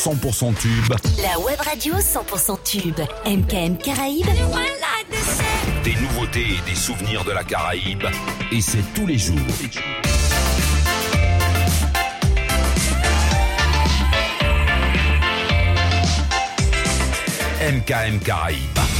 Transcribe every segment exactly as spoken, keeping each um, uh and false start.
cent pour cent tube. La web radio cent pour cent tube. M K M Caraïbes. Des nouveautés et des souvenirs de la Caraïbe. Et c'est tous les jours. M K M Caraïbes.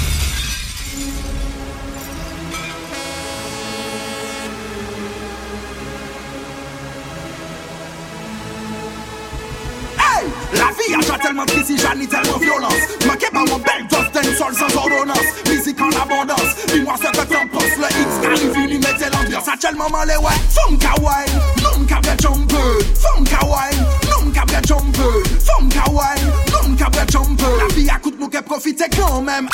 La vie a tellement triste, j'en tellement violence. Manquez pas mon bel Justin sol sans ordonnance. Musique en abondance, dis-moi ce que t'en penses. Le X arrive, il mettait l'ambiance. À tellement mal ouais. Femme kawaii, non cabret jumper. Femme kawaii, non cabret jumper. Femme kawaii, non cabret jumper. La vie a coûte nous qu'elle profite quand même.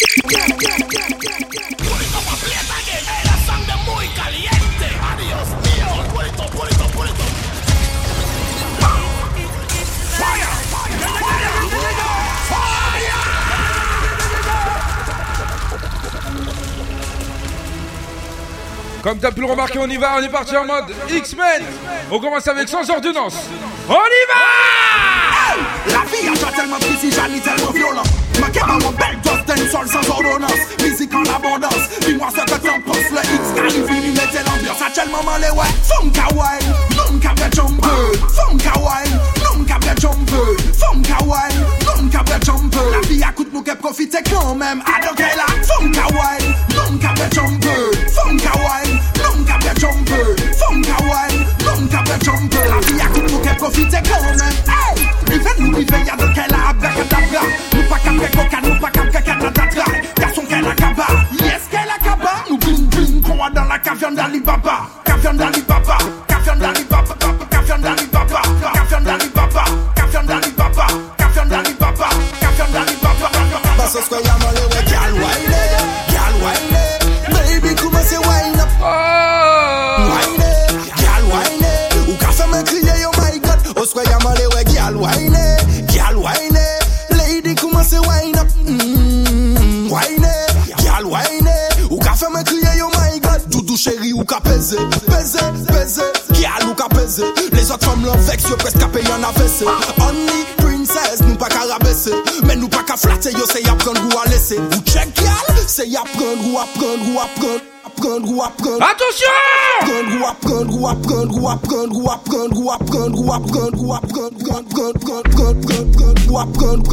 Comme t'as pu le remarquer, on y va, on est parti en mode X-Men. On commence avec sans ordonnance. On y va! La vie a tellement triste, j'en tellement violent. Manquez pas mon bel Justin sol sans ordonnance. Musique en abondance, dis-moi ce que t'en penses. Le X arrive, il mettait l'ambiance. À tellement mal ouais. Femme kawaii, non cabret jumper. Femme kawaii, non cabret jumper. Femme kawaii, non cabret jumper. La vie a coûte nous qu'elle profite quand même. Alors qu'elle a femme kawaii, non cabret jumper. Femme kawaii, non cabret jumper. Femme kawaii, non cabret jumper. La vie a coûte nous qu'elle profite quand même. Hey! Rivet nous rivet, y'a de qu'elle a abracadabra. Nous pas qu'après coca, nous pas qu'après canadatra. Garçon qu'elle a kaba, yes qu'elle a kaba. Nous bling bling, qu'on va dans la caverne d'Alibaba. Caverne d'Alibaba, caverne d'Alibaba, caverne d'Alibaba, caverne d'Alibaba, caverne d'Alibaba, caverne d'Alibaba, caverne d'Alibaba. Parce que y'a mal ouais, gal wine, gal wine, baby comment c'est wine up, wine, gal wine, ou qu'a fait me crier oh my god, oh soit y'a mal ouais, gal wine, gal wine, lady comment c'est wine up, mm, wine, gal wine, ou qu'a fait me crier oh my god, doudou chéri ou qu'a pesé, pesé, pesé, gal ou qu'a pesé, les autres femmes l'ont vex, yo presque à payer en A V C, only princess, nous pas qu'à rabaisser, mais nous pas qu'à flatter, yo c'est y'a prendre ou à laisser, vous check gal, c'est y'a prendre ou à prendre ou à prendre. Apprendre ou apprendre. Attention! Apprendre ou apprendre ou apprendre ou apprendre ou apprendre ou apprendre ou apprendre ou apprendre apprendre apprendre ou apprendre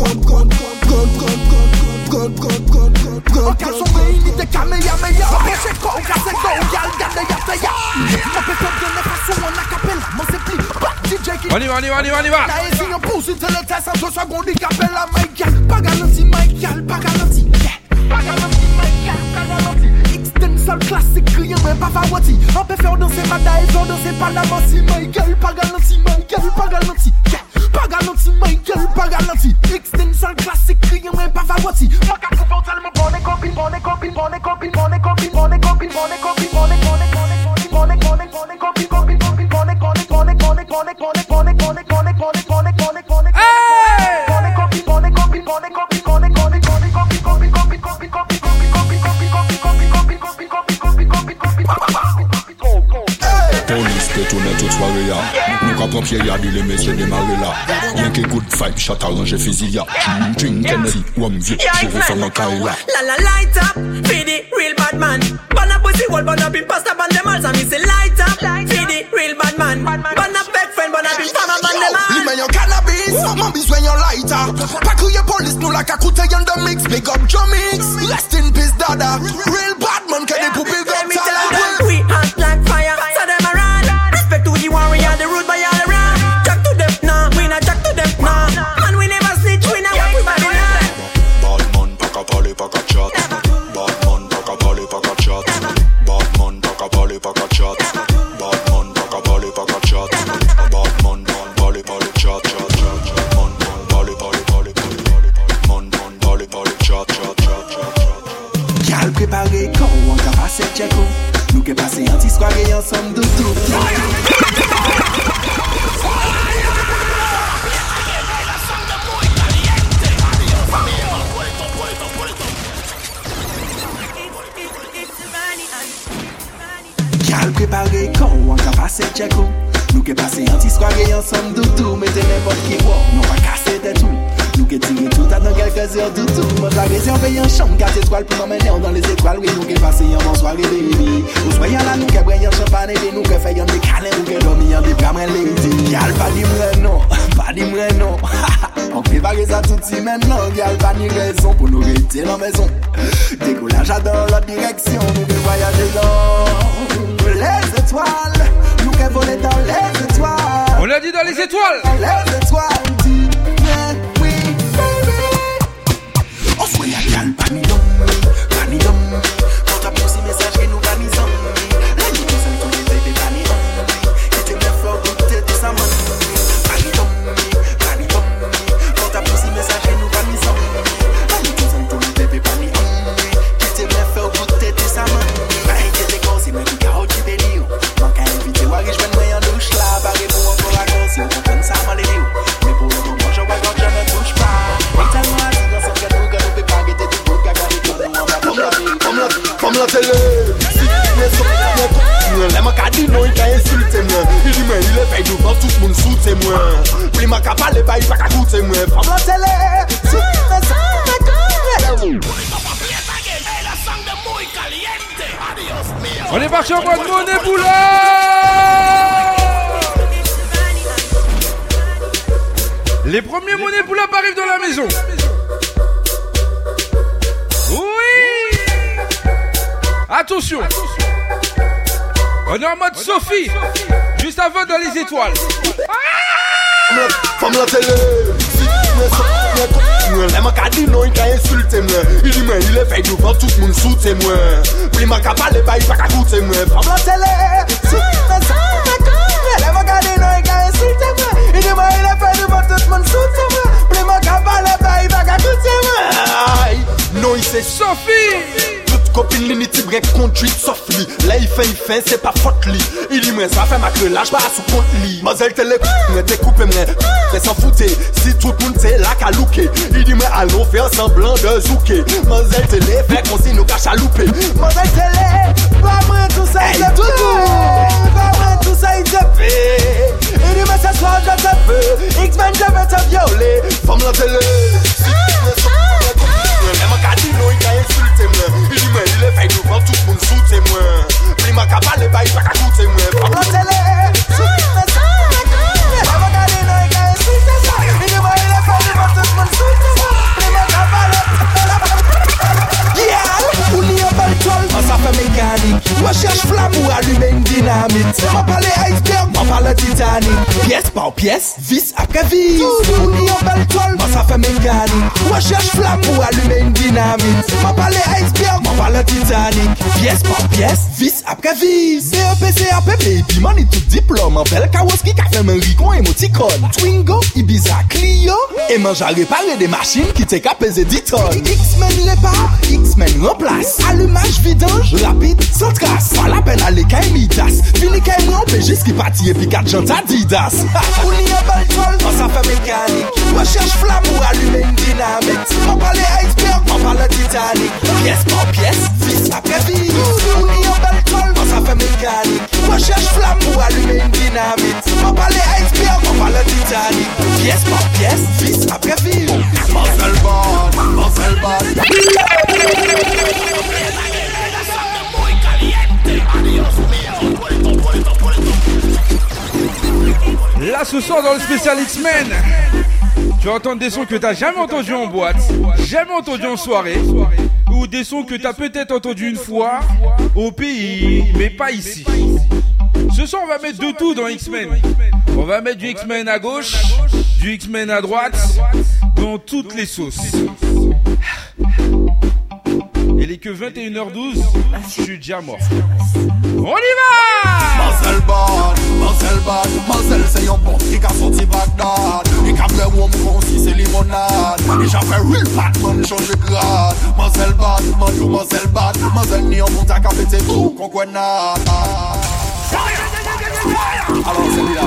apprendre Quels sont mes unités Kamehameha? Empêchez quoi? Cassez quoi? Gal, gardez, gardez, ya. On peut faire de neuf façons en acapella. Moi c'est plus pas D J qui. On y va, on y va, on y va, on y va. La si on pousse, c'est le test en deux secondes. Il capella, Michael. Pas garanti, Michael, pas garanti. Pas garanti, Michael, pas garanti. Seul classique, rien même pas favori. On peut faire danser Madaï, on danser Panama. Si Michael, pas garanti, Michael, pas garanti. Pas garanti, Michael, pas garanti. X-Ten, seul classique, rien même pas favori. Moi, qu'à trouver tellement bon et copine, bon et copine, bon et copine, bon et copine, bon et copine, bon et copine, bon et bon et bon et bon et bon et bon et copine, copine, copine, bon et bon et bon et bon et bon et bon et bon et bon et bon et bon et bon et bon et bon et bon et bon et copine, bon et copine, bon et copine, bon et bon et bon et copine, copine, copine, copine, copine, Police peut tourner toute soirée là. Nous qu'à pompier y'a dit les messieurs démarrer là. Y'a que good fight, chat arrangé fusil y'a. Drink Kennedy, one view, je vais faire un carré là. La la light up, feed it, real bad man. Ban up pussy wall, ban up in pasta, ban them all. So me say light up, feed it, real bad man. Ban up back friend, ban up in fama, ban them all. Limen yon cannabis, man besoin yon lighter. Pas crier police, nous la qu'à coûter yon de mix. Big up Jomix, rest in peace dada. Real bad man, can they poupée Let me tell them, we hot like fire, so them around. Respect to the warrior, the root by all around. Jack to them, nah, we not jack to them, nah. Man, we never snitch, we not work with Babylon. Bad man, pack a party, pack a chat. Bad man, pack a party, pack a chat. Bad man, pack a party, pack a chat. Bad man, pack a party, pack a chat. Bad man, man, party, party, chat, chat, chat. Man, man, party, party, party, party, party. Man, man, party, party, chat, chat, chat, chat, chat. Gal préparé quand on va passer tchèco. Nous qui passons un petit soirée ensemble de tout. Gal préparé quand on va passer tchèco. Nous qui passons un petit soirée ensemble de tout. Mettez n'importe qui voit, non pas casser des tout. Nous qui tirons tout à dans quelques heures tout tout. Moi la réservé en chambre quatre étoiles pour m'emmener dans les étoiles. Oui, nous qui passons en bonne soirée baby. Nous soyons là, nous qui brillons champagne et nous qui faisons des câlins, nous qui dormons des gamins lady. Gal pas dit moi non, pas dit moi non. On prépare ça tout de suite maintenant. Gal pas ni raison pour nous rester dans la maison. Décollage dans l'autre direction, nous qui voyager dans les étoiles. Nous qui voler dans les étoiles. On l'a dit dans les étoiles. Dans les étoiles, dis oui, baby. On soit y'a gal pas ni d'homme, pas ni d'homme. Quand t'as poussé message que nous pas mis en la nuit, nous sommes tous les bébés pas ni d'homme. Qui te met fort pour te dire ça, man. Pas ni d'homme, pas ni d'homme. Quand t'as poussé message que nous pas mis en la nuit, nous sommes tous les bébés pas ni d'homme. Qui te met fort pour te dire ça, man. Pas inquiéter quand c'est moi qui carotte qui béni. Manque à inviter, ouais, je vais me mettre en douche là. Barré pour encore la cause, si on comprend ça, mal et mais pour le moment, je vois quand je ne touche pas. Et tellement à dire dans son cadeau, que nous peut pas guetter du beau caca et tout, nous on va comme la comme la télé. Si tu es sur le les mecs dit non, il a insulté moi. Il dit, mais il est fait devant tout le monde sous moi. Puis ma capa, les bails pas qu'à coûter moi. Comme la télé. Si tu es sur le On est parti en mode monnaie boulot. Les premiers monnaies pull up arrivent dans la maison. Oui. Attention. On est en mode Sophie. Juste avant dans les étoiles. Femme la télé. Les mecs dit non, il a insulté moi. Il dit, mais il est fait devant tout le monde sous moi. Puis ma capa, les bails pas qu'à coûter moi. Femme la télé. Les mecs dit non, il a insulté moi. Il dit, mais il est fait devant tout le monde sous moi. Puis ma capa, les bails pas qu'à coûter moi. Non, il c'est Sophie. Copine l'unité break conduite sauf lui. Là il fait, il fait, c'est pas faute lui. Il dit moi ça fait ma que lâche pas sous compte lui. Mademoiselle télé, moi t'es coupé moi. Fais s'en foutre, si tout le monde c'est là qu'à louker. Il dit moi allons faire semblant de zouker. Mademoiselle télé, fait qu'on s'y nous cache à louper. Mademoiselle télé, pas moi tout ça il te fait. Pas moi tout ça il te fait. Il dit moi ce soir je te veux. X-Men je vais te violer. Femme la télé. Les mecs dit non, il a insulté moi. Il dit mais il est fait devant tout le monde sous moi. Puis ma capa, les bails pas qu'à coûter moi. Femme la télé. Les mecs dit non, il a insulté moi. Il dit mais il est fait devant tout le monde sous moi. Puis ma capa, les... Yeah! On y a pas le toile, on s'en fait mécanique. Recherche flamme ou allumer une dynamite. On parle iceberg, on parle Titanic. Pièce par pièce, vis après vis. On y a pas le toile, on s'en fait mécanique. Recherche flamme ou allumer une dynamite. On parle iceberg, on parle Titanic. Pièce par pièce, vis après vis. C E P, C A P, baby, man, et tout diplôme. En belle Kawaski, café, Ricon, émoticône. Twingo, Ibiza, Clio. Et mange à réparer des machines qui t'es qu'à peser dix tonnes. X-Men répare, X-Men remplace. Allumage, vidange, rapide, sans trace. Pas la peine à l'écaille, midas. Fini qu'à moi, on peut juste qui partit et puis quatre jantes Adidas. On y a pas le toile, on s'en fait mécanique. Recherche flamme ou allumer une dynamite. On parle iceberg, on parle Titanic. Pièce par pièce, vis après vis. On y a pas le toile, on s'en fait mécanique. Recherche flamme ou allumer une dynamite. On parle iceberg, on parle Titanic. Pièce par pièce, vis après vis. Marcel Bad, Marcel Bad. Là ce soir dans le spécial X-Men, tu vas entendre des sons que t'as jamais entendus en boîte, jamais entendus en soirée, ou des sons que t'as peut-être entendus une fois au pays, mais pas ici. Ce soir on va mettre de tout dans X-Men. On va mettre du X-Men à gauche, du X-Men à droite, dans toutes les sauces. Il est que vingt et une heures douze, je suis déjà mort. On y va! Marcel Bad, Marcel Bad, Marcel c'est un bon qui a sorti Bagdad. Il a bleu ou m'fond si c'est limonade. Et j'ai fait real Batman change de grade. Marcel Bad, Mandou Marcel Bad, Marcel ni en monte à café c'est tout qu'on connaît. Alors celui-là,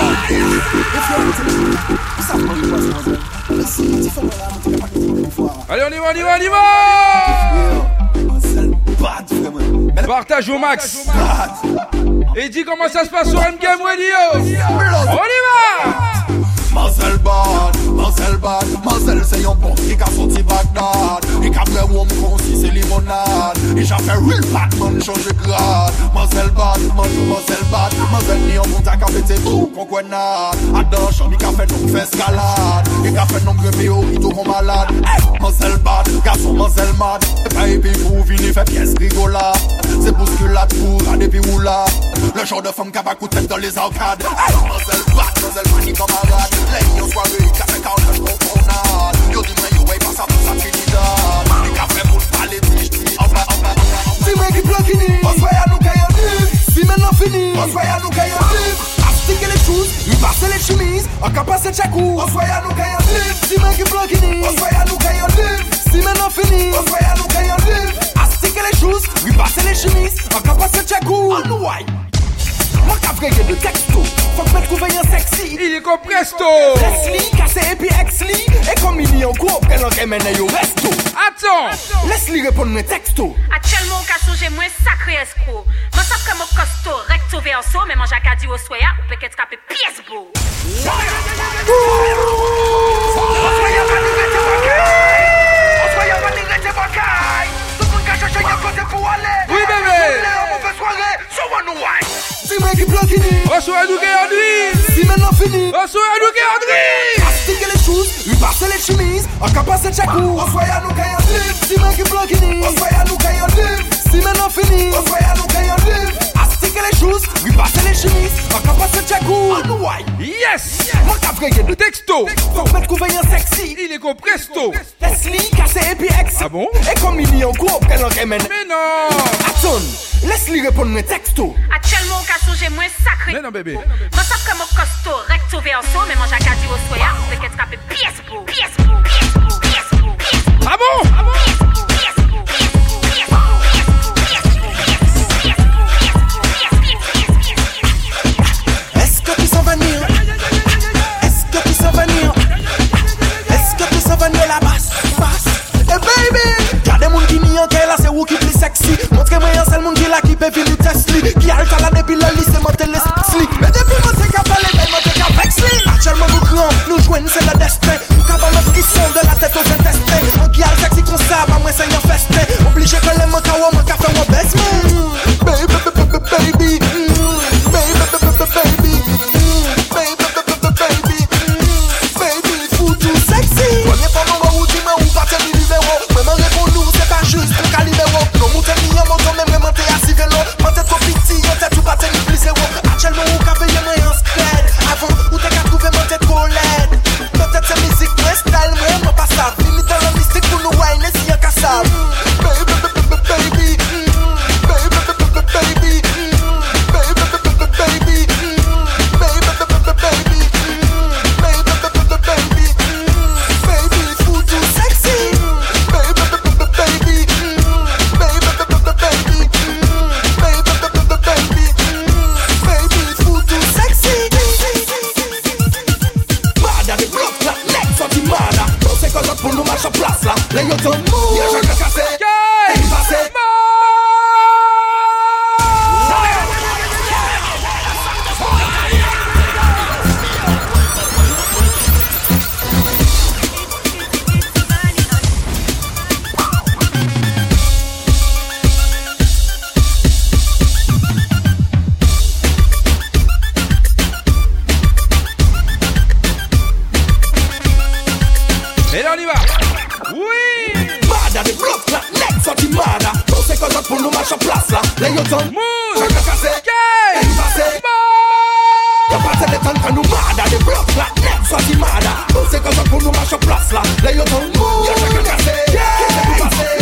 allez, on y va, on y va, on y va! Partage au max. Et dis comment ça se passe sur M Game Radio. On y va! Marcel Bad, Marcel Bad, Marcel c'est un bon qui a sorti Bagdad. Il a fait un con si c'est limonade. Et j'ai fait real Batman change de grade. Mazel Bat, Mazel Bat, Mazel ni en monte à café tout conquenade. Adam Chami qui a fait donc fait escalade. Il a fait nombre de méoritos comme malade. Mazel Bat, garçon Mazel Mad. Et pas épi pour venir faire pièce rigolade. C'est bousculade pour rader puis roulade. Le genre de femme qui a pas coup de tête dans les arcades. Mazel Bat, Mazel Mani camarade. Les en soirée, café quarante pour promenade. Yo dis-moi yo ouais pas ça pour sa Trinidad. Il a fait pour parler de j'dis enfin enfin. Dis-moi qui bloquini. On se voit à nous caillons libre. Si maintenant fini. On se voit à nous caillons libre. Astiquer les choses, lui passer les chemises. En cas passer de chaque coup. On se voit à nous caillons libre. Dis-moi qui bloquini. On se voit à nous caillons libre. Si maintenant fini. On se voit à nous caillons libre. Astiquer les choses, lui passer les chemises. En cas passer de chaque coup. On nous white. Moi qui a vrayé de texto, faut que me trouve un sexy. Il est comme presto. Leslie, cassé et puis ex-lee. Et comme il y a un groupe, qu'elle en remène au resto. Attends. Laisse-lui répondre mes textos. Actuellement, on a changé moins sacré escroc. Moi, ça comme mon costaud, recto verso, mais mon jacques a dit au soya, ou peut-être capé pièce beau. Oui, bébé. Dis-moi qui bloquini. On soit à nous André. Si maintenant fini. On soit à nous André. Astiquer les choses, lui passer les chemises. En cas passer de chaque coup. On soit à nous caillons. Dis-moi qui bloquini. On soit à nous caillons. Si maintenant fini. On soit à nous caillons. Astiquer les choses, lui passer les chemises. En cas passer de chaque coup. On nous white. Yes. Moi qui a vrayé de texto. Faut que me trouve un sexy. Il est comme presto. Leslie, cassé et puis ex. Ah bon? Et comme il y a un groupe, qu'elle en remène. Mais non. Attends, laisse-lui répondre mes textos. Actuellement, on a changé moins sacré. Mais non, bébé. Moi, ça comme mon costaud, recto verso, mais mon jacques a dit au soya, ou peut-être capé pièce beau. Pièce beau, pièce beau, pièce beau, pièce beau. Ah bon? Ah bon? Pièce beau, pièce beau, pièce beau, pièce beau, pièce beau, pièce beau, pièce beau. Est-ce que tu sens venir? Est-ce que tu sens venir? Est-ce que tu sens venir la basse? Basse. Hey baby! Y'a des moun qui n'y en là, c'est où qui plus sexy. Montre-moi un seul moun qui là qui peut venir tester. Qui a le talent depuis le lycée, monter les sexy. Mais depuis monter qu'à parler, mais monter qu'à vexer. Actuellement nous grand, nous jouons, c'est le destin. Nous cabons nos qui sont de la tête aux intestins. On qui a le sexy qu'on sait, bah moi c'est un festin. Obligé que les mots kawa, mon café, mon best man. Baby, baby, baby, baby. Baby, baby, baby. Baby, baby, baby. Baby, fou tout sexy. Premier fois, maman, où dis-moi où va te numéro. Maman, réponds-nous, c'est pas juste pour calibéro. Non, mon t'es mis en moto, même vraiment t'es assis vélo. Quand t'es trop petit, on t'es tout pas t'es ni plus zéro. Actuellement, où café, y'a moins un scred. Avant, où t'es qu'à trouver, mon t'es trop laide. Peut-être c'est musique, moi, style, moi, moi, pas ça. Limite dans la mystique pour nous wine, et si y'a qu'à ça. Baby, baby, baby. Baby, baby, baby. Baby, baby, baby. Baby, baby, baby. Baby, baby, fou tout sexy. Baby, baby, baby. Baby, baby, baby. Baby, fou tout sexy. Mada de bloc là, next sorti mada. On sait quoi pour nous marcher en place là. Les y'a ton mou, y'a jamais cassé. Et il passé. Et là on y va. Oui. Mada de bloc là, next sorti mada. On sait quoi pour nous marcher en place là. Les y'a ton mou, Move. jamais cassé. Kay. Et il passé. Y'a pas de temps quand nous mada de bloc là, next sorti mada. On sait quoi pour nous marcher en place là. Les y'a ton mou, y'a jamais cassé. Qu'est-ce qui passé?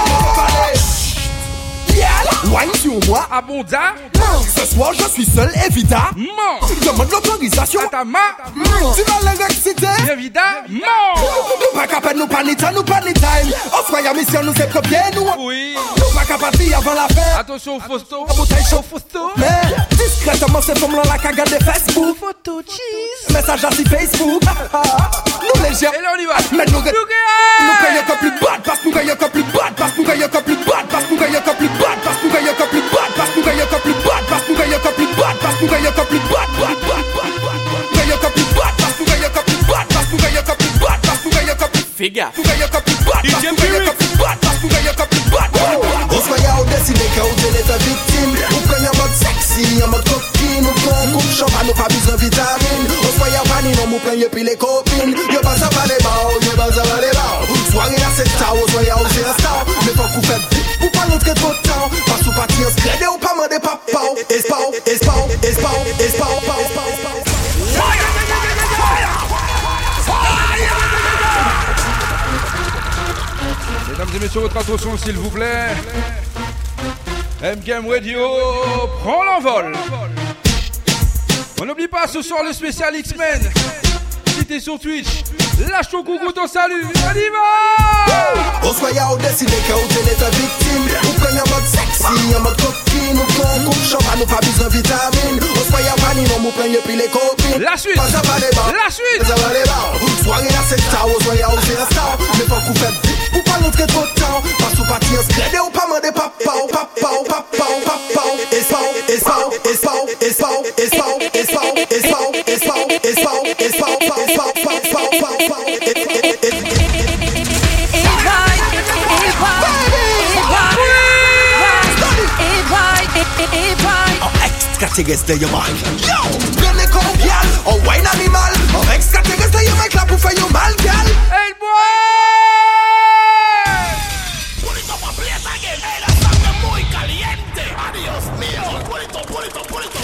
Wine sur moi. Abonda. Ce soir je suis seul, évidemment. Demande l'autorisation À ta main. Tu vas l'exciter. Évidemment. Pas qu'à peine nous pas ni temps, nous pas ni time. Offre à mission, nous c'est copier nous. Oui. Nous pas qu'à partir avant la fin. Attention au Fausto. La bouteille chaud. Fausto. Mais discrètement c'est comme la cagade de Facebook. Photo cheese. Message à si Facebook. Nous les gens. Et là on y va. Mais nous Nous nous gagnons comme plus bad. Parce que nous gagnons comme plus bad. Parce que nous gagnons comme plus bad. Parce que nous gagnons comme plus bad. Parce que nous gagnons comme plus bad. Parce que nous gagnons comme plus bad. Parce que nous gagnons comme plus bad. Parce que nous gagnons comme plus bad. Gagnons comme plus bad. Parce que nous gagnons comme plus bad. Parce que nous gagnons comme plus bad. Parce que nous gagnons comme plus bad. Parce que nous gagnons comme plus Fais gaffe. Pour gagner copie bat, pour gagner copie bat, pour gagner copie bat. On se voyait au décidé que vous allez être victime. Vous prenez en mode sexy, en mode coquine. Ou qu'on coupe champagne, pas besoin de vitamine. On se voyait au vanille, on vous prenez puis les copines. Yo pas ça va les bars, yo pas ça va les bars. Soirée là c'est tard, on se voyait au zéro. Mais faut qu'on fait vite, pour pas montrer trop de temps. Parce que pas tiens, scrédé ou pas demander papa. Espao, espao, espao, espao, espao, espao. Mesdames et messieurs, votre attention s'il vous plaît. M K M Radio prend l'envol. On n'oublie pas ce soir le spécial X-Men. Si t'es sur Twitch, lâche ton coucou, ton salut, on y va. On se voyait au décidé que vous allez être victime. Vous prenez en mode sexy, en mode coquine. Ou qu'on coupe champagne, ou pas besoin de vitamine. On se voyait au vanille, on vous prenez puis les copines. La suite, pas ça va les bars, la suite, ça va les bars. Soirée là c'est tard, on se voyait au zéro. Mais faut qu'on fait vite, pour pas montrer trop de temps. Parce que pas tiens, scrédé ou pas demander papa. Papa, papa, papa. Espao, espao, espao, espao, espao, espao, espao, espao, espao, espao, espao, espao, espao, espao. Extraterrestre de your mind. Yo, bien les convial, on wine animal. On extraterrestre de your mind, là pour faire your mal, gal. Hey boy! Pull it up and play it again. Hey, la sangre muy caliente. Adios mío. Pull it up, pull it up, pull it up.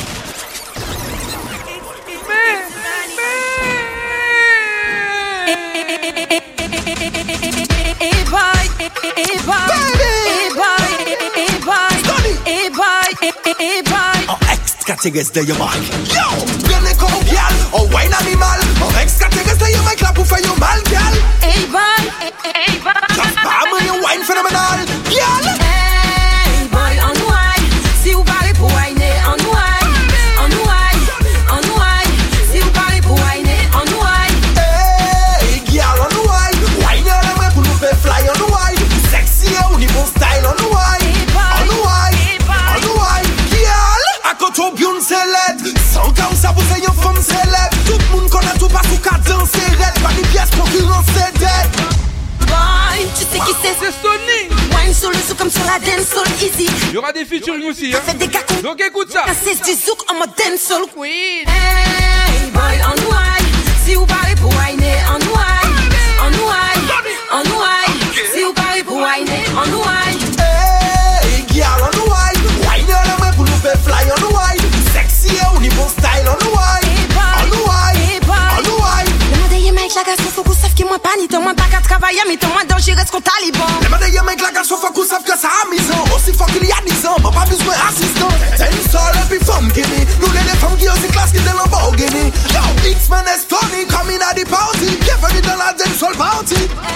Hey boy, hey boy, hey boy, hey boy, hey boy, hey boy. Extraterrestre de your mind. Yo, bien les convial, on wine animal. On extraterrestre de your mind, là pour faire your mal, gal. Hey boy, hey boy. Just bam, your wine phénoménal, gal. Hey boy, on wine. Si vous parlez pour whiner, on wine, on wine, on wine. Si vous parlez pour whiner, on wine. Hey, gal, on wine. Wine on the pour nous faire fly on wine. Sexy au niveau style on wine, on wine, on wine, gal. À côté bien célèbre, sans comme ça vous ayez une femme célèbre. Tout le monde connaît tout partout qu'à danser red. Pas de pièces concurrence c'est dead. Boy, tu sais qui c'est? C'est Sony. Wine sur le zouk comme sur la dancehall easy. Il y aura des featuring aussi, hein. Fait des gars donc écoute ça. C'est du zouk en mode dancehall queen. Hey boy, on wine. Si vous parlez pour whiner, on wine, on wine, on wine. Si vous parlez pour whiner, on wine. Hey, gal, on wine. Wine on the pour nous faire fly on wine. Sexy au niveau style on wine, on wine, on wine. Le monde est mec la gasse, faut qu'on sache que moi pas ni moi pas qu'à travailler, mais moi dangereux qu'on taliban. Le monde est mec la gasse, faut qu'on sache que ça a mis en. Aussi fort qu'il y a dix ans, m'a pas besoin d'assistant. T'es une seule et puis femme qui dit. Nous les femmes qui ont une classe qui est dans Lamborghini. Yo, X-Men et Tony coming at the party. Bienvenue dans la dancehall party.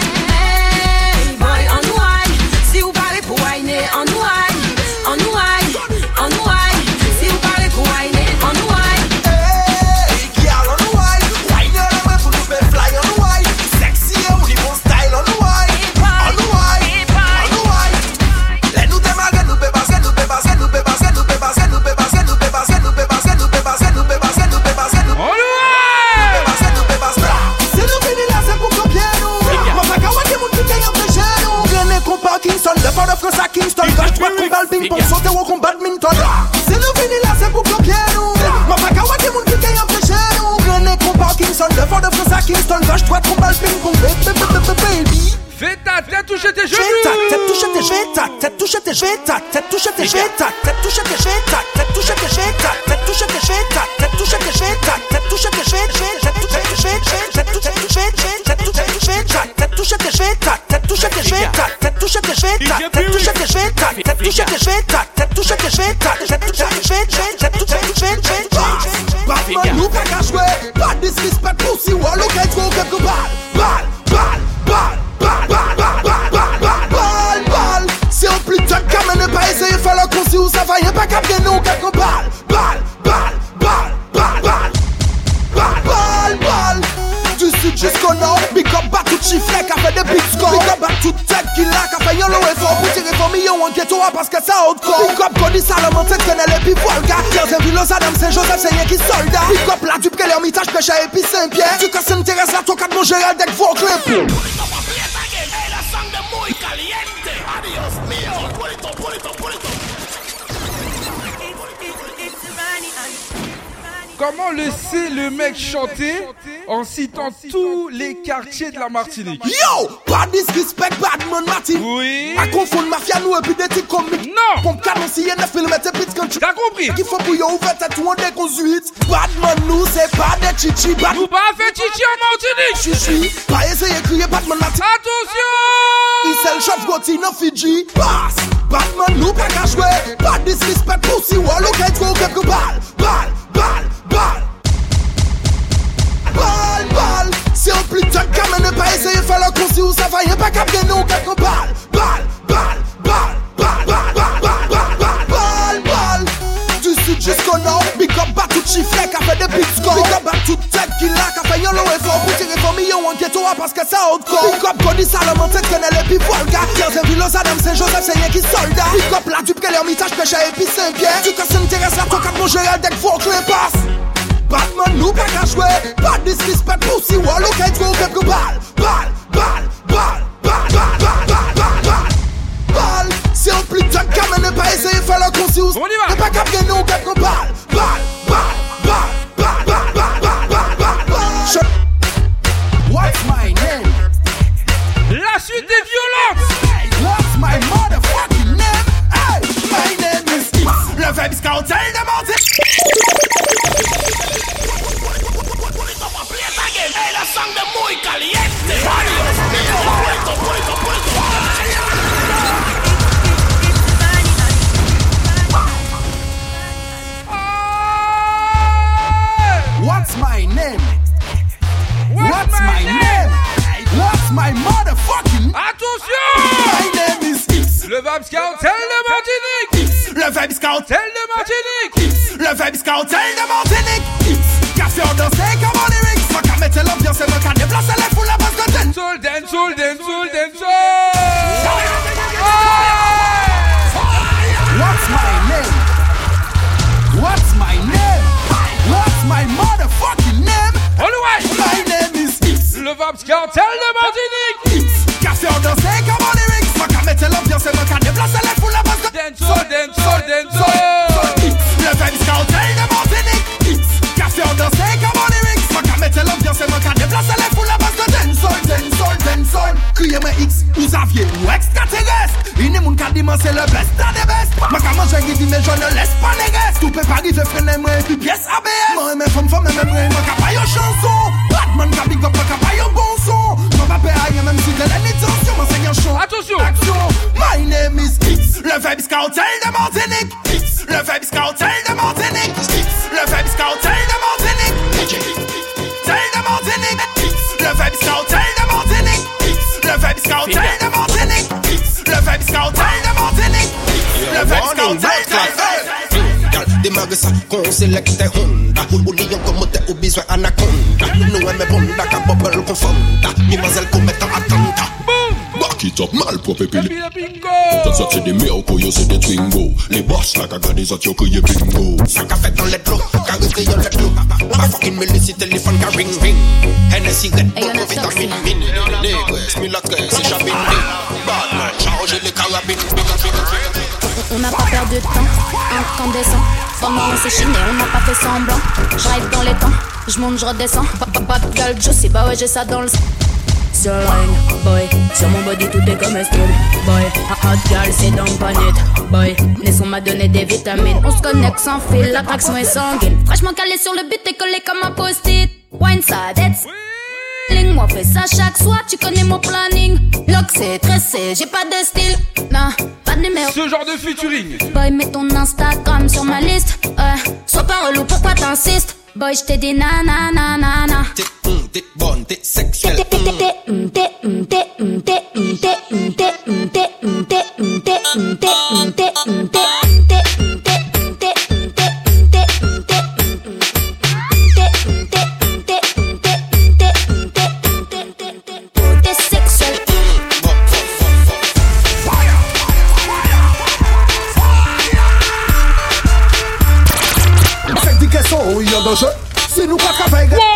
Hey boy, on wine. Si vous parlez pour whiner, on wine, on wine, on wine. Si vous parlez pour whiner, on wine. Hey, girl, on wine. Wine on the pour nous faire fly on wine. Sexy au niveau style on wine, on wine, on wine. Let nous démarrer, nous bébasser, nous bébasser, nous bébasser, nous bébasser, nous bébasser, nous bébasser, nous bébasser, nous bébasser, nous bébasser, nous bébasser, nous bébasser, nous bébasser. Si nous finissons là, c'est pour copier nous. Moi, ça casse des moun qui gagnent après chez nous. Gagner contre Parkinson, le fort de France à Kingston. Gage droite contre balle ping-pong, sauter au combat badminton. Si nous finissons là, c'est pour copier nous. Moi, ça casse des moun qui gagnent après chez nous. Gagner contre Parkinson, le fort de France à Kingston. Gage droite contre balle ping-pong, baby. Fais ta tête, touche tes genoux. Ta tête, touche tes genoux. Ta tête, touche tes genoux. Ta tête, touche tes genoux. Ta tête, touche tes genoux. Ta tête, touche tes genoux. Ta tête, touche tes genoux. Ta tête, touche tes genoux. Ta tête, touche tes genoux. Ta tête, touche tes genoux. Ta tête, touche tes genoux. Ta tête, touche tes genoux. Ta tête, touche tes genoux. Ta tête, touche tes genoux. Ta tête, touche tes genoux. Ta tête, touche tes genoux. Ta tête, touche tes genoux. Ta tête, touche tes genoux. Ta tête, touche tes genoux. Ta tête, touche tes genoux. Batman, nous pas qu'à jouer. Pas de disrespect pour si wall ou qu'être trop quelque balle. Balle, balle, balle. Balle, balle, balle, balle, balle, balle, balle, balle. Si on plus de temps qu'à ne pas essayer, falloir qu'on s'y où ça va, y'a pas qu'à bien nous quelques balles. Balle, balle, balle, balle, balle, balle, balle, balle. Du sud jusqu'au nord, big up bat tout chiffret qu'a fait des big scores. Big up bat tout tête qui l'a qu'a fait y'en l'eau effort. Pour tirer famille en ghetto parce que ça haute corps. Big up Cody Salomon, c'est connaît les puis Volga. quinze villos Adam, c'est Joseph, c'est rien qui soldat. Big up la dupe qu'elle est en mitage, pêche à épice Saint-Pierre. Du cas s'intéresse là, toi qu'à mon Gérald avec vos clips. Comment laisser le mec chanter en citant tous les quartiers de la Martinique? Yo, pas disrespect, Badman Martin. Oui. A confondre mafia nous et puis des tics comme non. Pompe canon si y'en a fait le mettre pit country. T'as compris? Qu'il faut pour y'en ouvert à tout en déconduite. Badman nous c'est pas des chichi. Bad... Nous pas fait chichi en Martinique. Chichi, pas essayer de crier Badman Martin. Attention. Il c'est le chef Gauthier dans Fidji. Passe. Badman nous pas qu'à jouer. Pas disrespect pour si wall ou qu'à trop quelques balles. Balles, balles, balles. Balle, balle, c'est un plus de temps qu'à même ne pas essayer de faire le concis où ça va y'a pas qu'à gagner ou quelques balles. Balle, balle, balle, balle, balle, balle, balle, balle, balle, balle, balle. Du sud jusqu'au nord, big up bat tout chifflet qu'a fait des big scores. Big up bat tout tête qui l'a qu'a fait y'en l'eau et fort pour tirer pour millions en ghetto parce que ça haute corps. Big up Cody Salomon, tête qu'elle est puis Volga. Tiens, c'est Vilo Sadam, c'est Joseph, c'est rien qui soldat. Big up la dupe qu'elle est en mitage, pêche à épice Saint-Pierre. Tu casses une terrasse là, toi quatre mon géral dès que faut que les passe. Batman nous pas qu'à jouer. Pas de disrespect pour si wall ou qu'à trop quelques balles. Balles, balles, balles, balles, balles, balles, balles, balles. Balles, c'est un plus de temps qu'à même ne pas essayer de faire le concis. On y va. N'est pas qu'à gagner ou quelques balles. Balles, balles, balles, balles, balles, balles, balles, balles, balles. What's my name? La suite des violences. What's my motherfucking name? Hey, my name is X. Le Vibes Cartel de Martinique. Hey, la sangre muy caliente. Dios mío, puerto, puerto, puerto. What's my name? What's my name? What's my motherfucking? Attention! My name is X. Le Vibes Cartel de Martinique. X. Le Vibes Cartel de Martinique. X. Le Vibes Cartel de Martinique. X. Café en danser comme en lyrics. Ma qu'à mettre l'ambiance et ma qu'à déplacer les foules à base de dance. Soul, dance, soul, dance, soul, dance, soul. What's my name? What's my name? What's my motherfucking name? All right. My name is X. Le Vibes Cartel de Martinique. X. Café en danser comme en lyrics. Ma qu'à mettre l'ambiance et ma qu'à déplacer les foules à base de dance. Soul, dance, soul, dance, soul. X. Le Vibes Cartel de Martinique. X. Café en danser comme en lyrics. Ma qu'à mettre l'ambiance et ma qu'à déplacer les foules à base de dancehall, dancehall, dancehall. Criez-moi X ou Xavier ou extraterrestre. Il n'est mon cas dit c'est le best des best. Ma qu'à manger guidi mais je ne laisse pas les restes. Tout peut pas arriver freiner moi et puis pièce A B S. Moi et mes femmes femmes et mes bras. Ma qu'à pas yon chanson. Batman qu'à big up ma qu'à pas yon bon son. Ma pas payer même si de l'intention. Ma c'est yon chant. Attention. Action. My name is X. Le Vibes Cartel de Martinique. X. Le Vibes Cartel de Martinique. X. Le Vibes Cartel de Martinique. Tel de Martinique. Le Vibes Cartel de Martinique. Le Vibes Cartel de Martinique. Le Vibes Cartel de Martinique. Le Vibes Cartel de Martinique. Démarrer ça qu'on sélecte Honda. Ou lion comme t'es au besoin anaconda. Nous aimons bonda qu'à bubble confonda. Mimazelle qu'on met en attentat. Back it up, malpropre pili. T'as sorti des meilleurs couilles, c'est des twingo. Les boss là, qu'à des autres, crier bingo. Ça qu'a fait dans les clous, qu'a resté dans les clous. Ma fucking mêlée, si téléphone qu'a ring ring. Hennessy, Red Bull, vitamine, mini. Négresse, milatresse, c'est chabine. Badman, chargez les carabines. On n'a pas perdu de temps, incandescent. Vraiment on s'est chiné, on n'a pas fait semblant. J'arrive dans les temps, j'monte, j'redescends. Pas de gueule, juicy, bah ouais j'ai ça dans le sur line, boy. Sur mon body tout est comestible, boy. Un hot girl c'est dans le panette, boy. Nesson m'a donné des vitamines. On se connecte sans fil, l'attraction est sanguine. Fraîchement calé sur le beat et collé comme un post-it. Wine ça, that's moi fais ça chaque soir, tu connais mon planning. Lock c'est tressé, j'ai pas de style. Non, pas de numéro. Ce genre de featuring. Boy, mets ton Instagram sur ma liste. Euh, sois pas relou, pourquoi t'insistes? Boy, j't'ai dit na na na na na. T'es hum, t'es bonne, t'es sexuelle. T'es t'es t'es hum, t'es hum, t'es hum, t'es hum, t'es hum, t'es hum, t'es hum, t'es hum, t'es hum, t'es hum, t'es hum, t'es hum, t'es hum, t'es hum, t'es hum, t'es hum, t'es hum, t'es C'est nous pas qu'à faire.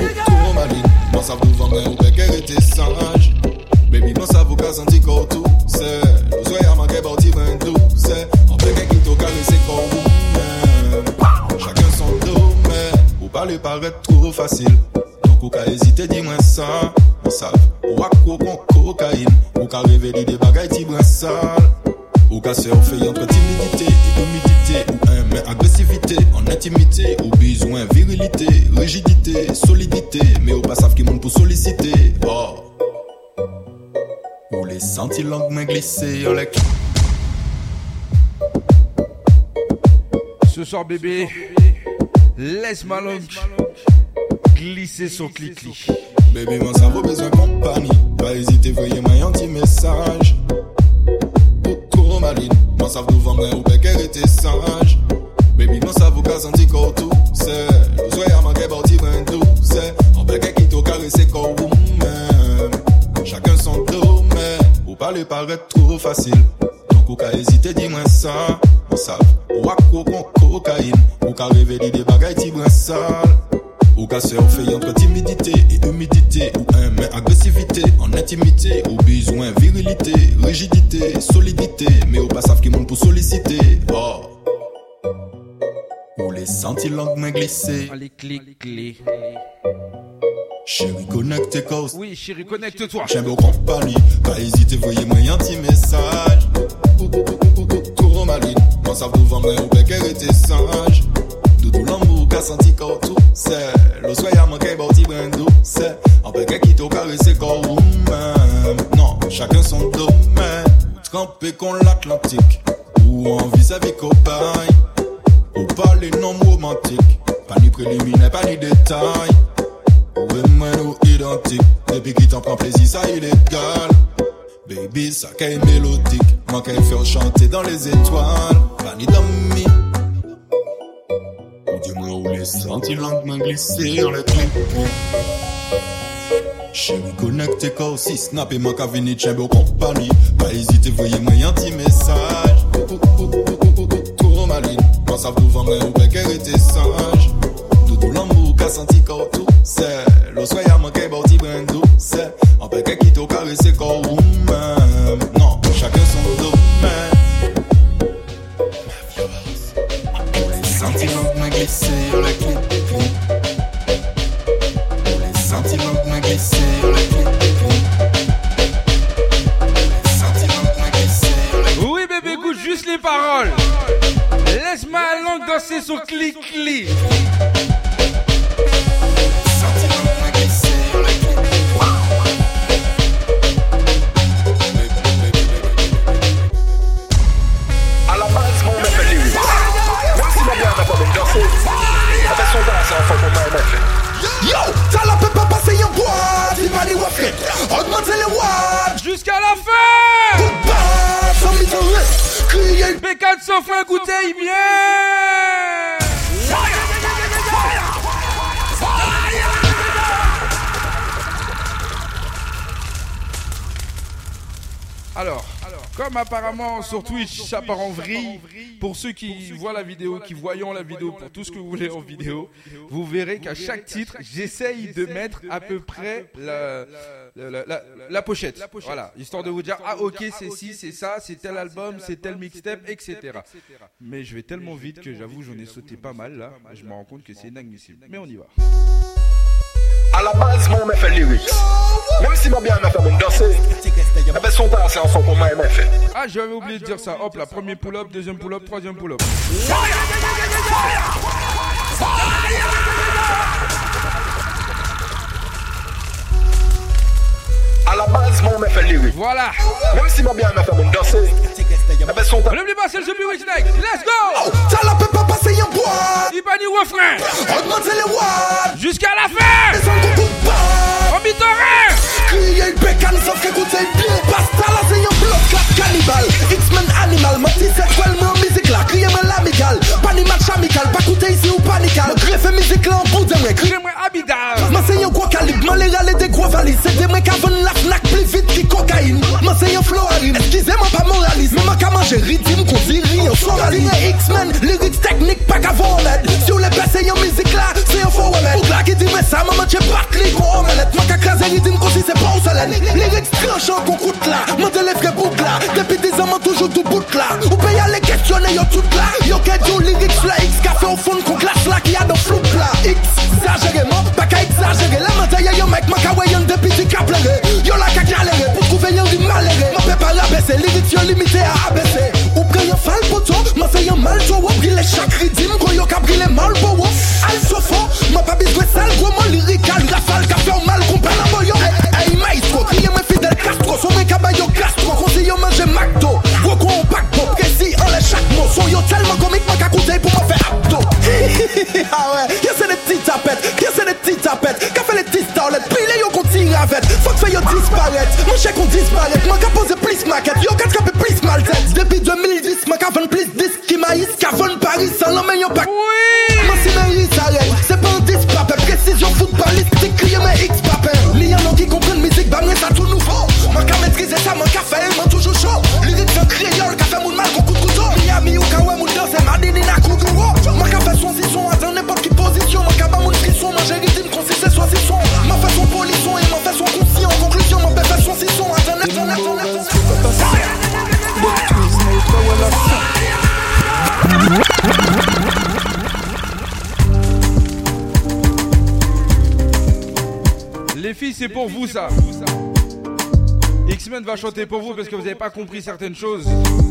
trop maline. Moi ça vous vend ou bien qu'elle était sage. Baby, moi ça vous casse un petit corps tout. C'est, nous soyons manqués par petit vin tout. C'est, on peut qu'un qui t'a caressé comme vous. Chacun son domaine. Vous parlez paraître trop facile. Donc, ou qu'à hésiter, dis-moi ça. On savent, ou à quoi qu'on cocaïne. Ou qu'à révéler des bagailles, t'y brin sale. Ou qu'à se refaire entre timidité et humidité. Ou un mais agressivité en intimité. Ou besoin virilité, rigidité, solidité. Mais ou pas savent qui monte pour solliciter. Oh. Ou les sentis langues mains glissées en les... Ce soir bébé, laisse ma langue glisser sur clic-clic. Baby, moi ça vaut besoin de compagnie. Pas hésiter, voyez moi un petit message. Trop maline, moi ça vous vendre ou bien qu'elle était sage. Baby, moi ça vous casse un petit corps tout. C'est, vous soyez à manquer par petit brin tout. C'est, on peut qu'elle qui t'a caressé comme vous-même. Chacun son domaine. Vous parlez paraître trop facile. Donc ou qu'à hésiter, dis-moi ça. On savent, ou à quoi qu'on cocaïne. Ou qu'à révéler des bagailles t'y brin sale. Ou qu'à se refaire entre timidité et humidité. Ou un mais agressivité en intimité. Ou besoin virilité, rigidité, solidité. Mais ou pas savent qui monte pour solliciter. Oh. Ou les sentis langues mains glissées. Allez, clic, clic. Chérie, connecte cause. Oui, chérie, connecte-toi. J'aime vos compagnies. Pas hésiter, voyez moi un petit message. Trop maline. Moi ça vous vend ou bien qu'elle était sage. Doudou l'amour qu'a senti quand tout. C'est le soir y'a manqué bon petit brin d'eau. C'est en peu qui t'a caressé comme vous-même. Non, chacun son domaine. Trempé con l'Atlantique. Ou en vis-à-vis copain. Ou parler non romantique. Pas ni préliminaire, pas ni détail. Ou moi nous identiques. Depuis qu'il t'en prend plaisir, ça illégal. Baby, ça qu'est mélodique. Moi qu'elle fait chanter dans les étoiles. Pas ni d'amis. Ou dis-moi où les sentis lentement glisser dans les clips. Chérie, connecte corps aussi. Snap et moi qu'à venir de chez vos compagnies. Pas hésiter, voyez moi un petit message. Trop maline. Moi ça vous vend ou bien qu'elle était sage. Doudou l'amour qu'a senti corps tout. C'est le soir y'a manqué bon petit brin d'eau. C'est en peu qui t'a caressé comme vous-même. Non, chacun son domaine. Pour les sentiments que m'a glissé dans la clé. Pour les sentiments que m'a glissé dans la clé. Les sentiments que m'a glissé dans la clé. Oui bébé, écoute juste les paroles. Laisse ma langue danser sur clic-clic. Yo, t'as la peut pas passer en boîte, il va les waffles. Augmentez les watts. sans fin, goûtez bien. Alors, comme apparemment sur Twitch ça part en vrille, pour ceux qui voient la vidéo, qui voyons la vidéo, pour tout ce que vous voulez en vidéo, vous verrez qu'à chaque titre, j'essaye de mettre à peu près la, la, la, la, la pochette. Voilà, histoire de vous dire, ah ok, c'est ci, c'est ça, c'est tel album, c'est tel mixtape, et cetera. Mais je vais tellement vite que j'avoue, j'en ai sauté pas mal là, je me rends compte que c'est inadmissible. Mais on y va. À la base, moi, on m'a fait lyrics. Même si m'a bien m'a fait mon danser, eh ben son temps, c'est un son qu'on m'a fait. Ah, j'avais oublié de dire ça. Hop là, premier pull-up, deuxième pull-up, troisième pull-up. À la base, moi, on m'a fait lyrics. Voilà. Même si m'a bien m'a fait mon danser, eh ben son temps. N'oubliez pas, c'est le The Bewitched Night. Let's go. Oh, t'as la peut pas passer en bois. Il banit refrain. Augmentez les watts. Jusqu'à la fin. Et sans coucou de pas. On bitorin. Crier une bécane sauf qu'écoutez bien. Pasta là c'est un bloc clap cannibale. X-Men animal, menti sexuel, mais en musique là. Criez-moi l'amical. Pas ni match amical, pas coûter ici ou panical. Greffe musique là en bout de moi. Criez-moi abidal. Moi c'est un gros calibre, moi les râles des gros valises. C'est des mecs avant la Fnac plus vite que cocaïne. Moi c'est un flow à rime, excusez-moi pas moraliste. Mais moi qu'à manger rythme, qu'on dit rien, floraline. X-Men, lyrics techniques, pas qu'à voir en aide. Si vous les baissez en musique là, c'est un faux remède. Ou là qui dit mais ça, maman j'ai pas de pour omelette. Moi qu'à craser rythme, qu'on si c'est pas au soleil. Lyrics tranchants qu'on coûte là, moi de les vrais boucles là. Depuis des ans, moi toujours tout bout là. Ou paye à les questionner, yo tout là. Yo qu'est du lyrics là, X café au fond qu'on glace là, qui a dans flou là. X, exagéré, moi, pas qu'à exagérer. La mentalité, yo mec, moi qu'à wayon depuis du cap léré. Yo la qu'à galérer, pour trouver y'en du maléré. Moi peut pas rabaisser, lyrics yo limité à abaisser. Ou près y'en fall poto, moi fait y'en mal to ou briller chaque rythme, quand yo qu'à briller mal pour ou. Al sofo, moi pas besoin sale, gros mon lyrical, rafale, café au mal, qu'on parle en boyo. Hey maestro, criez mes fidèles Castro, son mes caballos Castro, conseille yo manger McDo. Gros gros on pack pop, précis en les chaque mot. Son yo tellement comique, moi qu'à coûter pour me faire abdo. Ah ouais, y'a c'est des petites tapettes, y'a c'est des petites tapettes. Qu'a fait les petites starlettes, puis les yo qu'on tire avec. Faut que fait yo disparaître, mon chèque on disparaître. Moi qu'à poser plus maquette, yo qu'à scraper plus mal tête. Depuis deux mille dix, moi qu'à vendre plus disques qui maïs, qu'à vendre Paris sans l'homme yo pack. Oui, moi si mes s'arrête, c'est pas un dispapet. Précision footballistique, crier mes X papin. L'y en a qui comprennent musique, bah mais ça tout nouveau. Moi qu'à maîtriser ça, moi qu'à faire, moi toujours chaud. Lyrics en créole, qu'à faire mon mal, qu'on coup de couteau. Miami ou Kawa, mon danse, c'est Madini na Kuduro. Moi qu'à faire son sisson, dans n'importe qui position. Moi qu'à pas mon frisson, moi j'ai rythme, consiste soit sisson. Moi fait son polisson et moi fait son conscient. En conclusion, moi fait son sisson, dans n'importe Les filles, c'est pour vous ça. X-Men va chanter pour vous parce que vous n'avez pas compris certaines choses.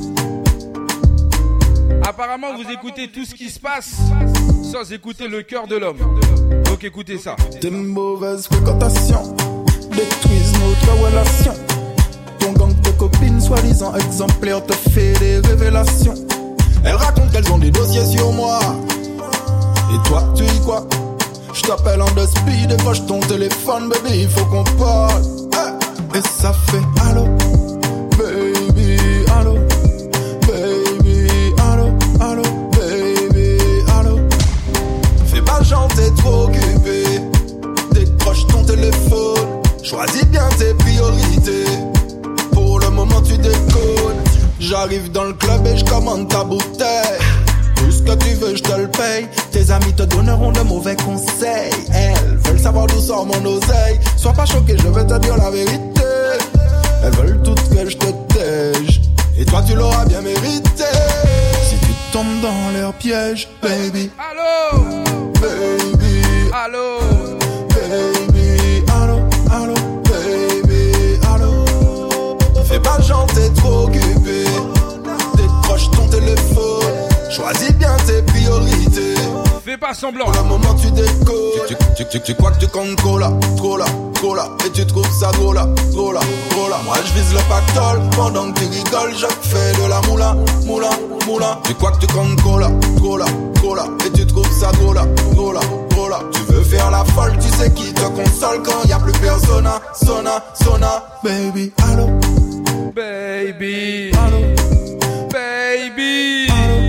Apparemment, vous écoutez tout ce qui se passe sans écouter le cœur de l'homme. Donc écoutez ça. Des mauvaises fréquentations détruisent notre relation. Ton gang de copines soi-disant exemplaires te fait des révélations. Elles racontent qu'elles ont des dossiers sur moi. Et toi, tu y quoi? Je t'appelle en deux speed, décroche ton téléphone, baby, il faut qu'on parle. Hey. Et ça fait allô, baby, allô, baby, allô, allô, baby, allô. Fais pas genre t'es trop occupé, décroche ton téléphone. Choisis bien tes priorités, pour le moment tu déconnes. J'arrive dans le club et je commande ta bouteille. Tout ce que tu veux, je te le paye. Tes amis te donneront de mauvais conseils. Elles veulent savoir d'où sort mon oseille. Sois pas choqué, je vais te dire la vérité. Elles veulent toutes que je te tège. Et toi, tu l'auras bien mérité. Si tu tombes dans leur piège, baby. Allô, baby. Allô, baby. Allô, allô, baby. Allô. Fais pas genre t'es trop occupé. Décroche ton téléphone. Choisis bien tes priorités. Fais pas semblant. Pour le moment tu décolles. Tu, tu, tu, tu crois que tu comptes cola, cola, cola. Et tu trouves ça drôle, drôle, drôle. Moi je vise le pactole. Pendant que tu rigoles, je fais de la moula, moula, moula. Tu crois que tu comptes cola, cola, cola. Et tu trouves ça drôle, drôle, drôle. Tu veux faire la folle, tu sais qui te console quand y a plus personne. Sona, sona, baby, allô. Baby, allô. Baby, allô.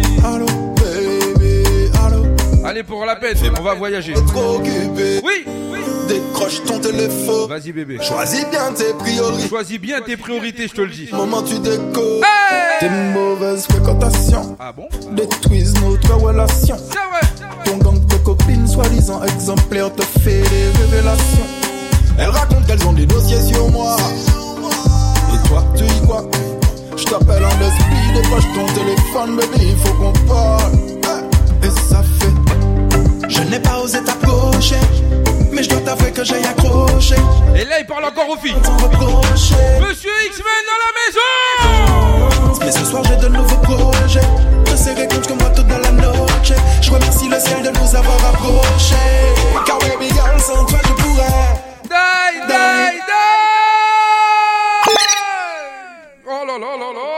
Allez, pour la peine, on va voyager. Trop occupé. Oui. Décroche ton téléphone. Vas-y bébé. Choisis bien tes priorités. Choisis bien tes priorités, je te le dis. Moment tu décodes. Hey tes mauvaises fréquentations. Ah bon? Détruisent notre relation. C'est vrai. Ton gang de copines soi-disant exemplaires te fait des révélations. Elles racontent qu'elles ont des dossiers sur moi. Et toi tu y crois? Je t'appelle en esprit, décroche ton téléphone, baby, il faut qu'on parle. Et ça fait. Je n'ai pas osé t'approcher, mais je dois t'avouer que j'ai accroché. Et là il parle encore aux filles. Monsieur X-Men dans la maison. Mais ce soir j'ai de nouveaux projets. Je serai compte que moi tout dans la noche. Je remercie le ciel de nous avoir approchés. Car baby girl, sans toi je pourrais Die, die, die. Oh là là là là.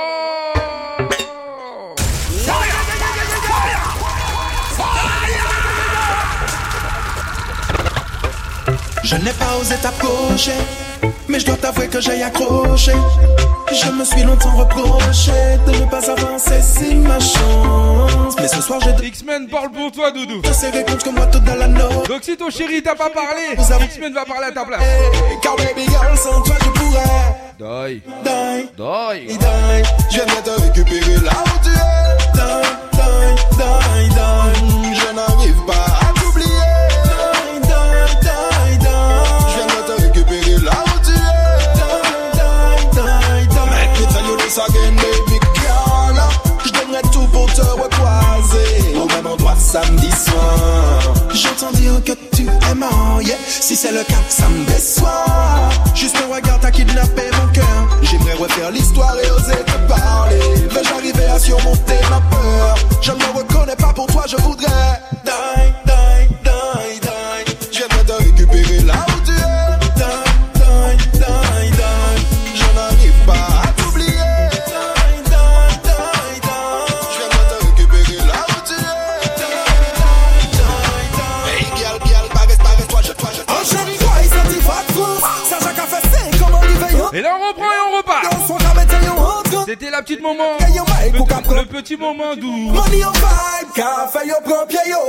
Je n'ai pas osé t'approcher, mais je dois t'avouer que j'ai accroché. Je me suis longtemps reproché de ne pas avancer si ma chance. Mais ce soir j'ai de... X-Men parle pour toi, Doudou. Je serai contre moi tout dans la note. Donc si ton chéri t'a pas parlé, X-Men va parler à ta place. Hey, car baby girl, sans toi je pourrais Die, die, die, die. Je viens te récupérer là où tu es. Die, die, die, die. Je n'arrive pas à t'oublier. Die, die, die, die. Je viens de te récupérer là où tu es. Die, die, die, die. Make me tell you this again, baby girl. Je donnerai tout pour te recroiser au même endroit samedi soir. J'entends dire que tu es mort, yeah. Si c'est le cas, ça me déçoit. Juste un regard t'a kidnappé mon cœur. J'aimerais refaire l'histoire et oser te parler. Mais j'arrivais à surmonter ma peur. Je ne me reconnais pas pour toi, je voudrais die, die, die, die. Je viens de te récupérer là où tu es. Die, die, die, die. Je n'arrive pas à t'oublier. Die, die, die, die. Je viens de te récupérer là où tu es. Die, die, die. Hey, girl, girl, paraisse, paraisse, toi, je, toi, je. Oh, chérie, toi, il s'est dit pas de fou. Ça, j'ai qu'à faire, c'est comment il veille. Et là on reprend et on repart. C'était la petite moment. Le, le petit moment d'où. Money on vibe, café yo prend pied yo.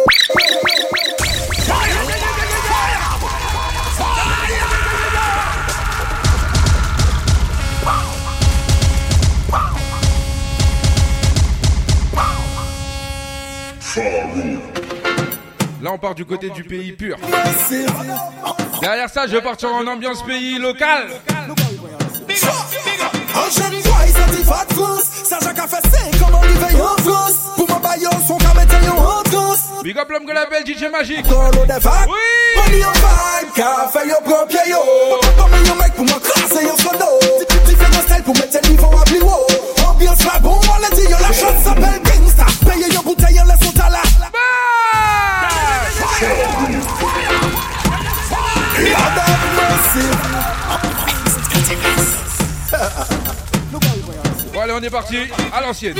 Là on part du côté du pays pur. Derrière ça je vais partir en ambiance pays local. Un jeune toi il s'est dit pas de France. Ça j'ai qu'à faire c'est comment il veille en France. Pour mon baillon son cas mettre en France. Big up l'homme que l'appelle D J Magique. Oui. Money on vibe, café yo prend pied yo. Pas meilleur mec pour moi crasser yo son dos. Différent style pour mettre le niveau à plus haut. Ambiance pas bon, on l'a dit yo la chose s'appelle Gangsta. Payer yo bouteille on laisse son talent. Bon allez on est parti à l'ancienne.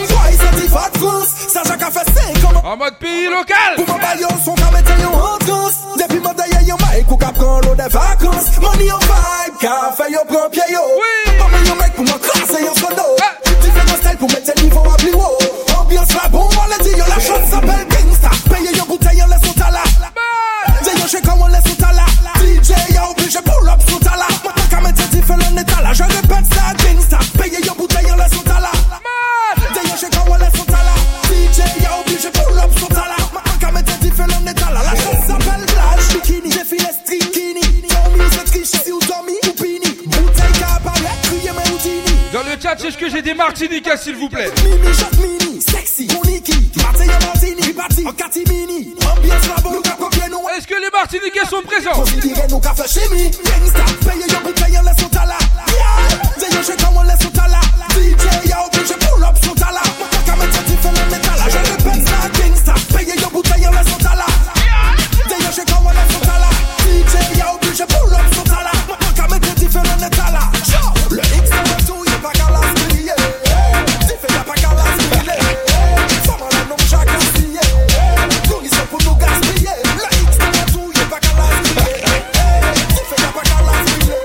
En mode pays local. Pour ma baillon son cas mettre en France. Depuis mon d'ailleurs yon mec ou cap prend l'eau des vacances. Money on vibe, café yo prend pied yo. Oui. Pas meilleur mec pour moi crasser yo son dos. Différent style pour mettre le niveau à plus haut. Ambiance pas bon, on l'a dit yo la chose s'appelle Gangsta. Payer yo bouteille on laisse son talent. D'ailleurs je comme on laisse son talent. D J y'a obligé pull up son talent. Maintenant qu'à mettre différent état là. Je répète ça Gangsta. Payer yo bouteille on laisse son talent. D'ailleurs je comme on laisse son talent. D J y'a obligé pull up son talent. Maintenant qu'à mettre différent état là. La chose s'appelle Flash Bikini. J'ai filé stringini. Ton musique triche si ou dormi ou pini. Bouteille qui apparaît, crier mes Houdini. Dans le chat, est-ce que j'ai des Martiniquais s'il vous plaît? Mimi, shot mini, sexy, Moniki, Marseille Martini, Bati, en catimini, ambiance la bonne, copier nous. Est-ce que les Martiniquais sont présents? Considérez nos cafés chimie, gangsta, payez yon bouteille, on laisse son talent. D'ailleurs, je quand on laisse son talent. D J, y'a obligé pull up son talent. Quand même, c'est différent métal, je répète ça, gangsta, payez yon bouteille, on laisse son talent. D'ailleurs, je quand on laisse son talent. D J, y'a obligé pull up son talent. Quand même, c'est différent métal. Le X, c'est le tout, y'a pas qu'à la plier. Diffé, y'a pas qu'à la plier. Sans mal à nom, chacun plier. Nous, ils sont pour nous gaspiller. Le X, c'est le tout, y'a pas qu'à la plier. Diffé, y'a pas qu'à la plier.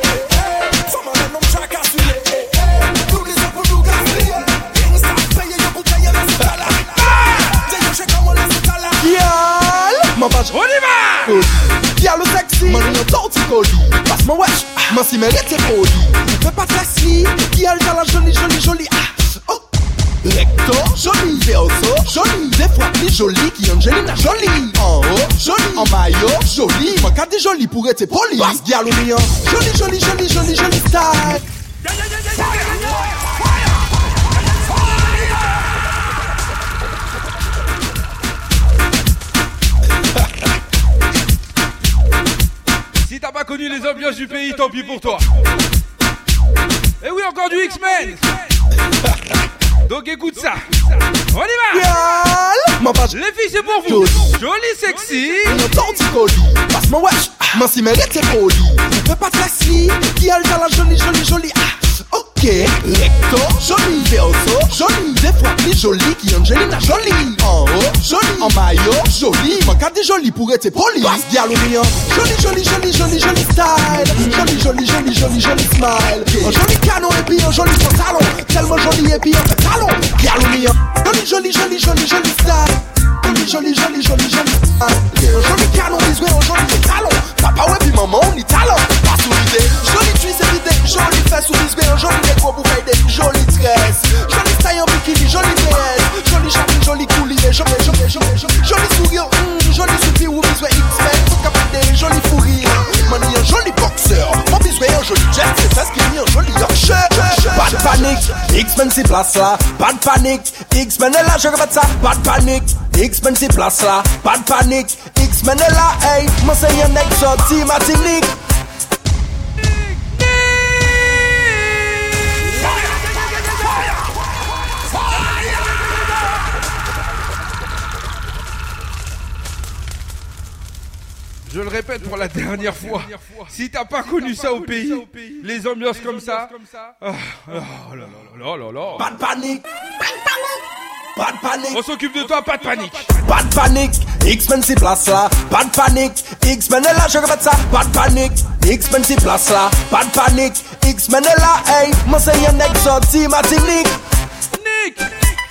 M'en si mérite t'es poli. Fais pas taxi, qui a le talent joli, joli, joli. Ah, oh. Recto, joli, verso, joli. Des fois plus joli qui Angelina Jolie. En haut, joli, en maillot, joli. M'en cas des joli pour être poli. Basse dialogue, joli, joli, joli, joli, joli style. Si t'as pas connu les ambiances du pays, tant pis pour toi. Et oui, encore du X-Men. Donc écoute ça. On y va. Les filles, c'est pour vous. Joli, sexy. Passe-moi wesh. M'en si mérite t'es poli. Fais pas taxi, qui a le talent joli, joli, joli. Ah, ok. Recto, joli, verso, joli. Des fois plus joli qui Angelina Jolie. En haut, joli, en maillot, joli. M'en cas des jolis pour être poli. Basse dialogue, joli, joli, joli, joli, joli style. Joli, joli, joli, joli, joli smile. Un joli canon et puis un joli pantalon. Tellement joli et puis un pantalon. Dialogue, joli, joli, joli, joli, joli style. Joli, joli, joli, joli style. Un joli canon, bisoué, un joli talon. Papa ouais puis maman, on y talent. Pas sous l'idée. Joli cuisse évidé, joli fesse sous bisoué, un joli déco pour faire des jolies tresses. Joli style en bikini, joli D S. Joli chapeau, joli coulier, joli, joli, joli, joli. Joli sourire, mm, joli soupir ou bisoué X-Men. Faut capter des jolis fous rires. Mani un joli boxeur. Mon bisoué un joli jet, c'est ça ce qui est un joli Yorkshire. Pas de panique, X-Men c'est place là. Pas de panique, X-Men est là, je répète ça. Pas de panique, X-Men c'est place là. Pas de panique, X-Men est là, hey. Moi c'est un exotique, ma technique. Je le répète pour la dernière fois, si t'as pas connu ça au pays, les ambiances comme ça, oh là là là là. Pas de panique, pas de panique. On s'occupe de toi, pas de panique. Pas de panique, X-Men c'est place là. Pas de panique, X-Men est là, je répète ça. Pas de panique, X-Men c'est place là. Pas de panique, X-Men est là, hey. Moi c'est un exotique, ma technique. Nick,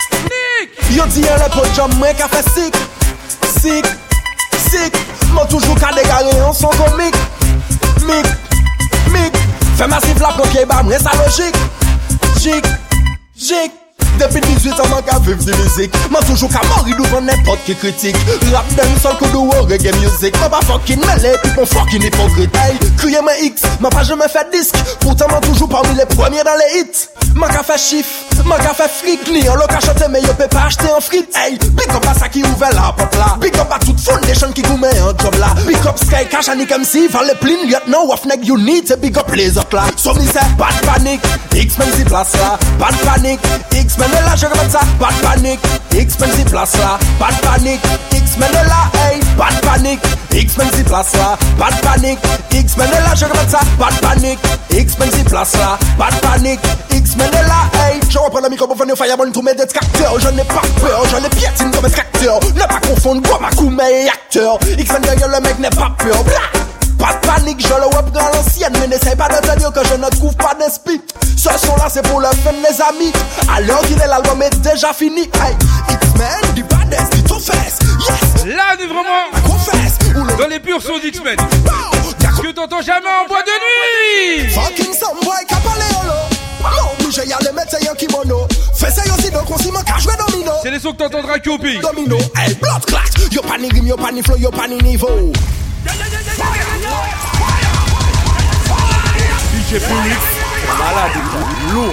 Nick. Yo dis un peu de jambes, moi qu'a fait sick, sick, sick. Moi toujours qu'à dégager en son comique. Mic, mic. Fais massif la coquille, bah moi ça logique. Jic, jic. Depuis dix-huit ans, man ka vive de musique. Man toujours ka mourir devant n'importe qui critique. Rap d'un seul coup de war, reggae music. Man pas fucking mêlé, puis mon fucking hypocrite. Hey, criez moi X, man pas jamais fait disque. Pourtant man toujours parmi les premiers dans les hits. Man ka fait chiffre, man ka fait fric. Ni en l'eau ka chanter, mais yo peut pas acheter en frites. Hey, big up à ça qui ouvre la porte là. Big up à toute foundation qui gourmet un job là. Big up Sky, Cash, Annick M C, Val le Plin, lieutenant, Wafnek, you need. Big up les autres là. So me say, pas de panique, X-Men c'est place là. Pas de panique, X-Men est là, je répète ça. Pas de panique, X-Men c'est place là. Pas de panique, X-Men est là, hey. Pas de panique, X-Men c'est place là. Pas de panique, X-Men est là, je répète ça. Pas de panique, X-Men c'est place là. Pas de panique, X-Men est là, hey. Je reprends le microphone au fireball, tous mes détracteurs. Je n'ai pas peur, je les piétine comme un tracteur. Ne pas confondre Guamakoum et acteur. X-Men derrière le mec n'est pas peur. Blah! Pas de panique, je le reprends à l'ancienne. Mais n'essaye pas de te dire que je ne trouve pas d'esprit. Ce son là c'est pour le fun des amis. Alors qu'il est l'album est déjà fini. Hey, X-Men, du baddest, du tout fesse. Yes! Là on est vraiment confesse. Dans les purs sons d'X-Men. Ce que t'entends jamais en boîte de nuit. Fucking some boy capaléolo. Non, obligé y'a les médecins y'a kimono. Fais ça aussi donc on s'y manque à jouer domino. C'est les sons que t'entendras qu'au pays. Domino, hey, blood clot. Yo pas ni rime, yo pas ni flow, yo pas ni niveau. D J Public, malade, lourd.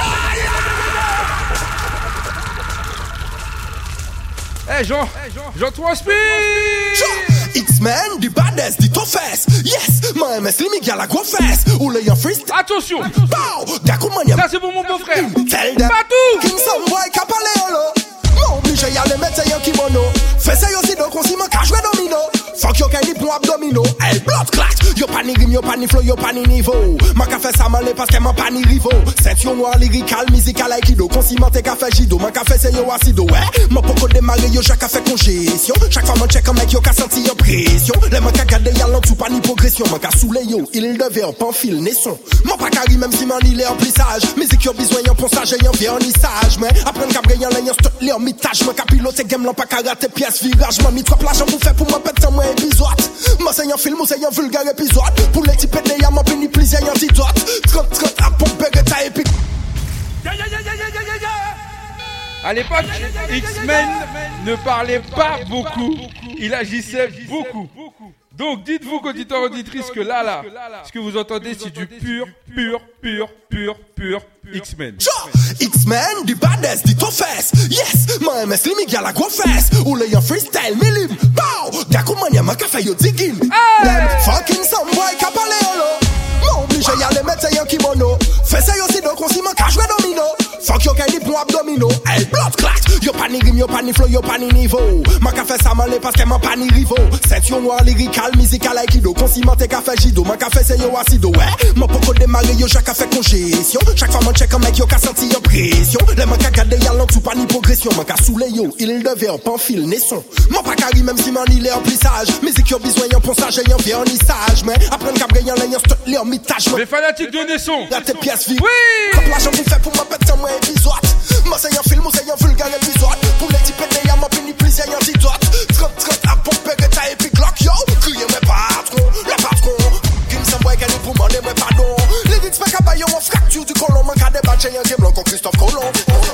Eh hey Jean, Jean transpire. X-Men, du baddest, du toughest. Yes, ma M S limite y'a la grosse fesse. Ou le yon freestyle. Attention. Pow, Gakoumania. Ça c'est pour mon beau-frère. Tell them. Patou. King some boy capaléolo. Non, obligé y'a les médecins y'a kimono. Fais ça aussi donc on s'y manque à jouer domino. Fuck yo kay ni pour abdomino. Hey, blood clot. Yo pas ni rime, yo pas ni flow, yo pas ni niveau. Ma ka fait ça malé parce qu'elle m'a pas ni rivo. Ceinture noire, lyrical, musical, aikido. Consimenté ka fait jido. Ma ka fait c'est yo acido, ouais. Ma poko démarrer yo, chaque fait congestion. Chaque fois mon check un mec yo ka senti en pression. Les ma ka gade y'a l'entou pas ni progression. Ma ka soule yo, il devait en pamphile, naisson. Ma pas carré même si man il est en plissage. Musique yo besoin yon ponçage et yon vernissage. Mais après n'ka yon l'en yon stot l'en mitage. Ma ka pilote game l'en pas karaté pièce virage. Ma mi trop l'argent pour faire pour moi pète moi et biso. Moi c'est un film ou c'est un vulgaire épisode. Pour les types de y'a m'a péni plaisir y'a antidote. trente trente à pomper que t'as épique. À l'époque, X-Men ne parlait pas beaucoup, il agissait beaucoup. Donc dites-vous, auditeurs, auditrices, que là, là, ce que vous entendez, c'est du pur, pur, pur, pur, pur X-Men. X-Men, du baddest, du toughest. Yes, moi M S limite y'a la grosse fesse. Ou le yon freestyle, me live. Pow, y'a comment y'a ma café yo digging. Them fucking some boy ka pale yolo. Moi obligé y'a les mettre yon kimono. Fais ça yo si donc on s'y manque à jouer domino. Fuck yo kenny pour abdomino. Hey, blood clat. Yo pas ni rime, yo pas ni flow, yo pas ni niveau. Ma café ça m'en parce qu'elle m'a pas ni rivo. Ceinture noire, lyrical, musical, aikido. Consimenté café jido. Ma café c'est yo acido, ouais. Mon poco démarrer yo chaque café congestion. Chaque fois mon check un mec yo ka senti yo pression. Les man ka gade y'a l'en tout pas ni progression. Man ka soule yo, il devient pamphile, naisson. Mon pas carré même si man il est en plissage. Musique yo besoin yon ponçage et yon vernissage. Mais apprendre qu'à briller yon stot li en mitage. Les fanatiques de naisson. Y'a tes pièces vides. Oui. Comme l'argent vous fait pour ma bête sans moi épisode. Moi c'est un film ou c'est un vulgaire épisode. Pour les types de y'a m'a péni plaisir y'a antidote. trente trente à pomper que t'as épique lock yo. Criez mes patrons, le patron. Kim s'envoie qu'elle nous pour demander mes pardons. Les rites fait qu'à bailler on fracture du colon. Man qu'à débattre y'a un game long comme Christophe Colomb.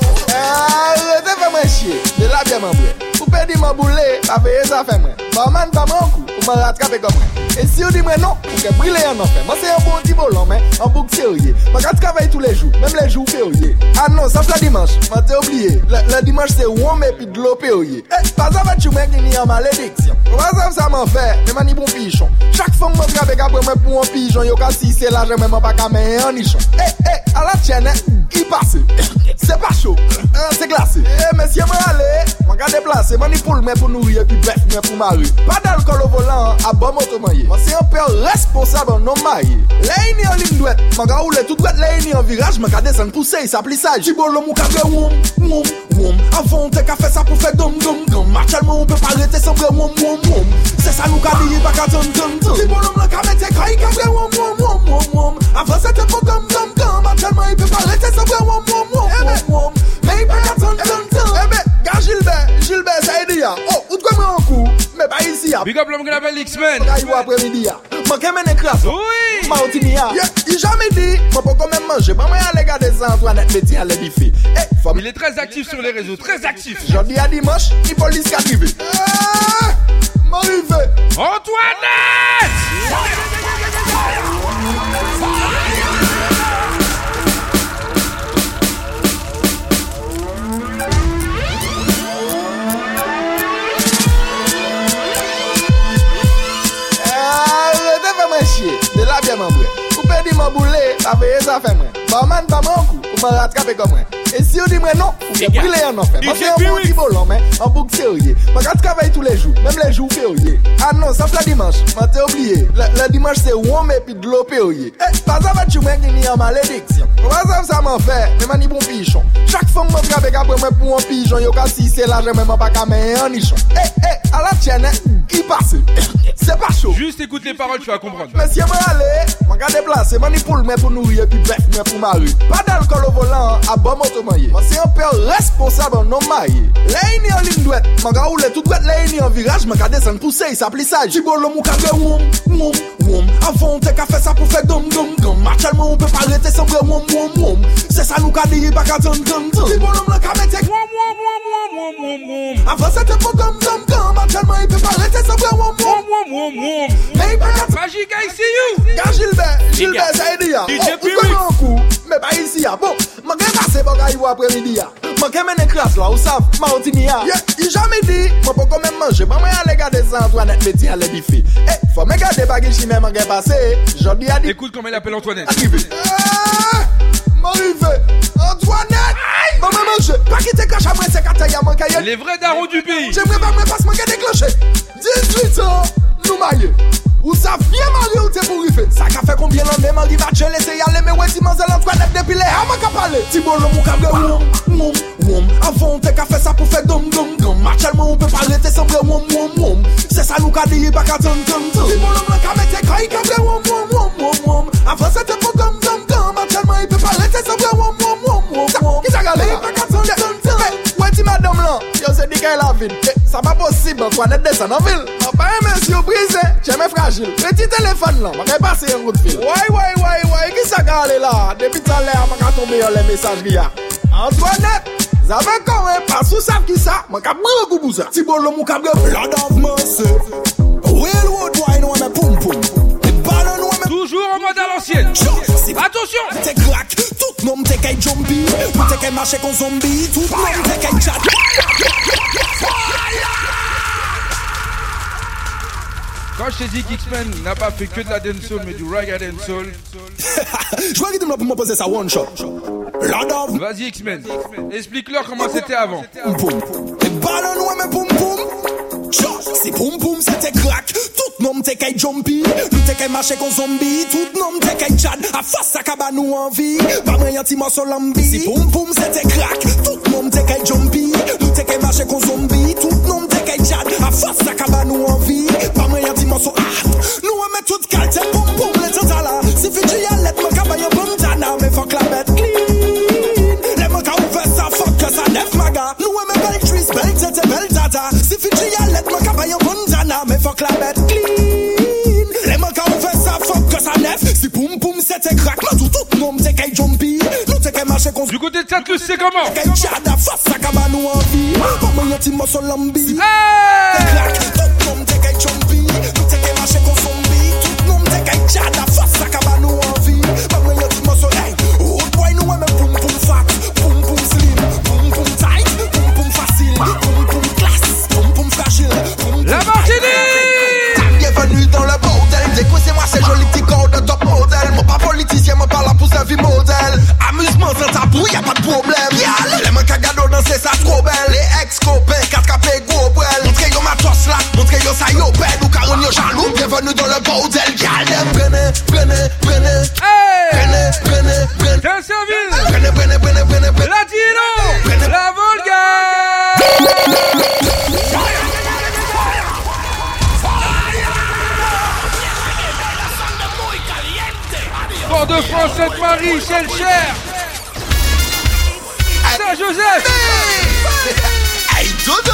Arrêtez de me chier, de la bien m'en brûler. Vous perdez ma boule, avec ça fait moi. Barman pas mon coup, pour me rattraper comme moi. Et si vous dites non, vous pouvez briller en enfer. Moi c'est un bon petit bolon, mais en boucle sérieux. Moi quand je travaille tous les jours, même les jours fériés. Ah non, sauf le dimanche, moi t'es oublié. Le, le dimanche c'est warm et puis de l'eau périeux. Eh, pas ça va tu mec qui n'y a malédiction. Moi ça ça m'en fait, mais mani bon pigeon. Chaque fois que je travaille après moi pour un pigeon, yo ka si c'est là, j'ai même pas qu'à mettre un nichon. Eh, eh, à la tienne, il passe. C'est pas chaud, c'est glacé. Eh, messieurs, moi allez, moi qu'à déplacer, mani pour le mais pour nourrir et puis bœuf, mais pour marier. Pas d'alcool au volant, à bon moto maillé. Moi c'est un père responsable non maillé. Là il y a en ligne droite, moi qu'à rouler tout droite, là il y a en virage, moi qu'à descendre pousser, ça plissage. Tibolo mou qu'à woum, woum, woum. Avant on t'a qu'à faire ça pour faire dom dom dom. Actuellement on peut pas arrêter sans faire woum woum woum. C'est ça nous qu'à dire pas qu'à dom dom dom. Tibolo mou qu'à mettre quand il qu'à faire woum woum woum woum woum. Avant c'était pas dom dom dom. Actuellement il peut pas arrêter sans faire woum woum woum woum. Mais il peut qu'à dom dom dom. Eh ben, gars Gilbert, Gilbert ça aide ya. Oh, où tu moi en coup, mais pas ici ya. Big up l'homme qu'on appelle X-Men. Arrive après-midi ya. Manque mène classe. Oui. Mautini ya. Il jamais dit, moi pas quand même manger. Pas moi aller garder ça Antoinette métier à l'édifice. Eh, femme. Il est très actif sur les réseaux, très actif. J'en dis à dimanche, il police qui arrive. Ah, m'arrive. Antoinette. De la bien m'en brûler. Vous perdez ma boule, avec ça fait moi. Barman pas mon coup, pour me rattraper comme moi. Et si vous dites non, vous pouvez briller en enfer. Moi c'est un bon petit bolon, mais en boucle sérieux. Moi quand je travaille tous les jours, même les jours fériés. Ah non, sauf le dimanche, moi t'es oublié. Le, le dimanche c'est warm et puis de l'eau périeux. Eh, pas ça va tu mec qui n'y a malédiction. Moi ça ça m'en fait, mais mani bon pigeon. Chaque fois que je travaille après moi pour un pigeon, yo ka si c'est là, j'ai même pas qu'à mettre un nichon. Eh, eh, à la tienne, il passe. C'est pas chaud. Juste écoute les paroles, tu vas comprendre. Monsieur, moi allez, moi qu'à déplacer, mani pour le mais pour nourrir et puis bœuf, mais pour marier. Pas d'alcool au volant, à bon moto maillé. Moi c'est un père responsable non maillé. Là il y a en ligne droite, moi qu'à rouler tout droite, là il y a en virage, moi qu'à descendre pousser, ça plissage. Tibolo mou qu'à faire woum, woum, woum. Avant on t'a qu'à faire ça pour faire dom dom dom. Actuellement on peut pas arrêter sans faire woum woum woum. C'est ça nous qu'à dire pas qu'à dom dom dom. Tibolo mou qu'à mettre woum woum woum woum woum woum. Avant c'était pas dom dom dom. Actuellement il peut pas arrêter sans faire woum woum woum woum woum. Mais il peut pas. Magic, I see you. Gars Gilbert, Gilbert ça aide ya. Oh, vous connaissez un coup, mais pas ici ya. Bon, moi qu'à passer pour qu'à y voir après-midi ya. Moi qu'à mener classe là, vous savez, Mautini ya. Il jamais dit, moi pas quand même manger. Pas moi aller garder ça Antoinette métier à l'édifice. Eh, faut me garder baguette chimé, moi qu'à passer. J'en dis à dire. Écoute comment il appelle Antoinette. Arrivé. Ah, m'arrive. Antoinette. Maman manger. Pas quitter cache à moi, c'est qu'à tailler à mon cahier. Les vrais darons du pays. J'aimerais pas me passer, moi qu'à déclencher. dix-huit ans, nous maillons. Ou ça vient marier ou t'es pour river. Ça qu'a fait combien d'années m'arrive à te laisser y aller. Mais ouais, si m'en Antoinette depuis les hamas qu'a parlé. Tibolo mou qu'a fait woum, woum, woum. Avant on t'a qu'à faire ça pour faire dom dom dom. Actuellement on peut pas arrêter sans faire woum woum woum. C'est ça nous qu'a dit pas qu'à dom dom dom. Tibolo mou qu'a mettre quand il qu'a fait woum woum woum woum woum. Avant c'était pas dom dom dom. Actuellement il peut pas arrêter sans faire woum woum woum woum woum. Qui t'a galé pas qu'à dom dom dom. Ouais, ti madame là, yo c'est dit qu'elle a vide. ça pas possible, Antoine descend en ville. On pas un monsieur brisé, j'ai mes fragiles. Petit téléphone là, m'a passer un coup de fil. Ouais, ouais, ouais, ouais, qui ça gale là? Depuis tout à l'heure, m'a tombé les messageries. Antoinette, ça va quand même pas sous ça qui ça, m'a cap beaucoup bousa. Si bon le mou cap blood of mercy. Real wood wine on a pum pum. Toujours en mode à l'ancienne. Attention. T'es crack, tout nom t'es qu'un zombie. Tout t'es qu'un marché con zombie. Tout nom t'es qu'un chat. Quand je t'ai dit qu'X-Men n'a pas fait que de la dancehall mais du reggae dancehall. Je vais dire pour me poser ça one shot. Vas-y X-Men, explique-leur comment c'était avant. Poum poum. Et ballon noir mais poum poum. Si poum poum c'était crack, tout nom t'es qu'un jumpy. Nous t'es qu'un marché con zombie. Tout nom t'es qu'un chad. A face ça kaba nous envie. Pas moyen ti morceau lambi. Si poum poum c'était crack, tout nom t'es qu'un jumpy. Nous t'es qu'un marché con zombie. Tout nom t'es qu'un chad. A face ça kaba nous envie. Pas moyen ti morceau ah. Nous on met tout calme, c'est poum poum les totala. Si Fiji y'a let me kaba y'a poum tana. Mais fuck la bête clean. Les mecs a ouvert ça fuck que ça def maga. Nous on met belle trees, belle tête, belle tata. Si Fiji y'a let me kaba y'a poum tana. Mais fuck la bête clean. Les mecs a ouvert ça fuck que ça def. Si poum poum c'était crack. Mais tout tout nom t'es qu'un jumpy. Nous t'es qu'un marché con. Du côté de Sainte-Luce c'est comment? Qu'un chada face ça kaba nous envie. Pas moyen ti morceau lambi. T'es crack, tout nom t'es qu'un jumpy. Nous t'es qu'un marché con zombie. Tout nom t'es qu'un chada face ça kaba nous envie. Pas moyen ti morceau hey. Old boy nous aime poum poum fat, poum poum slim, poum poum tight, poum poum facile, poum poum classe, poum poum fragile. La Martinique. Bienvenue dans le bordel. Découssez-moi ces jolis petits corps de top modèle. Moi pas politicien, moi pas là pour sa vie modèle. Amusement sans tabou, y'a pas de problème. Y'a les manques à gado danser ça trop belle. Les ex-copains, quatre capés gros brel. Montrez yo ma tosse là, montrez yo ça yo belle. Ou caron yo jaloux, bienvenue dans le bordel. Y'a prenez, prenez, prenez. Prenez, prenez, prenez. Quinze-Ville. Prenez, prenez, prenez, prenez, prenez. Latino. La Volga. Fort-de-France, Sainte-Marie, Chelcher, Saint-Joseph. Hey Dodo.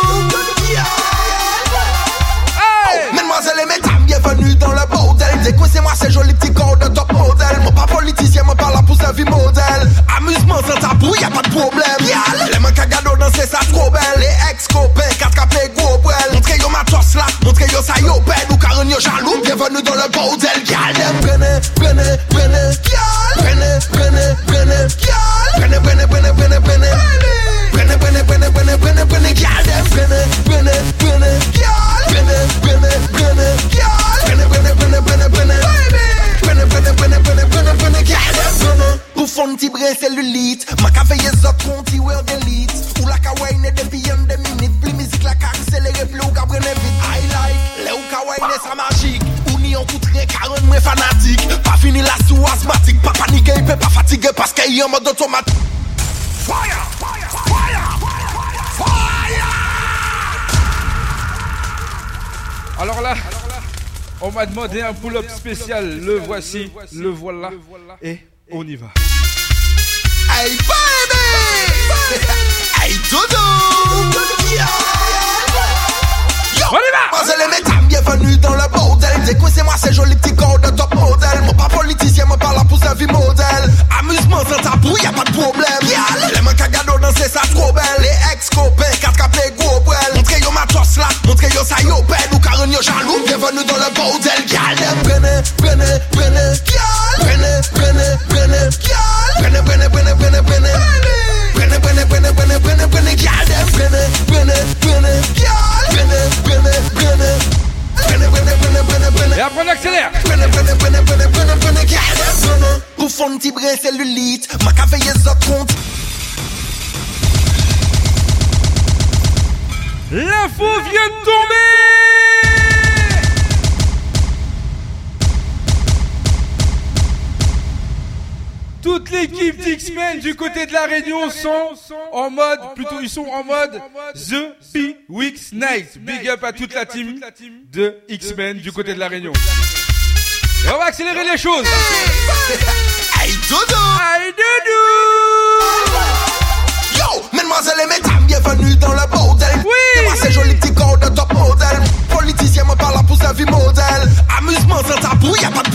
Hey. Mesdemoiselles et mesdames, bienvenue dans le bordel. Découssez-moi ces jolis petits corps de top modèle. Moi pas politicien, moi pas là pour sa vie modèle. Amusement sans tabou, y'a pas de problème. Y'a les manques à gado danser ça trop belle. Les ex-copains, quatre capés gros brel. Montrez yo ma tosse là, montrez yo ça yo belle. Ou caron yo jaloux, bienvenue dans le bordel. Y'a prenez, prenez, prenez. Prenez, prenez, prenez. Prenez, prenez, prenez, prenez, prenez. Prenez, prenez, prenez, prenez, prenez, prenez. Prenez, prenez, prenez. Prenez, prenez, prenez. Prenez, prenez, prenez, prenez, prenez. Prenez, prenez, prenez, prenez, prenez, prenez. Prenez. Pour fond ti brin cellulite. Ma ka veille zot konti wear delete. Ou la ka wine de beyond the minute. Pli musique la ka accéléré plus ou ka prenne vite. I like. Le ou ka wine ça magique. Ou ni on coûterait quarante moi fanatique. Pas fini la sous asthmatique. Pas paniqué, il peut pas fatigué parce qu'il est en mode automatique. Fire, fire, fire, fire. Alors là, on m'a demandé un pull-up spécial. Le voici, le voilà, et on y va. Hey baby, hey Dodo. On y va. Mademoiselles et mesdames, bienvenue dans le bordel. Découssez-moi ces jolis petits corps de top modèle. Moi pas politicien, moi pas là pour sa vie modèle. Amusement sans tabou, y'a pas de problème. Y'a les manques à gado danser ça trop belle. Les ex-copains, quatre capés gros brel. Montrez yo ma tosse là, montrez yo ça yo belle. Ou caron yo jaloux, bienvenue dans le bordel. Y'a prenez, prenez, prenez. Prenez, prenez, prenez. Prenez, prenez, prenez, prenez, prenez. Prenez, prenez, prenez, prenez, prenez, prenez. Y'a prenez, prenez, prenez. Prenez, prenez, prenez. Prenez, prenez, prenez, prenez, prenez. Et après on accélère. Prenez, prenez, prenez, prenez, prenez, prenez. Prenez. Pour fond ti brin cellulite. Ma ka veille zot compte. L'info vient de tomber. Toute l'équipe d'X-Men du côté de la Réunion sont en mode, plutôt ils sont en mode The P-Weeks Night. Big up à toute la team de X-Men du côté de la Réunion. Et on va accélérer les choses. Hey Dodo. Hey Dodo. Yo, mesdemoiselles et mesdames, bienvenue dans le bordel. Oui. Moi c'est joli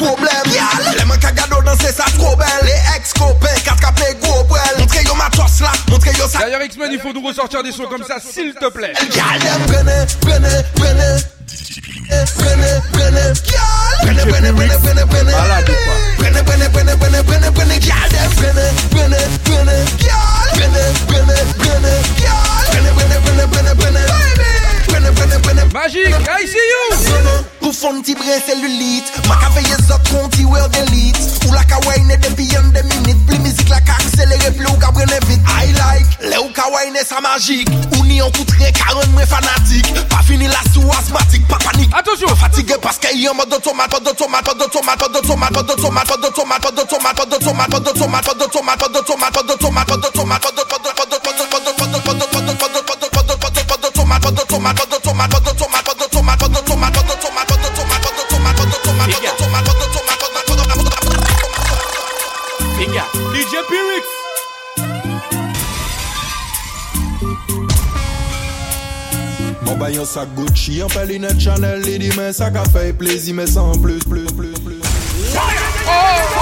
problème. Les mecs à gado danser ça trop belle. Les ex-copains, quatre capés gros brel. Montrez yo ma tosse là, montrez yo ça. D'ailleurs X-Men, il faut nous ressortir des sons comme ça, s'il te plaît. Prenez, prenez, prenez. Prenez, prenez, prenez, prenez, prenez, prenez, prenez. Malade ou quoi? Prenez, prenez, prenez, prenez, prenez, prenez, prenez, prenez, prenez, prenez, prenez, prenez, prenez, prenez, prenez, prenez, prenez, prenez. Magique, I see you. Pour fond ti brin cellulite, ma ka veille zot konti wear delete. Ou la ka wine depuis en deux minutes, plus musique la ka accélérer plus ou ka prenne vite. I like, le ou ka wine ça magique. Ou ni on coûterait quarante moins fanatique. Pas fini la sous asthmatique, pas panique. Attention, fatigué parce qu'il y a en mode automate, mode automate, mode automate, mode automate, mode automate, mode automate, mode automate, mode automate, mode automate, mode automate, mode automate, mode automate, mode automate, mode D J Pyrix. Mon baillon ça Gucci, en palinette Chanel, les dit mais ça qu'a fait plaisir, mais sans plus, plus, plus, plus. Oh, oh.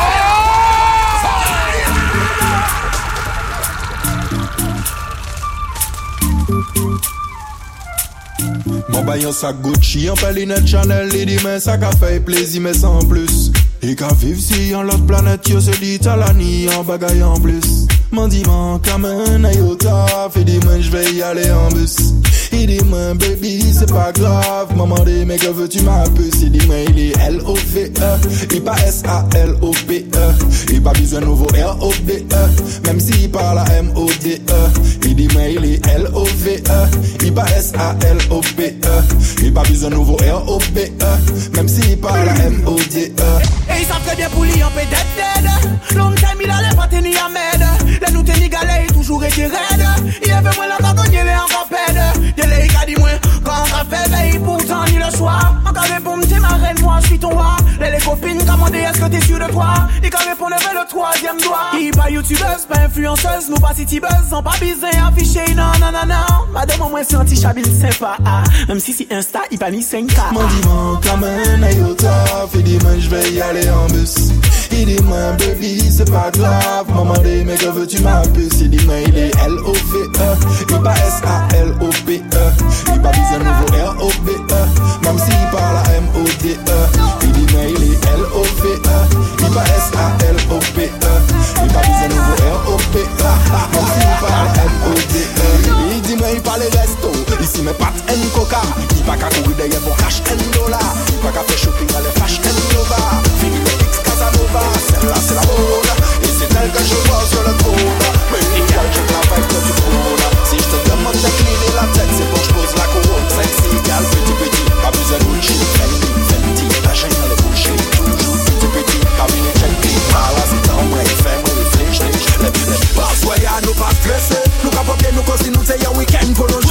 Mon baillon ça Gucci, en palinette Chanel, les dit mais ça qu'a fait plaisir, mais sans plus. Et qu'à vivre si en l'autre planète, yo se dit à la nuit en bagaille en plus. M'en dit man, comme un ayota, fait des mains, j'vais y aller en bus. Il dit moi baby c'est pas grave, maman dit mais que veux-tu ma puce. Il dit moi il est L O V E, il pas S A L O P E. Il pas besoin de nouveau R O D E, même s'il parle à M O D E. Il dit moi il est L O V E, il pas S A L O P E. Il pas besoin de nouveau R O P E, même s'il parle à M O D E. Et il savent très bien pour lui en paix d'être dead. Long time il allait pas tenir à m'aide. Les nous tenir galère toujours été raide. Il avait moins la carte, il est encore pède. Les gars dis-moi, quand on a fait veille, pourtant ni le soir. En cas de boum, t'es ma reine, moi je suis ton roi. Les, les copines commandent, est-ce que t'es sûr de toi? Et quand répondent vers le troisième doigt. Il pas youtubeuse, pas influenceuse, nous pas city buzz. On pas besoin affiché, non, non, non, non. Madame, moi c'est anti-chabille sympa. Même si c'est Insta, il pas mis cinq K. M'en dit man, comme un ayota, fait des mains, j'vais y aller en bus. Il dit moi baby c'est pas grave, maman dit mais que veux-tu ma puce. Il dit moi il est L O V E, il pas S A L O P E. Il pas besoin de nouveau R O B E, même s'il parle à M O D E. Il dit moi il est L O V E, il pas S A L O P E. Il pas besoin de nouveau R O P E, même s'il parle à M O D E. Il dit moi il parle resto, ici mes pattes en coca. Il pas qu'à courir derrière pour cash en dollar. Il pas qu'à faire shopping à les flash en nova. Fini le X Casanova, celle-là c'est la mode. Et c'est elle que je vois sur le trône. Mais il y a je travaille que tu trônes. Si je te demande d'incliner la tête, c'est pour que je pose la couronne. Sexy, gal, petit petit, pas besoin de Gucci. Fendi, Fenty, la chaîne elle est bouchée. Toujours petit petit, cabinet Fendi. Par là c'est en vrai, fais-moi réfléchir. Les boss, ouais, à nous pas stresser. Nous capoter, nous causer, nous c'est un week-end prolongé.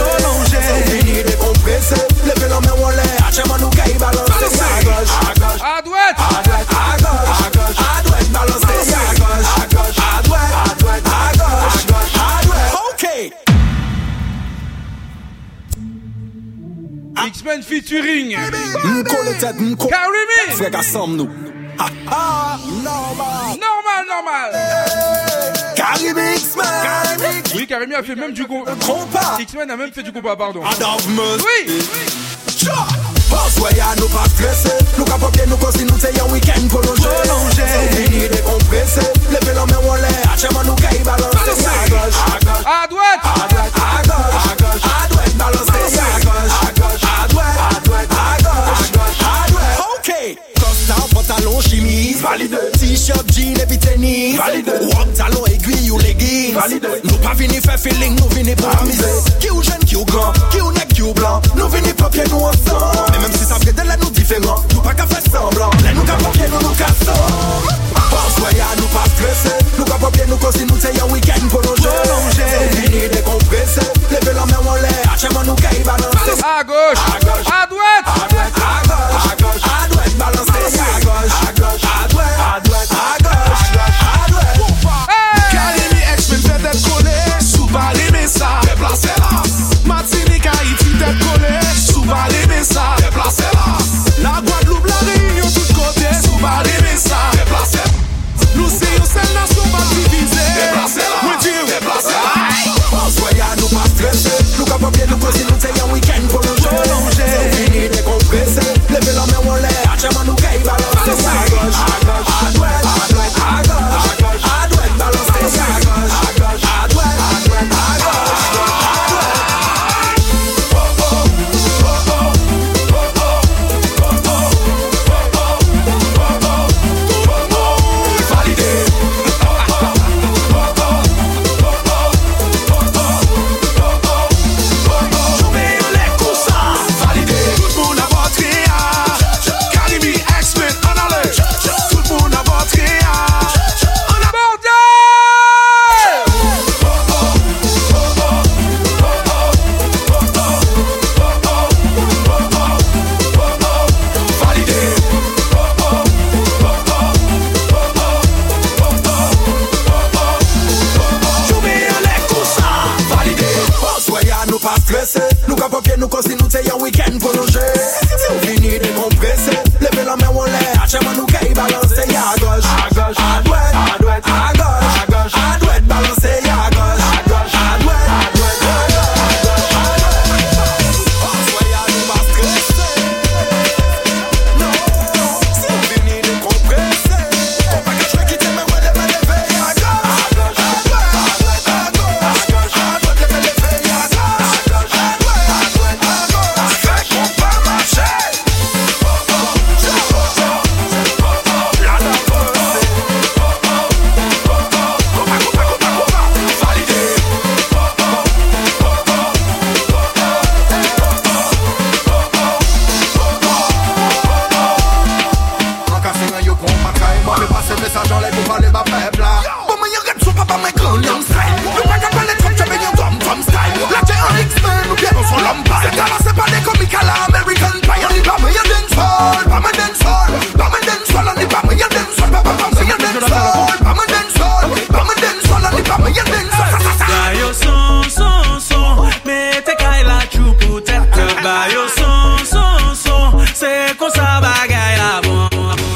Fini décompressé. Levez la main en l'air, achète-moi nous caille balancer. À gauche, à gauche, à droite, à droite, à gauche, à gauche, à droite, balancer. À gauche, à gauche, à droite, à droite, à gauche, à gauche, à droite. Ok. X-Men featuring M'colle tête, m'colle Karimi. Frère Gassam nous. Ha ha, normal. Normal, normal. Karimi X-Men. Oui, Karimi a fait même du compas. X-Men a même fait du compas, pardon. Oui. Boss, ouais, à nous pas stresser. Nous capoter, nous causer, nous c'est un week-end prolongé. Fini décompressé. Levez la main en l'air, achète-moi nous caille balancer. À gauche, à gauche, à droite, à droite, à gauche, à gauche, à droite, balancer. À gauche, à gauche, à droite, à droite, à gauche, à gauche, à droite. Ok. Costard, pantalon, chemise, valide. T-shirt, jean et puis tennis, valide. Robe, talon, aiguille ou leggings, valide. Nous pas vini faire feeling, nous vini pour amuser. Qui ou jeune, qui ou grand, qui ou nègre, qui ou blanc. Nous vini papier, nous ensemble. Mais même si ça fait de là, nous différents. Nous pas qu'à faire semblant. Là, nous qu'à papier, nous nous cassons. Boss, ouais, à nous pas stresser. Nous qu'à papier, nous causer, nous c'est un week-end prolongé. Fini décompressé. Levez la main en l'air, achète-moi nous caille balancer. À gauche, à gauche, à droite, à droite, à gauche, à gauche, à droite, balancer. À gauche, à gauche, à droite, à droite, à gauche, à droite. Karimi X-Men fait tête collée, sous Paris ça, déplacez là. Martinique, Haïti tête collée, sous Paris ça, déplacez là. La Guadeloupe, la Réunion, tout côté, sous Paris oublier nous cause nous t'ayons un week-end prolongé. Si vous finissez de compresser, levez la main en l'air, achète-moi nous qu'à y balancer. À gauche, à gauche, à droite, à droite, à gauche, à gauche, à droite, balancer. À gauche, à gauche, à droite, à droite, à gauche, à gauche. Oh, soyez à nous pas stresser. Non, non, si vous finissez de compresser, on va que je vais quitter mes mots de me lever. À gauche, à gauche, à droite, à droite, à gauche, à gauche, à droite, de me lever. À gauche, à gauche, à droite, à droite, à gauche. Fait qu'on va marcher. Oh, oh, oh, oh, oh, oh, la danse. Message en l'air pour parler ma peuple là. Bon mais y'a rien de son papa mais grand young style. Nous pas qu'à parler trop j'avais un tom tom style. Là j'ai un X-Men ou bien on s'en l'empire. C'est là c'est pas des comiques à la American Pie. On n'est pas mais y'a dancehall, pas mais dancehall, pas mais dancehall. On n'est pas mais y'a dancehall, pas mais y'a dancehall, pas mais dancehall, pas mais dancehall. On n'est pas mais y'a dancehall. Bayo son son son, mais t'es qu'à la chou pour tête. Bayo son son son, c'est comme ça bagaille la bon.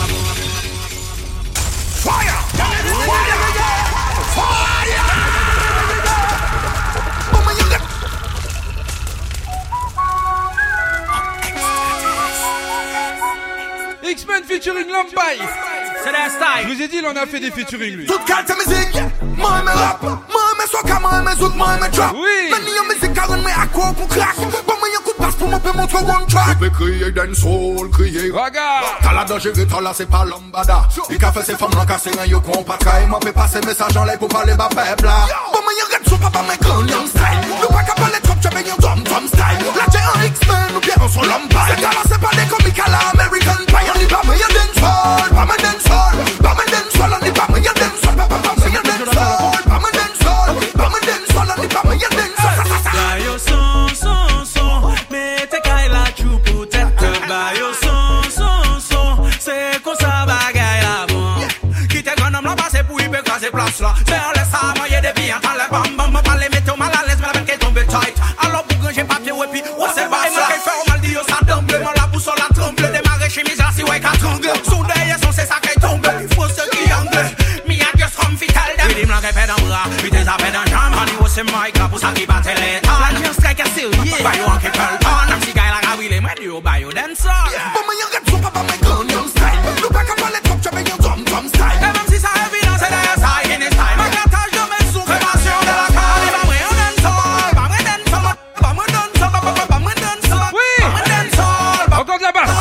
X-Men featuring Lampaille. C'est la style. Je vous ai dit, il en a fait des featuring lui. Toute carte musique, moi me rap, moi me soca, moi me zouk, moi me trap. Oui. Mais ni musique car on me à quoi pour crack. Bon moi y'a coup de passe pour moi peut montrer one track. Je peux crier dancehall, crier. Regarde. T'as la danger, t'as là c'est pas lambada. Il a fait ses femmes là casser un yo qu'on pas trahi. Moi peut passer message en l'air pour parler bas peuple là. Bon moi y'a rien de son papa mais grand young style. Nous pas qu'à parler trop j'avais un tom tom style. Là j'ai un X-Men ou bien on s'en l'empire. C'est là c'est pas des comiques à la American Pie. On n'est pas mais y'a dancehall, pas mais dancehall, pas mais dancehall. On n'est pas mais y'a dancehall, pas mais y'a dancehall, pas mais dancehall, pas mais dancehall. On n'est pas mais y'a dancehall. Bayo son son son, mais t'es qu'à la chou pour tête. Bayo son son son, c'est comme ça bagaille la bon. Qui t'es grand homme là passer pour y pécraser place là. C'est en laisse à moyen des biens, t'en les bam bam, pas les mettre mal à l'aise, mais la peine qu'elle tombe tight. Alors pour granger papier ouais puis ouais c'est pas ça. Et faire mal dit yo ça tremble, moi la boussole la tremble, démarrer chemise là si ouais qu'à tremble. Son derrière son c'est ça qui tombe, il faut ce qui angle. Mi a just from vital dem. Il me la répète en bras, il des appels en jambe, on y c'est Mike là pour ça qui bat les temps. La chien strike est sérieux, bayo en qui parle pas, la petite gars la gabille les mains du bayo dancer. Bon mais y'a rien de son papa mais grand young style. Nous pas qu'à parler trop j'avais un tom tom style. Et même si ça est évident c'est derrière ça in his time. Ma gâtage de mes sous création de la cale. Pas moi on dancehall, pas moi dancehall, pas moi dancehall, pas moi dancehall. Oui. Pas moi dancehall. Encore de la basse.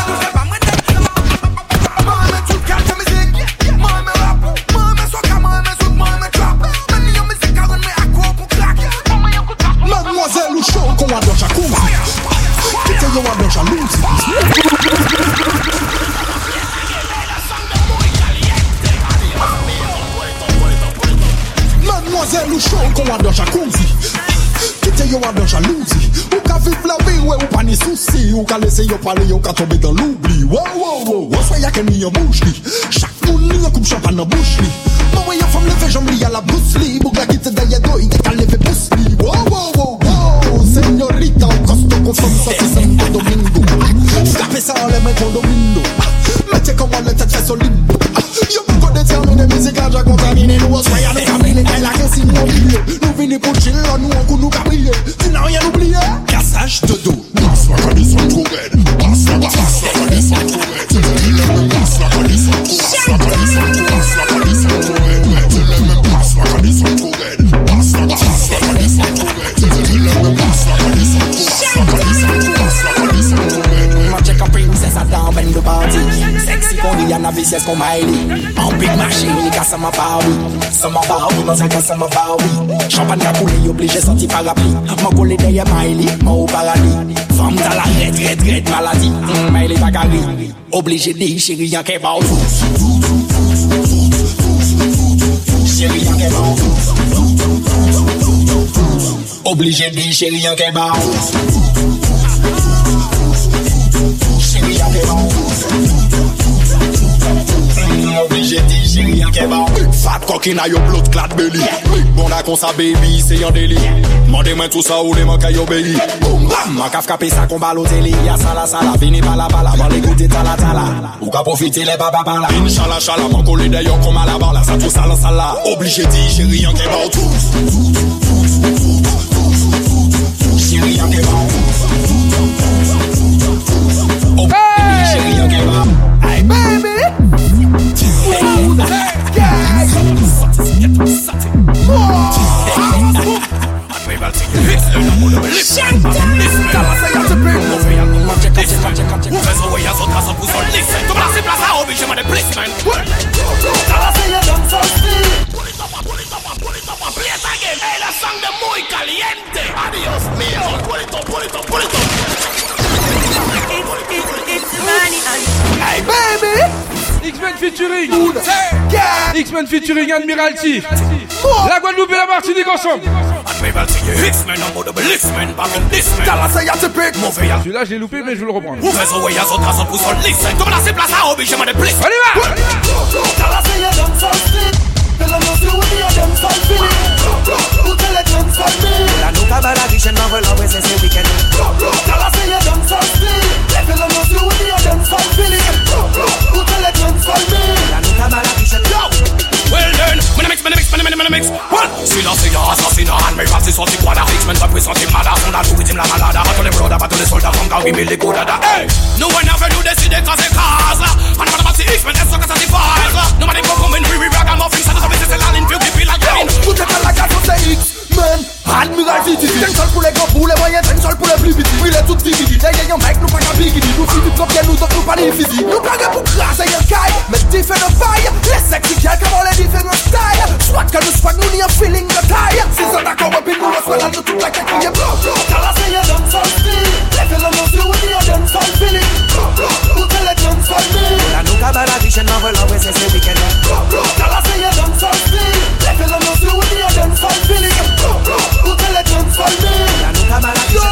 Mademoiselle ou chaud qu'on a dans jacuzzi. Quitte yo a dans jalousie. Mademoiselle ou chaud qu'on a dans jacuzzi. Quitte yo a dans jalousie. Ou ka vivre la vie ouais ou pas ni souci. Ou ka laisser yo parler yo ka tomber dans l'oubli. Wow wow wow. Ou soit y'a qu'un ni en bouche li. Chaque moun ni en coupe champagne dans bouche li. Moi ouais y'a femme lever jambe li à la Bruce Lee. Bougla quitte d'ailleurs do il ka lever pouce li. Wow wow wow wow. Señorita au costo con femme ça c'est Santo Domingo. Frappez ça en les mains condomino. Mettez comment le tête fait solide. Yo beaucoup déterminé musique à déjà contaminé. Nous on soit y'a nous caminer. Elle a qu'un signe oublié. Nous venez pour chill nous on coup nous cabrier. Tu n'as rien oublié. Cassage de dos. Passe la condition trop raide. Passe la passe la condition trop raide. Tu le même passe la condition trop raide. Passe la condition passe la condition trop raide. Tu le même passe la condition trop raide. Passe la passe la condition trop raide. Tu le même passe la condition trop raide. Passe la condition passe la condition trop raide. Ma check a princess a down bend the party. Sexy con Rihanna vicious con Miley. En big machine il casse ma Barbie. Sama Barbie dans un casse ma Barbie. Champagne a coulé obligé sorti parapluie. Ma collé derrière Miley, ma au paradis. Femme dans la red, red, red maladie. Mm, Miley Bakary. Obligé de chérie y'a qu'un bao. Chérie y'a qu'un bao. Obligé de chérie y'a qu'un bao. Chérie y'a qu'un bao. Obligé de chérie y'a rien qui va. Big fat coquine a yo blood clad belly. Big bon a kon sa baby, c'est yon délit. Mandez-moi tout ça ou les manques à yo baby. Boum bam, man kaf kapé sa kon balo télé. Ya sala sala, vini pala pala, man l'écouter tala tala. Ou ka profiter les baba pala. Inch'Allah, chala, man collé d'ailleurs comme à la barre là. Ça tout sala sala. Obligé dit, j'ai rien qui va tous. J'ai rien qui va. Oh, j'ai rien qui va. Hey baby. Hey baby. X-Men featuring X-Men featuring Admiralty. La Guadeloupe et la Martinique ensemble. Celui-là j'ai loupé mais je vais le reprendre. Allez va. La nuca va la vision novel always say we can. Tell us say you done something. Let me know you with your done something. Who tell it done something? La nuca va la vision. Well then, me mix, me mix, me mix, me mix. One, silence, assassin, and me rap, c'est sorti quoi la X-Men représente malade, on a tout rythme la malade, battre les brodas, battre les soldats, comme quand il met les coups d'ada. Hey, nous on a fait nous décider quand c'est case là. On a pas de parti X-Men, est-ce que ça s'y passe là? Nobody go come in, we we rock, I'm off, ça nous a fait c'est la ligne, puis qui pile la gaine. Tout est à la carte, c'est X-Men. Admiralty, t'es seul pour les grands, pour les moyens, t'es seul pour les plus petits. Oui, les toutes divisées, t'es un mec, nous pas qu'un bikini. Nous filles, nous bien, nous autres, nous pas les physiques. Nous pas pour grâce, et un caille, mais différents failles. Les sexy gars, comment les différents styles. Soit que nous soit nous, ni un feeling de taille. Si ça d'accord, on peut nous le soir, nous toute la quête qui est bro, bro. Tell us say you done something. Let me know you with your done something. Who tell it done something? La nuca va la vision novel always say we can. Tell us say you done something. Let me know you with your done something. Who tell it done something? La nuca va la vision.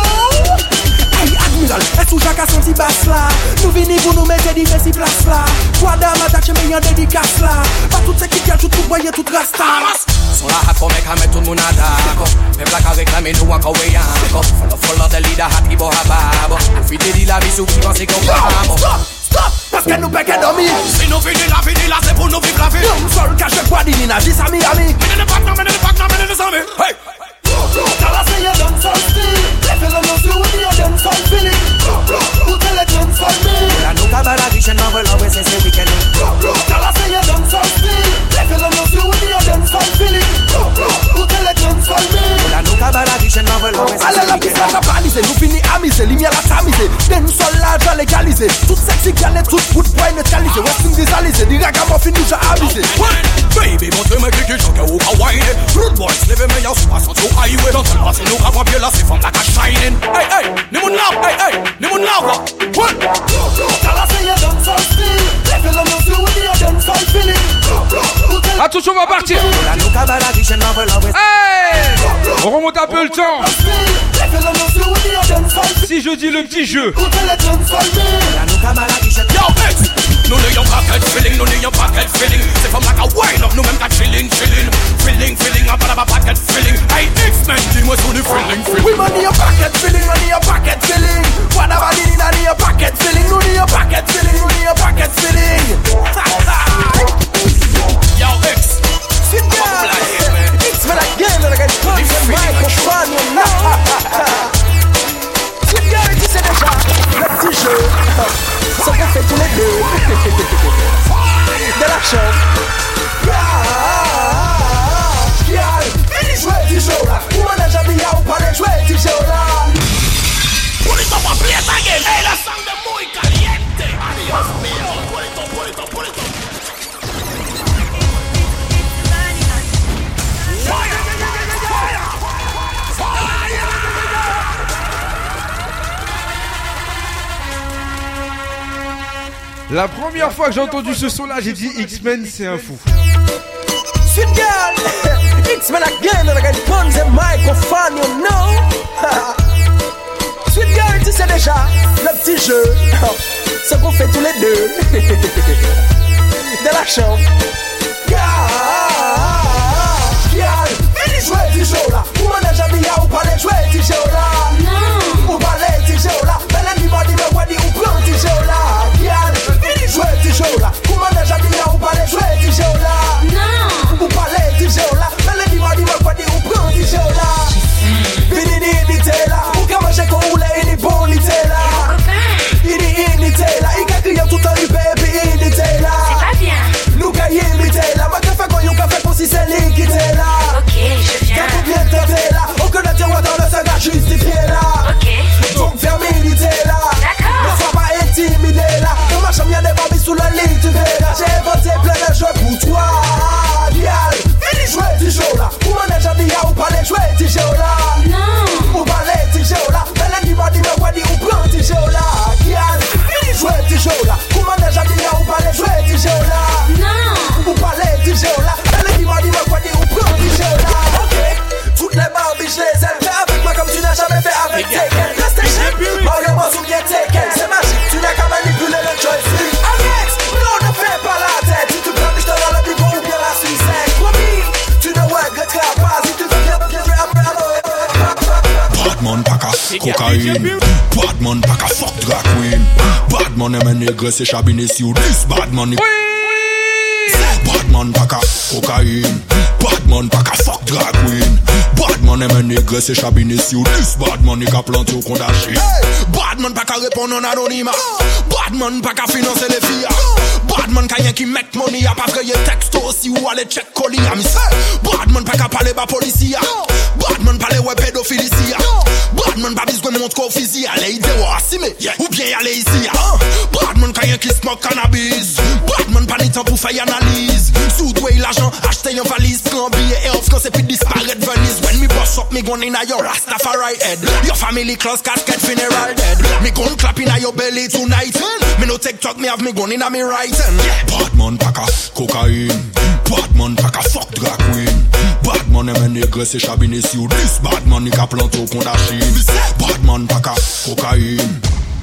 Hey Admiral, est-ce que Jacques a senti basse là? Nous venons pour nous mettre des fesses place là. Quoi d'âme attaché mais y'a dédicace là. Pas toutes ces qui viennent, tout pour voyer, tout rasta. Son la hot for make a met tout le monde à d'accord. Même la carré réclamer nous encore oui encore. Follow follow the leader hat qui boit à babo. Fidèle la vie sous qui pense qu'on va. Stop, stop, parce que nous péquons dormir. Si nous finissons la vie là c'est pour nous vivre la vie. Nous seul cache quoi d'Inina, dis à Miami. Mais ne pas non, mais ne pas non, mais ne sommes. Hey. Tell us say you done something. Let me know you with your done something. Who tell it done something? La nuca va la vision novel always say we can. Tell us say you done something. Let me know you with your done something. Who tell it done something? La nuca va la vision novel always say we can. Allez la piste à baliser, nous finit amusé, lumière à tamiser. Des nous sommes là à légaliser. Toute sexy galette, toute bout de bois neutralisé. Westing désalisé, des ragamuffins nous a avisé. Baby, montre-moi que tu joues au Hawaii. Rude boys, levez-moi y'a sous passant sur highway. Dans le passé, nous avons bien là, c'est femme là qu'à shining. Hey, hey, ni mon love, hey, hey, ni mon love. What? Tell us say you done something. Let me know you with your done something. Attention, on va partir. La nuca va la vision novel always. Hey! On remonte un peu le temps. Si je dis le petit jeu. La nuca va la vision. Yo, bitch! Nous n'ayons pas qu'être feeling, nous n'ayons pas qu'être feeling. C'est comme la qu'à wine up, nous même qu'à chilling, chilling. Feeling, feeling, on parle pas qu'être feeling. Hey, X-Men, dis-moi sur le feeling, feeling. We money a packet feeling, money a packet feeling. What about it in a packet feeling? No need a packet feeling, no need a packet feeling. Yo, X. Sit down. X-Men again, and again, put the microphone on now. Sécurité, c'est déjà le petit jeu. Ce qu'on fait tous les deux. De la chance. Jouer du jeu là. Où on a jamais à ou pas de jouer du jeu là. Pulito pa' plata again. Hey, la sangre muy caliente. Adiós mío. Pulito, pulito, pulito. La première fois que j'ai entendu ce son là, j'ai dit X-Men c'est un fou. Sweet girl, X-Men again and again, put the microphone, you know. Sweet girl, tu sais déjà, le petit jeu, ce qu'on fait tous les deux. De la chambre. Girl, fini jouer du show là. Ou m'en a jamais y'a ou parler jouer du show là. Non. Ou parler du show là. Belle anima dit me quoi dit ou prend du show là. Girl, fini jouer du show là. Ou m'en a jamais y'a ou parler jouer du show là. Non. Ou parler du show là. Belle anima dit me quoi dit ou prend du show là. Fini ni unité là. Ou qu'à manger qu'on roule et ni bon unité là. Ini unité là. Il a crié tout le temps il baby unité là. C'est pas bien. Nous gagnons unité là. Moi café qu'on y a café pour si c'est liquide là. Ok, je viens. T'as tout bien tenté là. On connaît tes rois dans le saga justifié là. Ok. Donc ferme unité là. D'accord. Ne sois pas intimidé là. Dans ma chambre y'a des barbis sous la ligne tu verras. J'ai inventé plein de jeux pour toi. Dial, fini jouer du show là. Ou m'en a jamais y'a ou parler jouer du show là. Non. Ou parler du show là. Mais l'animal dit me quoi dit ou prend du show là. Dial, fini jouer du show là. Ou m'en a jamais y'a ou parler jouer du show là. Non. Ou parler du show là. Mais l'animal dit me quoi dit ou prend du show là. Ok. Toutes les barbies je les aime. Fais avec moi comme tu n'as jamais fait avec Tekken. PlayStation, Mario Bros ou bien Tekken. C'est magique, tu n'as qu'à manipuler le joystick. Alex, non ne fais pas la tête. Si tu prends je te rends le bigot ou bien la sucette. Promis, tu ne regretteras pas. Si tu veux bien, bien, bien, Badman paka cocaine. Badman paka fuck drag queen. Badman aime nègre c'est chabine si ou dis Badman. Badman paka cocaine. Badman paka fuck drag queen. Badman aime nègre c'est chabine si ou dis Badman il a planté au condaché. Badman paka répondre en anonymat. Badman paka financer les filles. Badman ka yen qui make money a pas créé texto si ou aller check colis a mis. Badman paka parler ba policia. Badman parler ouais pédophilie. Badman pas besoin de montrer au physique. Allez idée ou mais ou bien aller ici. Badman ka yen qui smoke cannabis. Badman pas ni temps pour faire analyse. Sous-doué l'argent acheter une valise. Prends billet et off quand c'est plus disparaître Venise. When me boss up me gon in a your Rastafari head. Your family close casket funeral dead. Me gon clap in a your belly tonight. Me no TikTok me have me gon in a me right hand. Badman paka cocaine. Badman paka fuck drag queen. Badman aime nègre c'est chabine si ou dis Badman il a planté au condaché. Badman paka cocaine.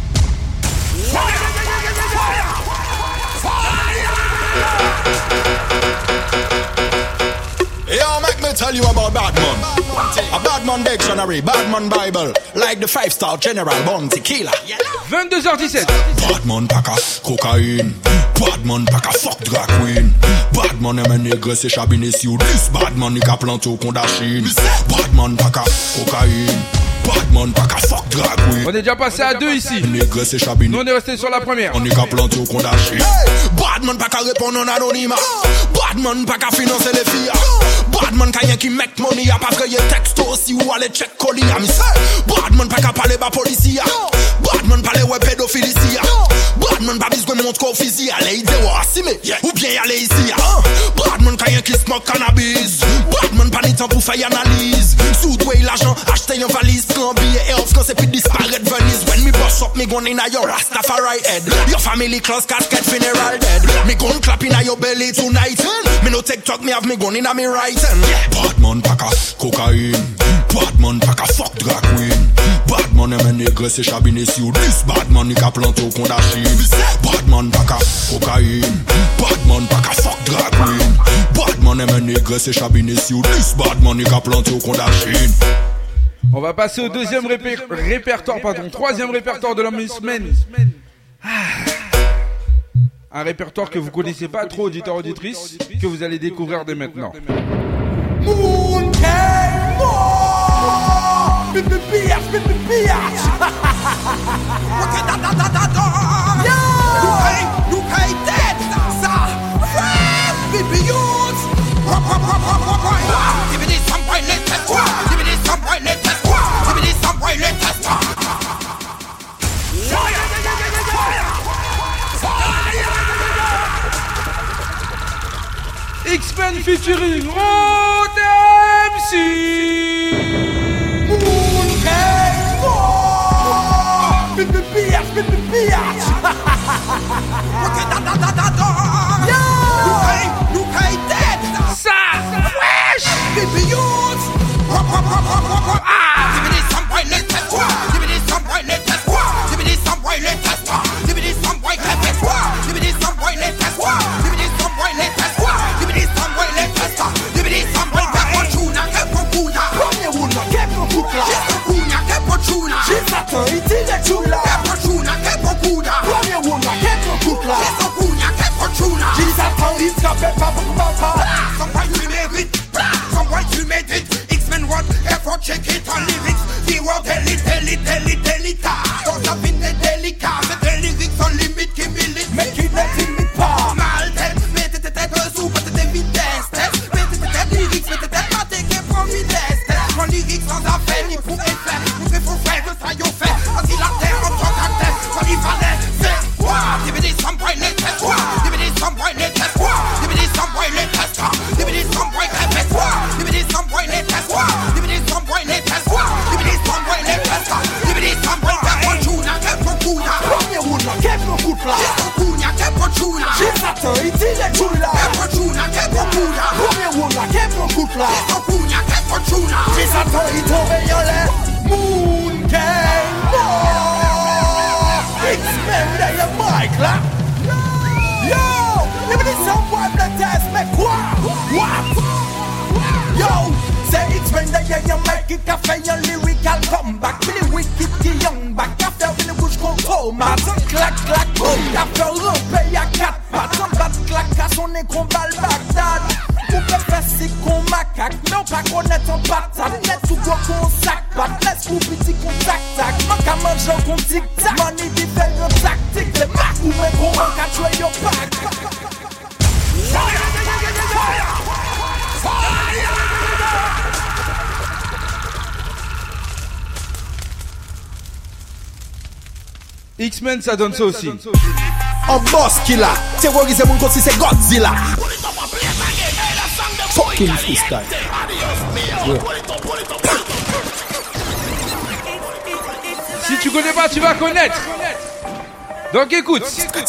Yo, make me tell you about Badman. A Badman dictionary, Badman Bible, like the five-star General Bounty Killer. vingt-deux heures dix-sept. Badman paka cocaine. Badman paka fuck drag queen. Badman aime nègre c'est chabine si ou dis Badman il a planté au condaché. Badman paka cocaine. Badman paka fuck drag queen. On est déjà passé à deux ici. Nègre c'est chabine. Nous on est resté sur la première. On est qu'à planter au condaché. Badman paka répondre en anonymat. Badman paka financer les filles. Badman ka yen qui make money a pas créé texto si ou aller check colis a mis. Badman paka parler ba policia. Badman parler ouais pédophilie. Badman pas besoin de montrer au physique. Allez idée ou mais ou bien aller ici. Badman ka yen qui smoke cannabis. Badman pas ni temps pour faire analyse. Sous-doué l'argent acheter une valise. Prends billet et off quand c'est plus disparaître Venise. When me boss up me gon in a your Rastafari head. Your family close casket funeral dead. Me gon clap in a your belly tonight. Me no TikTok me have me gon in a me right hand. Badman paka cocaine. Badman paka fuck drag queen. Badman aime nègre c'est chabine si ou dis Badman il a planté au condaché. Badman paka cocaine. Badman paka fuck drag queen. Badman aime nègre c'est chabine si ou dis Badman il a planté au condaché. On va passer au deuxième répé- répertoire, pardon, troisième répertoire de la semaine. Ah. Un répertoire que vous connaissez pas trop, auditeurs auditrices, que vous allez découvrir dès maintenant. Moon came more. Bip bip biatch, bip bip biatch. Ok da da da da da. Yo. Look look dead. Ça. Bip bip youth. Rock rock rock rock rock rock. Give me this some boy let's test. Give me this some boy let's test. Give me this some boy let's test. Fire! X-Men featuring Road M C. Moon came more. Bip bip biatch, bip bip biatch. Ok da da da da da. Yo. Look look dead. Ça. Wesh. Bip bip youth. Rock rock rock rock rock rock. Ah. Give me this some boy let's test. Give me this some boy let's test. Give me this some boy let's test. Give me this some boy let's test. Give me this some boy let's test. Give me this some boy let's test. Give me this Qu'est-ce qu'on coûte là? Qu'est-ce qu'on coûte là? Qu'est-ce qu'on coûte là? Mais ça t'en y tombe en l'air. Moon Game War. X-Men derrière Mike là. Yo, let me dis someone the test, mais quoi? What? Yo, c'est X-Men derrière Mike qui a fait un lyrical comeback. Puis les wicked qui young back. Qui a fait une bouche contre Omar. Clac, clac, boum. Qui a fait romper à quatre pattes. Un bat clac à son nez qu'on bat le Bagdad. Ou peut faire si qu'on macaque. Mais on pas connaître en patate. Net ou quoi qu'on sac pat. Laisse ou petit qu'on tac-tac. Manque à manger qu'on tic-tac. Money différents tactiques. Les marques ou même qu'on manque à tuer your pack. X-Men ça donne ça aussi. Un boss qui l'a terrorisé mon côté c'est Godzilla. Fucking freestyle. Yeah. Si tu connais pas, tu vas connaître. Donc écoute.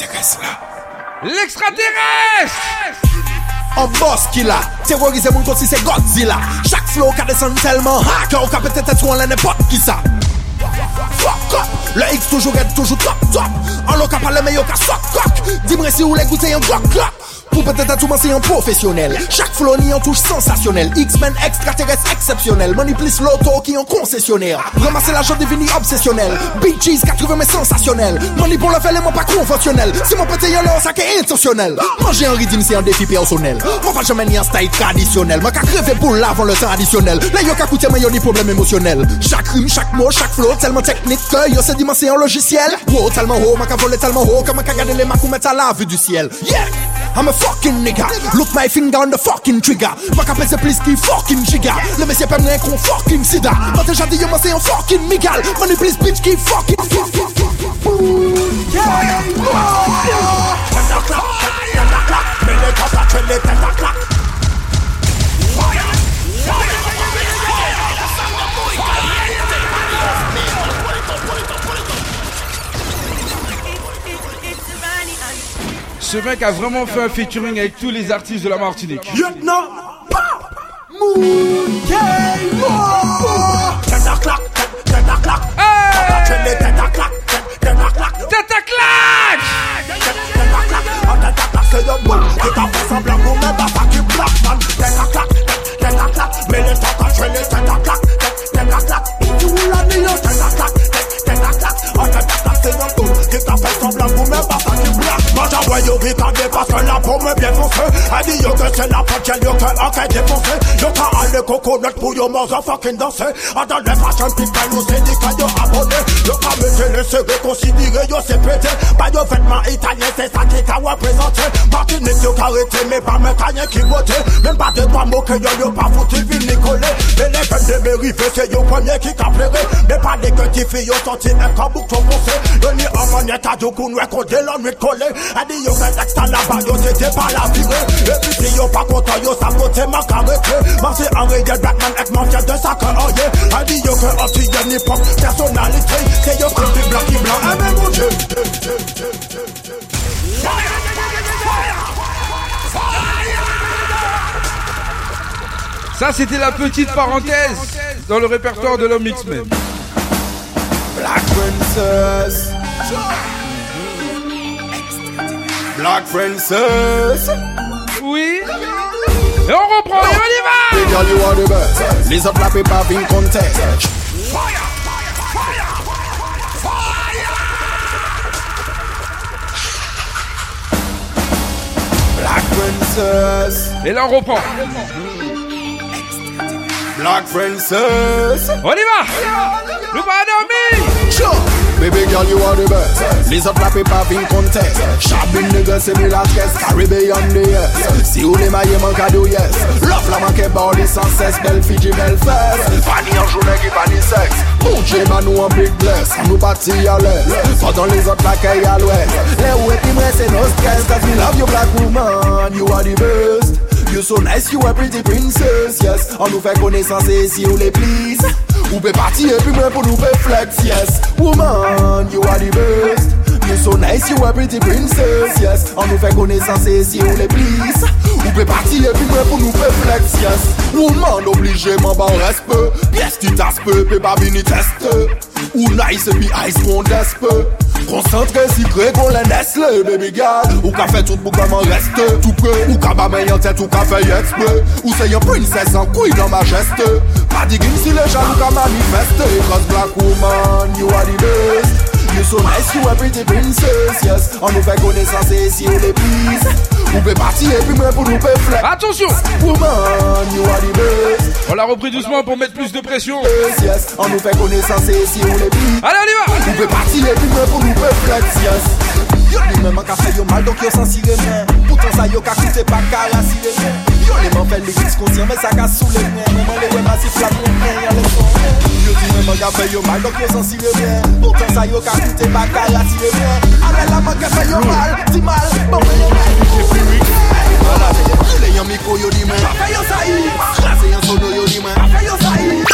L'extraterrestre. Un boss qui l'a terrorisé mon côté c'est Godzilla. Chaque flow qu'a descend tellement hard qu'on qu'a peut-être être ou n'importe qui ça. Fuck up. Le X toujours est toujours top top. En l'eau qu'a pas le meilleur qu'a sock cock. Dis-moi si vous les goûtez un glock glock. Pour peut-être à tout c'est un professionnel. Chaque flow ni en touche sensationnelle. X-Men extraterrestre exceptionnel. Money plus l'auto qui en concessionnaire. Ramasser l'argent devenu obsessionnel. Big cheese quatre-vingts mais sensationnel. Money pour le faire les mots pas conventionnel. Si mon petit yolo ça qu'est intentionnel. Manger un rythme c'est un défi personnel. Moi pas jamais ni un style traditionnel. Moi qu'a crevé pour l'avant le temps additionnel. Là yo qu'a coûté mais yo ni problème émotionnel. Chaque rime, chaque mot, chaque flow tellement technique que yo c'est dimension c'est un logiciel. Wow tellement haut, moi qu'a volé tellement haut. Comme qu'a gardé les mains ou mettre à la vue du ciel. Yeah! I'm a fucking nigga. Look my finger on the fucking trigger. Ma capelle c'est plus qui fucking giga. Le monsieur peut me qu'on fucking sida. Quand j'ai dit yo moi c'est un fucking migal. Money please bitch qui fucking Ce mec a vraiment fait un featuring avec tous les artistes de la Martinique. Lieutenant Moon Game War. Teta clac, teta clac. Hey! Teta clac, teta clac. Teta clac. Teta clac. En teta clac c'est le boule qui t'a fait semblant pour mettre à ça qui black man. Teta clac, teta clac. Mais les tata je les teta clac, teta clac. Tu l'as dit yo teta clac, teta clac. En teta clac c'est le boule qui t'a fait semblant pour mettre à ça qui black. Moi j'envoie yo retardé parce que la peau me bien foncée. Elle dit yo que c'est la poche, yo que en qu'elle défoncé. Yo qu'à aller coconut pour yo motherfucking danser. En dans les fashion people nous c'est dit que yo abonné. Yo qu'à me laisser reconsidérer yo c'est pété. Pas yo vêtements italiens c'est ça qui t'a représenté. Martinique yo qu'à arrêter mais pas me canyer qui vote. Même pas de trois mots que yo yo pas foutu vini coller. Mais les peines de mériter c'est yo premier qui qu'a pleuré. Mais pas les que t'y filles yo sorti un cabouc trop foncé. Yo ni en manette à du coup nous écouter l'homme de coller. Elle dit yo que l'extra là-bas yo c'était pas la virée. Et puis si yo pas content yo ça côté ma carré. Marché en réel Blackman avec mon fier de ça que oh yeah. Elle dit yo que anti y'a ni pop personnalité. C'est yo que tu blanc qui blanc et même mon Dieu. Ça c'était la petite parenthèse dans le répertoire de l'homme X-Men. Black Princess. Black Princess. Oui. Et on reprend, et on y va. Big girl, you are the best. Les autres la paient pas vin contest. Black Princess. Et là on reprend. Black Princess. On y va. Nous pas dormir. Sure. Baby girl, you are the best. Les autres la paient pas vin contest. Chabine nigga, c'est mi la caisse. Caribbean the yes. Si vous les maillez mon cadeau, yes. Love la manque body sans cesse. Belle Fiji, belle fesse. Fanny en journée qui pas ni sexe. Mon Dieu, man, nous en big bless. Nous partis à l'est. Pendant les autres la caille à l'ouest. Les ouais qui me c'est no stress. Cause we love you black woman. You are the best. You so nice, you a pretty princess, yes. On nous fait connaissance et si vous les please. Ou peut partir et puis moi pour nous faire flex, yes. Woman, you are the best. You so nice, you a pretty princess, yes. On nous fait connaissance et si on les please. Ou peut partir et puis moi pour nous faire flex, yes. Woman obligé, m'en bas respect. Pièce qui tasse peu, peut pas venir tester. Ou nice et puis ice qu'on despe. Concentré, secret qu'on les Nestlé, baby girl. Ou qu'a fait tout pour comment rester tout près. Ou qu'a bâmé en tête, ou qu'a fait exprès. Ou c'est une princesse en couille dans majesté. Pas de game si les gens ou qu'a manifesté. Cause black woman, you are the best. You so nice, you a pretty princess, yes. On nous fait connaissance et si on les pisse. On peut partir et puis moi pour nous faire flex. Attention! Woman, you are the best. On l'a repris doucement pour mettre plus de pression. Yes, yes. On nous fait connaissance et si on les pisse. Allez, on y va! On peut partir et puis moi pour nous faire flex, yes. Yo les mêmes qu'a fait yo mal donc yo sans cirer rien. Pourtant ça yo qu'a coûté pas qu'à la cirer rien. Yo les mêmes fait les risques conscients mais ça casse sous les mains. Même les ouais massif la rien y'a les sons. Yo dis même qu'a fait yo mal donc yo sans cirer rien. Pourtant ça yo qu'a coûté pas qu'à la cirer rien. Allez la main qu'a fait yo mal, dis mal. Bon mais yo mal. Voilà, c'est les y'a micro yo dis mais. Fait yo ça y. C'est y'a sono yo dis mais. Fait yo ça y.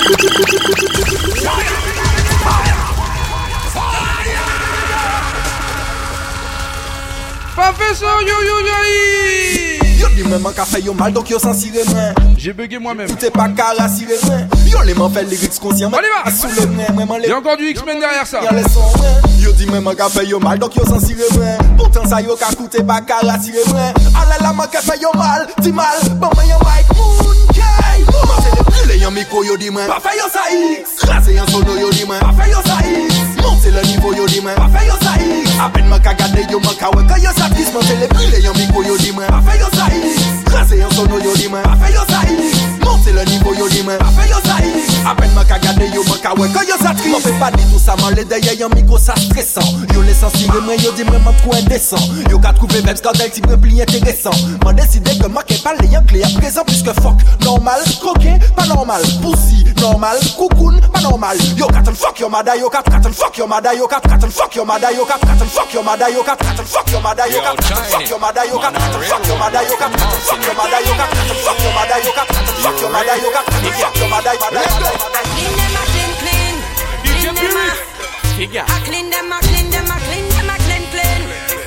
Professeur yo yo yo. Yo dis même qu'a fait yo mal donc yo sans cirer rien. J'ai bugué moi-même. Tout est pas qu'à la cirer rien. Yo les m'en fait les risques conscients. On y va. Sous les mains, vraiment les. Y'a encore du X-Men derrière ça. Yo dis même qu'a fait yo mal donc yo sans cirer rien. Pourtant ça yo qu'a coûté pas qu'à la cirer rien. Allez la main qu'a fait yo mal, dis mal. Bon mais yo Mike Moon Kay. Maman c'est les plus les y'a micro yo dis même. Pas fait yo ça X. Crasé un sono yo dis même. Pas fait yo ça X. Monter le niveau yo dis même. Pas fait yo ça X. À peine m'a qu'a gardé yo m'a qu'a ouais quand yo ça triste. C'est les plus les y'a micro yo dis même. Pas fait yo ça X. Crasé un sono yo dis même. Pas fait yo ça X. Monter le niveau yo dis même. Pas fait yo ça X. À peine m'a qu'a gardé yo m'a qu'a ouais quand yo ça triste. M'en fais pas dit tout ça man les derrière y'a micro ça stressant. Yo les sensibles moi yo dis vraiment trop indécent. Yo qu'a trouvé même quand elle t'y plus intéressant. M'en décidé que moi qu'est pas les y'a clé à présent puisque fuck normal, coquin pas normal, pussy normal, cocoon pas normal. Yo cat and fuck your mother, yo cat cat and fuck your mother, yo cat cat and fuck your mother, yo cat cat and fuck your mother, yo cat cat and fuck your mother, yo cat cat and fuck your mother, yo cat cat and fuck your mother, yo cat cat and fuck your mother, yo cat cat and fuck your mother, yo cat cat and fuck your mother, yo cat cat and fuck your mother, clean them, I clean clean, clean them, I clean them, I clean them, I clean them, I clean clean.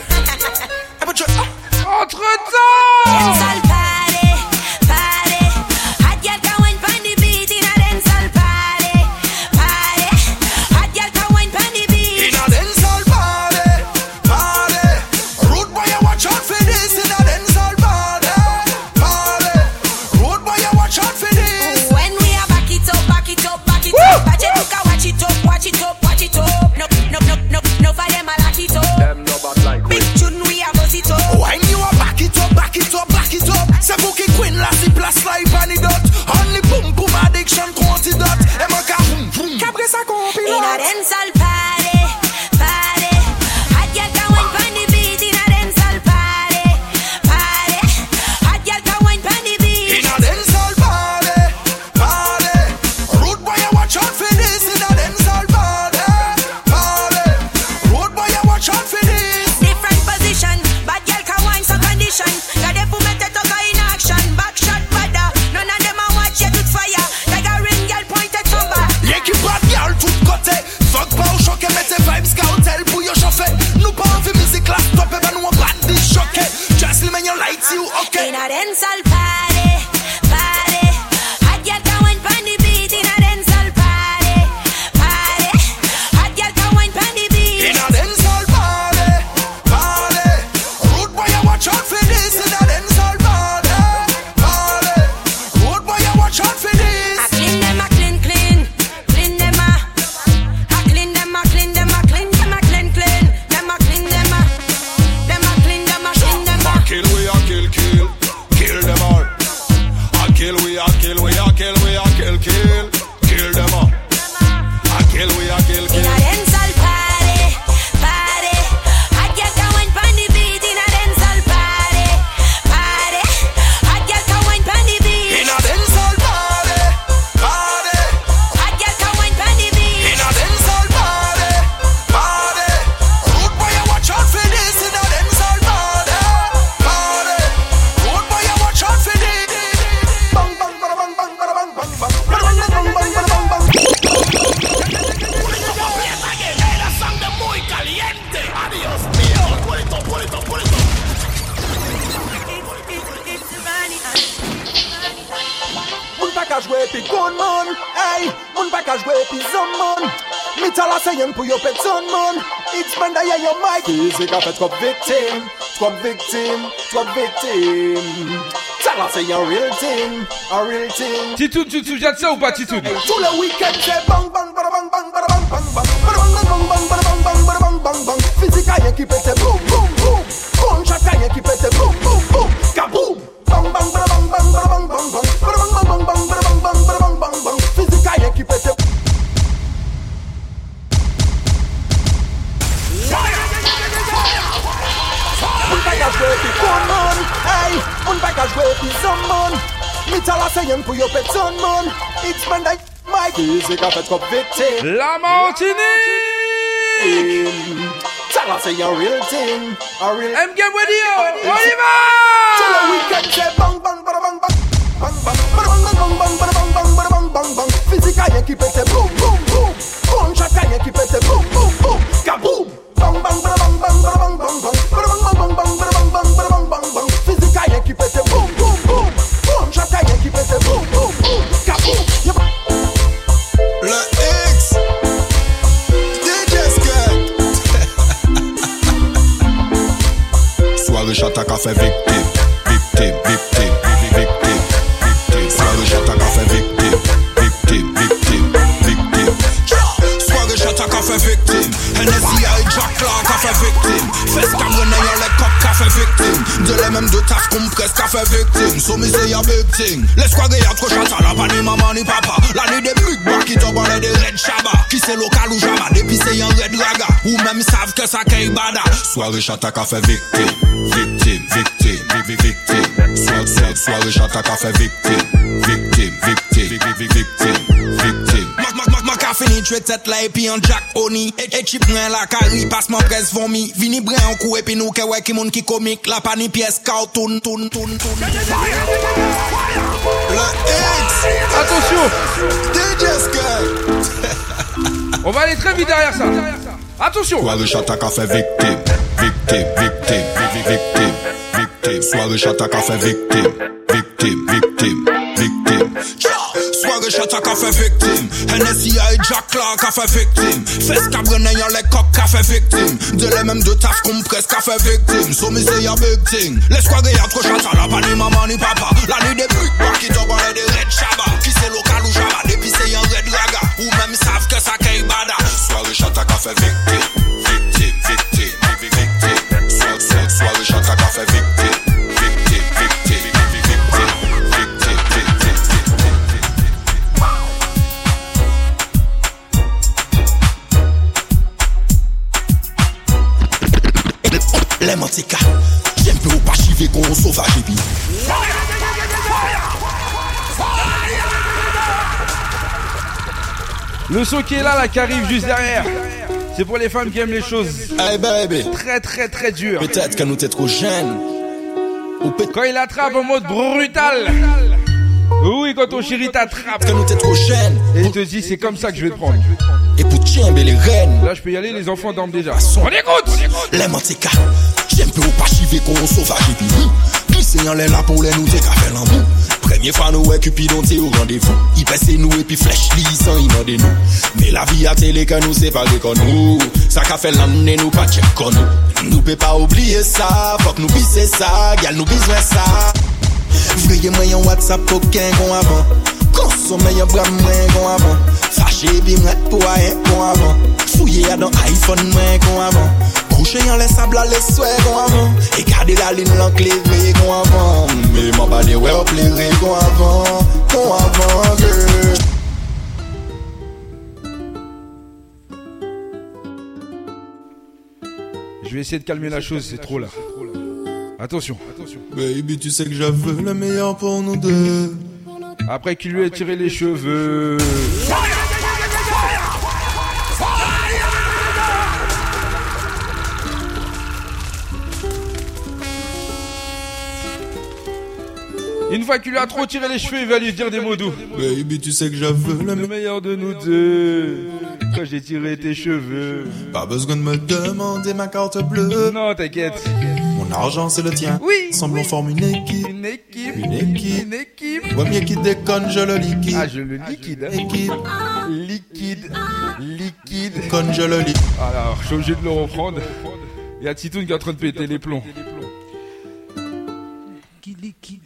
Entre temps. ka jouer pi gun man. Hey, moun pa ka jouer pi zon man. Mi tala se yen pou yo pet son man. X-Men da ye yo mic. Physique a fait trop victime, trop victime, trop victime. Tala se yen real thing, a real thing. Titoun, tu te souviens de ça ou pas Titoun? Tout le week-end c'est bang bang bada bang bang bada bang bang bang bada bang bang bang bada bang bang bada bang bang bang. Physique a yen qui pète boum boum boum. Gunshot a yen qui pète boum boum boum. Kaboom. Bang bang bada bang bang bada bang bang bang bada bang bang bang bada bang bang bada bang bang bang. Physique a yen qui pète. Moun pa ka jwe pi kon man. Hey, moun pa ka jwe pi zon man. Mi tala se yen pou yo pet son man. X-Men da Mike. Physique a fait trop victime. La Martinique. Tala se yen real thing, a real. M-Game Radio, on y va. Tout le week-end c'est bang bang bada bang bang bang bang bada bang bang bang bada bang bang bada bang bang bang. Physique a yen qui pète boum boum boum. Gunshot a yen qui pète boum boum boum. Kaboom. Bang bang bada bang bang bada bang bang bang bada bang bang bang bang bada bang bang bada bang bang bang. Physique a yen qui pète boum boum boum. Gunshot a yen qui pète boum boum boum. Kaboom. Le X D J Skunk. Soirée chata qu'a fait victime, victime, victime, victime, victime. Soirée chata qu'a fait victime, victime, victime, victime. Soirée chata qu'a fait victime. N S I A et Jack Clark qu'a fait victime. Fes Cameron ayant les cops qu'a fait victime. De les mêmes deux taf qu'on presse qu'a fait victime. So me say a big thing. Les soirées y'a trop chata, la pas ni maman ni papa. La nuit des big bois qui tombent en des red shaba. Qui c'est local ou jama, depuis c'est un red raga. Ou même savent que ça qu'est bada. Soirée chata qu'a fait victime, victime, victime, victime. Soirée, soirée, soirée chata qu'a fait victime, victime, victime, victime, victime. Ma ka fini tuer tête là et puis un Jack Oni. Et chip rien la carry passe mon presse vomi. Vini brin en coup et puis nous que ouais qui moun qui comique. La pas ni pièce cartoon, tourne, tourne, tourne. Le X. Attention. D J Skunk. On va aller très vite derrière ça. Attention. Soirée chata qu'a fait victime, victime, victime, victime, victime. Soirée chata qu'a fait victime, victime, victime, victime. Soirée chata qu'a fait victime. N S I A et Jack Clark qu'a fait victime. Fes Cameron ayant les cops qu'a fait victime. De les mêmes deux taf qu'on presse qu'a fait victime. So me say a big thing. Les soirées y'a trop chata, la pas ni maman ni papa. La nuit des big bois qui tombent en des red shaba. Qui c'est local ou jama, depuis c'est un red raga. Ou même savent que ça qu'est bada. Soirée chata qu'a fait victime, victime, victime, victime. Soirée, soirée, soirée chata qu'a fait victime, victime, victime, victime, victime, victime. Les manticas, j'aime peu ou pas chiver qu'on sauvage et puis. Le son qui est là, là, qui arrive juste derrière. C'est pour les femmes qui aiment les choses. Hey baby. Très très très dur. Peut-être que nous t'es trop jeunes. Ou peut- Quand il attrape en mode brutal. Oui, quand ton chéri t'attrape. Que nous t'es trop jeunes. Et il te dit c'est comme ça que je vais te prendre. Et pour tiens, les reines. Là je peux y aller, les enfants dorment déjà. On écoute. Les manticas, j'aime peu ou pas chiver qu'on sauvage et puis. Glisser en l'air là pour les nous t'es qu'à faire l'amour. Première fois nous ouais Cupidon t'es au rendez-vous. Il passe nous et puis flèche lisant il m'a de nous. Mais la vie à télé que nous séparer comme nous. Ça qu'a fait l'année nous pas check comme nous. Nous peut pas oublier ça. Faut que nous pisser ça. Gal nous besoin ça. Voyez-moi un WhatsApp coquin qu'on avant. Consommer un bras moins qu'on avant. Fâché puis m'être pour rien qu'on avant. Fouiller dans iPhone moins qu'on avant. Coucher en les sables à les souhaits qu'on avant. Et garder la ligne l'enclévé qu'on avant. Mais m'en pas des ouais au plairé qu'on avant. Qu'on avant girl. Je vais essayer de calmer la chose, c'est trop là. Attention, attention. Baby, tu sais que j'avais le meilleur pour nous deux. Après qu'il lui ait tiré les cheveux. Une fois qu'il lui a trop tiré les cheveux, il va lui dire des mots doux. Baby, tu sais que j'avais le, le meilleur de nous deux. Quand j'ai tiré tes cheveux. Pas besoin de me demander ma carte bleue. Non, t'inquiète. Mon argent c'est le tien. Oui. Ensemble on forme une équipe. Une équipe. Une équipe. Une équipe. Premier qui déconne, je le liquide. Ah, je le liquide. Hein. Équipe. Liquide. Liquide. Déconne, je le liquide. Alors, je suis obligé de le reprendre. Il y a Titoun qui est en train de péter les plombs. Liquide, liquide.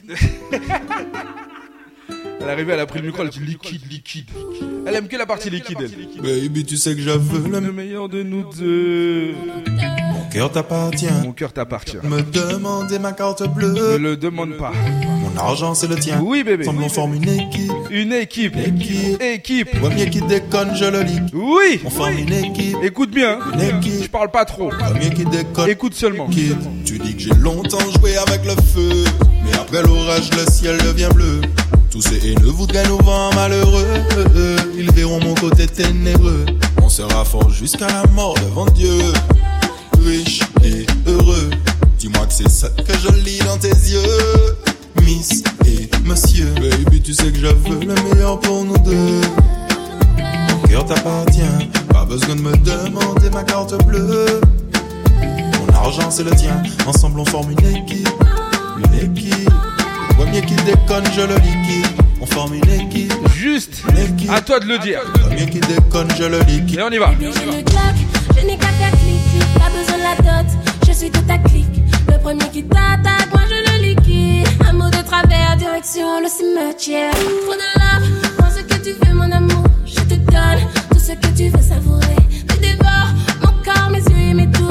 Elle est arrivée, elle a pris le micro, elle dit liquide, liquide. Elle aime que la partie liquide, elle. Baby, tu sais que je veux le, le meilleur de nous deux. Mon cœur t'appartient. Mon cœur t'appartient. Me demander ma carte bleue. Ne le demande pas. Mon argent, c'est le tien. Oui, bébé. Ensemble, on forme une équipe. Une équipe. Équipe. Équipe. Premier qui déconne, je le liquide. Oui. On forme une équipe. Écoute bien. Une équipe. Je parle pas trop. Premier qui déconne. Écoute seulement. Équipe. Tu dis que j'ai longtemps joué avec le feu. Mais après l'orage, le ciel devient bleu. Tous ces haineux voudraient nous voir malheureux. Ils verront mon côté ténébreux. On sera fort jusqu'à la mort devant Dieu. Riche et heureux. Dis-moi que c'est ça que je lis dans tes yeux. Miss et monsieur. Baby, tu sais que je veux le meilleur pour nous deux. Mon cœur t'appartient. Pas besoin de me demander ma carte bleue. Mon argent c'est le tien. Ensemble on forme une équipe. Une équipe. Premier qui déconne, je le liquide. On forme une équipe. Juste, une équipe. À toi de le dire. Premier qui déconne, je le liquide. Et on y va. Baby, je me claque, je n'ai qu'à faire clic, clic. Pas besoin de la dot, je suis de ta clique. Le premier qui t'attaque, moi je le liquide. Un mot de travers, direction le cimetière. Trop de love, prends ce que tu veux, mon amour. Je te donne tout ce que tu veux savourer. Tu dévores mon corps, mes yeux et mes doutes.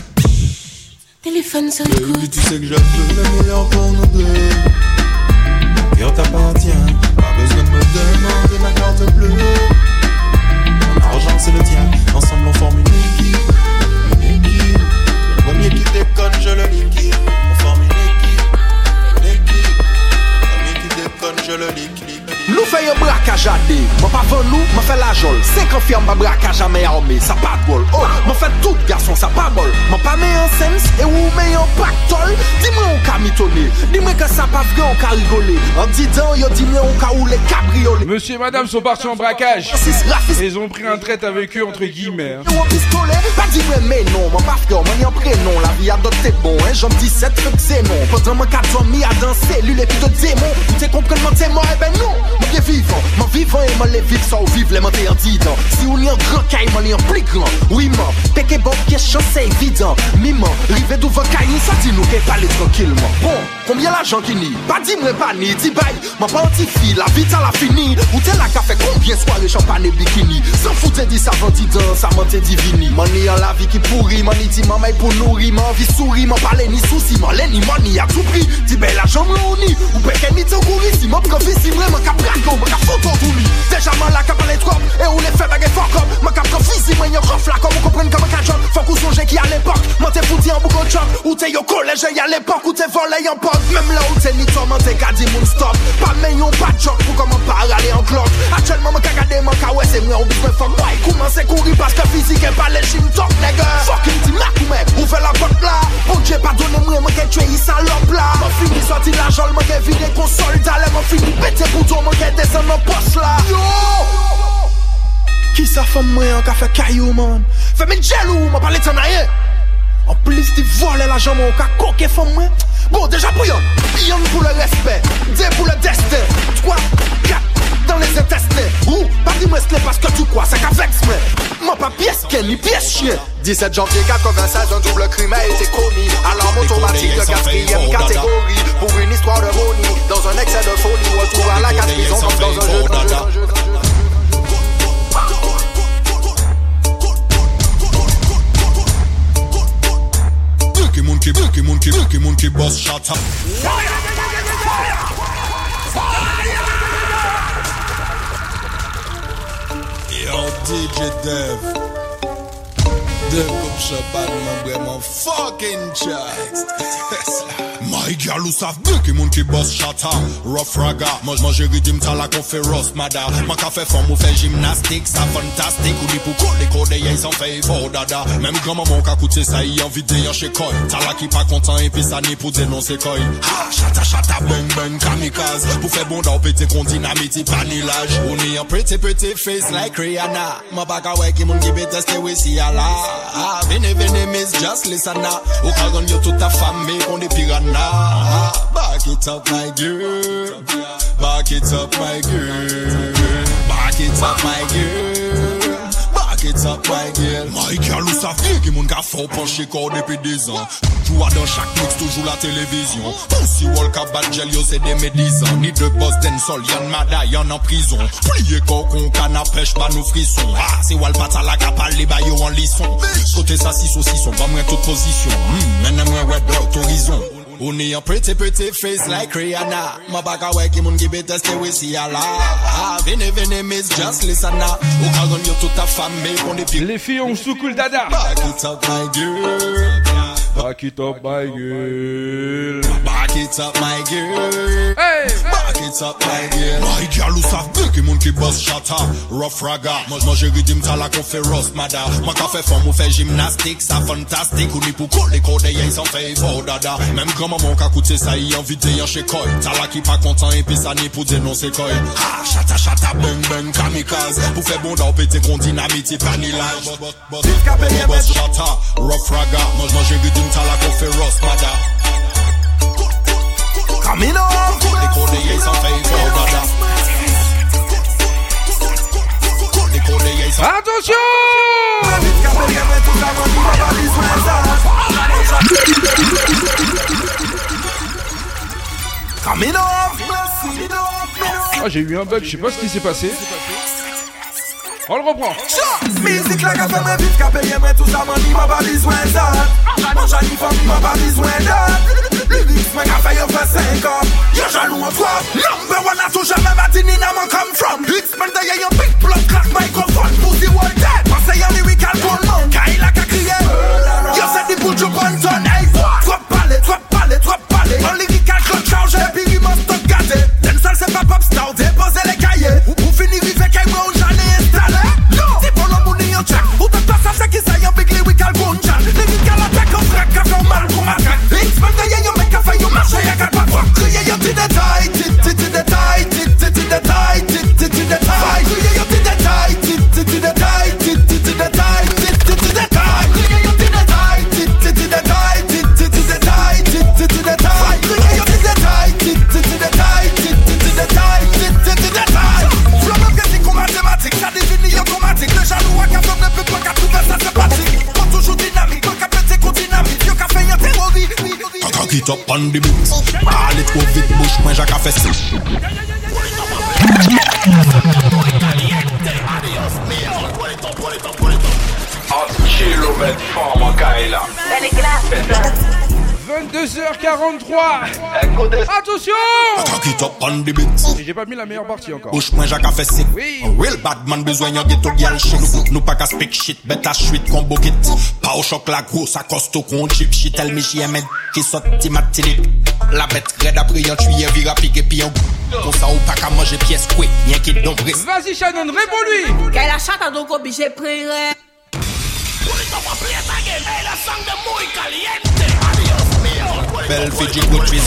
Téléphone sur l'écoute. Baby, tu sais que je veux le meilleur pour nous deux. Mon cœur t'appartient. Pas besoin de me demander ma carte bleue. Mon argent c'est le tien. Ensemble on forme une équipe. Une équipe. Le premier qui déconne, je le liquide. On forme une équipe. Une équipe. Le premier qui déconne, je le liquide. Nous faisons un braquage à deux. Moi pas vendre nous, moi fait la jole. cinquante firmes ma braquage à mes armées, ça pas de bol. Oh, moi fait tout garçon, ça pas bol. Moi pas meilleur sens et ou meilleur pactole. Dis-moi on ka mitonner. Dis-moi que ça pas vrai, on ka rigoler. En disant yo dis-moi on ka ou les cabriolet. Monsieur et madame sont partis en braquage. Ils ont pris un traite avec eux entre guillemets. Hein. Ou pistolet, pas dis-moi mais non, moi pas frère, moi ni en prénom. La vie a d'autres c'est bon, hein. J'en dix-sept trucs c'est non. Pendant mon quatre ans mis à danser, lui les putes de démon. Tu comprends comment t'es mort, eh ben non. Mon bien vivant, mon vivant et mon les vivre sans vivre les monter en didant. Si on y en grand caille, mon y en plus grand. Oui, man, péké bon question c'est évident. Mimant, rive d'où va caille, ça dit nous qu'elle parle tranquillement. Bon, combien l'argent qui nie? Pas dis-moi pas ni, dis bye. Ma partie fille, la vie t'as la fini. Ou t'es la café, combien soirée champagne et bikini. Sans foutre dit ça venti dans, ça monte divini. Mani en la vie qui pourrit, mani dit maman pour nourrir, m'en vie souris, m'en parler ni souci, m'en l'air ni mani à tout prix. Dis ben l'argent m'en ou péké ni t'en courir, si m'en profite, si vraiment qu'à plaque. Ma cap photo tout lui. Déjà man la cap les trop et où les fait baguette fort comme ma cap comme physique moi y'en refla comme on comprenne comme un job. Faut qu'on songe qui à l'époque monter pour dire en boucle de job ou t'es au collège y à l'époque où t'es volé en pote même là où t'es ni toi monter qu'a dit mon stop pas meilleur pas de job pour comment pas aller en clock actuellement mon cagadé mon ka ouais c'est moi au besoin faut moi commencer courir parce que physique est pas les chim top nigga fucking dit ma coup mais où fait la porte là bon Dieu pardonne moi moi qu'est tué salope là m'a fini sorti l'argent m'a qu'est vidé console d'aller m'a fini péter pour toi m'a qu'est descendre en poste là yo qui ça fait moi en café caillou man fait mes jaloux m'a parlé de ça rien en plus de voler l'argent mon ka coquer femme moi bon déjà pour yon yon pour le respect deux pour le destin trois quatre dans les intestins ou pas dis-moi c'est parce que tu crois c'est qu'avec moi moi pas pièce qu'elle ni pièce chien dix-sept janvier quatre-vingt-seize un double crime a été commis alarme automatique de quatrième catégorie pour une histoire de Ronnie dans un excès de folie retour à la quatre prison comme dans un jeu dans un jeu, dans un jeu. Monkey, monkey, monkey, monkey, monkey, monkey, boss shot up. Yo, D J Dev. Dev comme champagne, m'a vraiment fucking chest. My girl who savent bien que mon qui boss chata rough raga moi moi j'ai rythme ta la qu'on fait roast mada ma café femme ou fait gymnastique ça fantastique ou li pour coller coder ils en fait fort dada même grand maman qu'a coûté ça y envie de chez coin ta la qui pas content et puis ça ni pour dénoncer coin ha chata chata bang bang kamikaze pour faire bon dans péter qu'on dynamite panilage on est un pretty pretty face like Rihanna ma baga ouais qui mon qui tester oui si ala Ah, vene, vene, miss, just listen now. Ou ka run yo toute ta famille, on est piranha. Back it up, my girl. Back it up, my girl. Back it up, my girl. Back it up, my girl. My girl, ou sa fille qui moun ka fort penché corps depuis des ans. Joua dans chaque mix, toujours la télévision. Pussy walk up, bad gel, yo c'est des médisants. Ni de boss den sol, y'en mada, y'en en prison. Plié corps qu'on canne à pêche, bah nous frissons. Ah, c'est wal pata la kapal, les bayo en lisson. Côté ça, si saucisson, pas moins toute position. Hmm, maintenant moins web d'autre horizon. On est un pretty pretty face like Rihanna. Ma baka weki moun ki be teste we si ala. Ah, vene vene miss just listen now. Ou ka gon yo toute ta famille qu'on est pire. Les filles ont sous cool dada. Back it up my girl. Back it up my girl. Back it up my girl. Hey, back it up my girl. My girl ou savent bien que moun ki boss chata. Rough raga. Moi moi j'ai ridim ta la qu'on fait roast mada. Moi ka fait forme ou fait gymnastique, ça fantastique. Ou ni pour coller code y'en s'en fait fort dada. Même maman ka koute ça y invité y'en chez Koy. T'as la qui pas content et puis ça ni pour dénoncer Koy. Ah, chata chata bang bang kamikaze. Pour faire bon d'en péter qu'on dynamite panilage. Boss chata, rough raga. Moi moi j'ai ridim ta la qu'on fait roast mada. Coming on. Les codes y'en s'en fait fort dada. Les codes y'en s'en fait. Attention! Ah, j'ai eu un bug, je sais pas ce qui s'est passé. On le reprend. Musique la ka fait vite ka paye mais tout ça mani m'a pas besoin ça. Mon jali femme m'a pas besoin de. Lyrics m'a ka fait yo fait cinq ans. Yo jaloux en toi. Number one a tout jamais battu ni n'a man come from. X-Men d'ailleurs yon big block clack microphone. Pussy world dead. Pensez yon lyrical goldman. Kay la ka crier. Yo c'est des bouts de bonton. Hey, trop parler, trop parler, trop parler. On lyrical clock charge et puis il m'a stock gâté. Dem seul c'est pas pop star. Déposer les cahiers. Ou finir vivre kay moi on j'en ai installé. Si pour le monde y en check. Ou te passe à ce qui s'est yon big lyrical goldman. Lyrical attack en frac ka fait mal pour ma crack. X-Men d'ailleurs yon mec ka fait yon marché y'a qu'à pas voir. Crier yon ti détail, ti ti ti détail, ti ti ti détail, ti ti ti détail. Crier yon ti détail, ti ti ti détail, ti ti ti détail, ti ti ti détail. Crier yon ti détail, ti ti ti détail, ti ti ti détail, ti ti ti détail. Crier yon ti détail, ti ti ti détail, ti ti ti détail, ti ti ti détail. Flow me physique ou mathématique, ça définit automatique. Le jaloux à quatre hommes depuis toi qu'à tout faire ça c'est pratique. Pas toujours dynamique, donc à péter qu'on dynamite. Yo qu'à faire un terroriste. Cock it up on the beat. Parle trop vite, bouche moi j'ai qu'à faire ça. vingt-deux heures quarante-trois. Attention! Cock it up on the beat. Et j'ai pas mis la meilleure partie encore. Bouche moi j'ai qu'à faire ça. Oui. Real bad man besoin yon ghetto girl shit. Nous, nous pas qu'à speak shit, bête à chouette combo kit. Pas au choc la grosse, à costo qu'on chip shit. Elle me chie aimé qui saute timatinique. La bête raide après yon tuyé vira pique et puis yon comme ça ou pas qu'à manger pièce coué. Y'en qui don brise. Vas-y Shannon, réponds-lui! Qu'elle a chatte à donc obligé prendre. Belle Fiji good trees.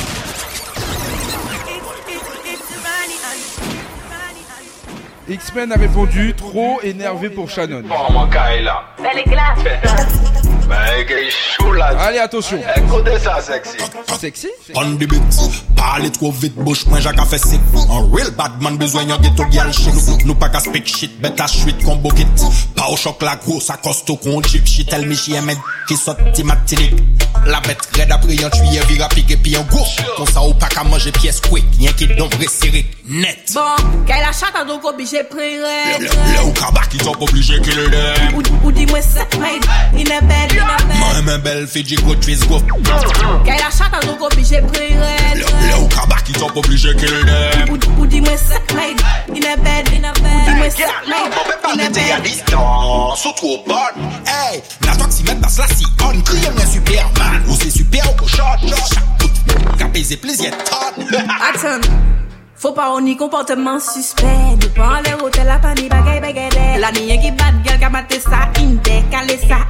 X-Men a répondu trop énervé pour Shannon. Oh mon Kayla. Belle glace. Mec, il est chaud là. Allez, attention. Écoutez ça, sexy. Sexy? On the beat. Parle trop vite, bouche moi j'ai qu'à faire ça. Un real bad man besoin yon ghetto girl shit. Nous, nous pas qu'à speak shit, bête à chouette combo kit. Pas au choc la grosse, à costo qu'on chip shit. Elle me chie aimé qui saute timatinique. La bête raide après yon tuyé vira pique et puis yon go. Comme ça ou pas qu'à manger pièce coué. Y'en qui don vrai serré, net. Bon, qu'elle a chatte à donc obligé prendre. Le, le, le ou kabak qui t'ont obligé qu'il le l'aime. Ou, ou dis-moi ça, mate, in a bed, in a bed. Moi même belle Fiji good trees go. Qu'elle a chatte à donc obligé prendre. Le, le ou kabak qui t'ont obligé qu'il le l'aime. Ou, ou dis-moi ça, mate, in a bed, in a bed. Ou dis-moi ça, mate, in a bed. À distance, ou trop bonne. Hey, la toi qui met dans cela si on crie un Superman. Ou c'est super ou cochon. Chaque bout, qu'a baisé plaisir tonne. Attends. Faut pas on y comportement suspect. De pas l'air hôtel la pani bagay bagay. La niye qui bat gueule qu'a maté ça inde, calé ça inde.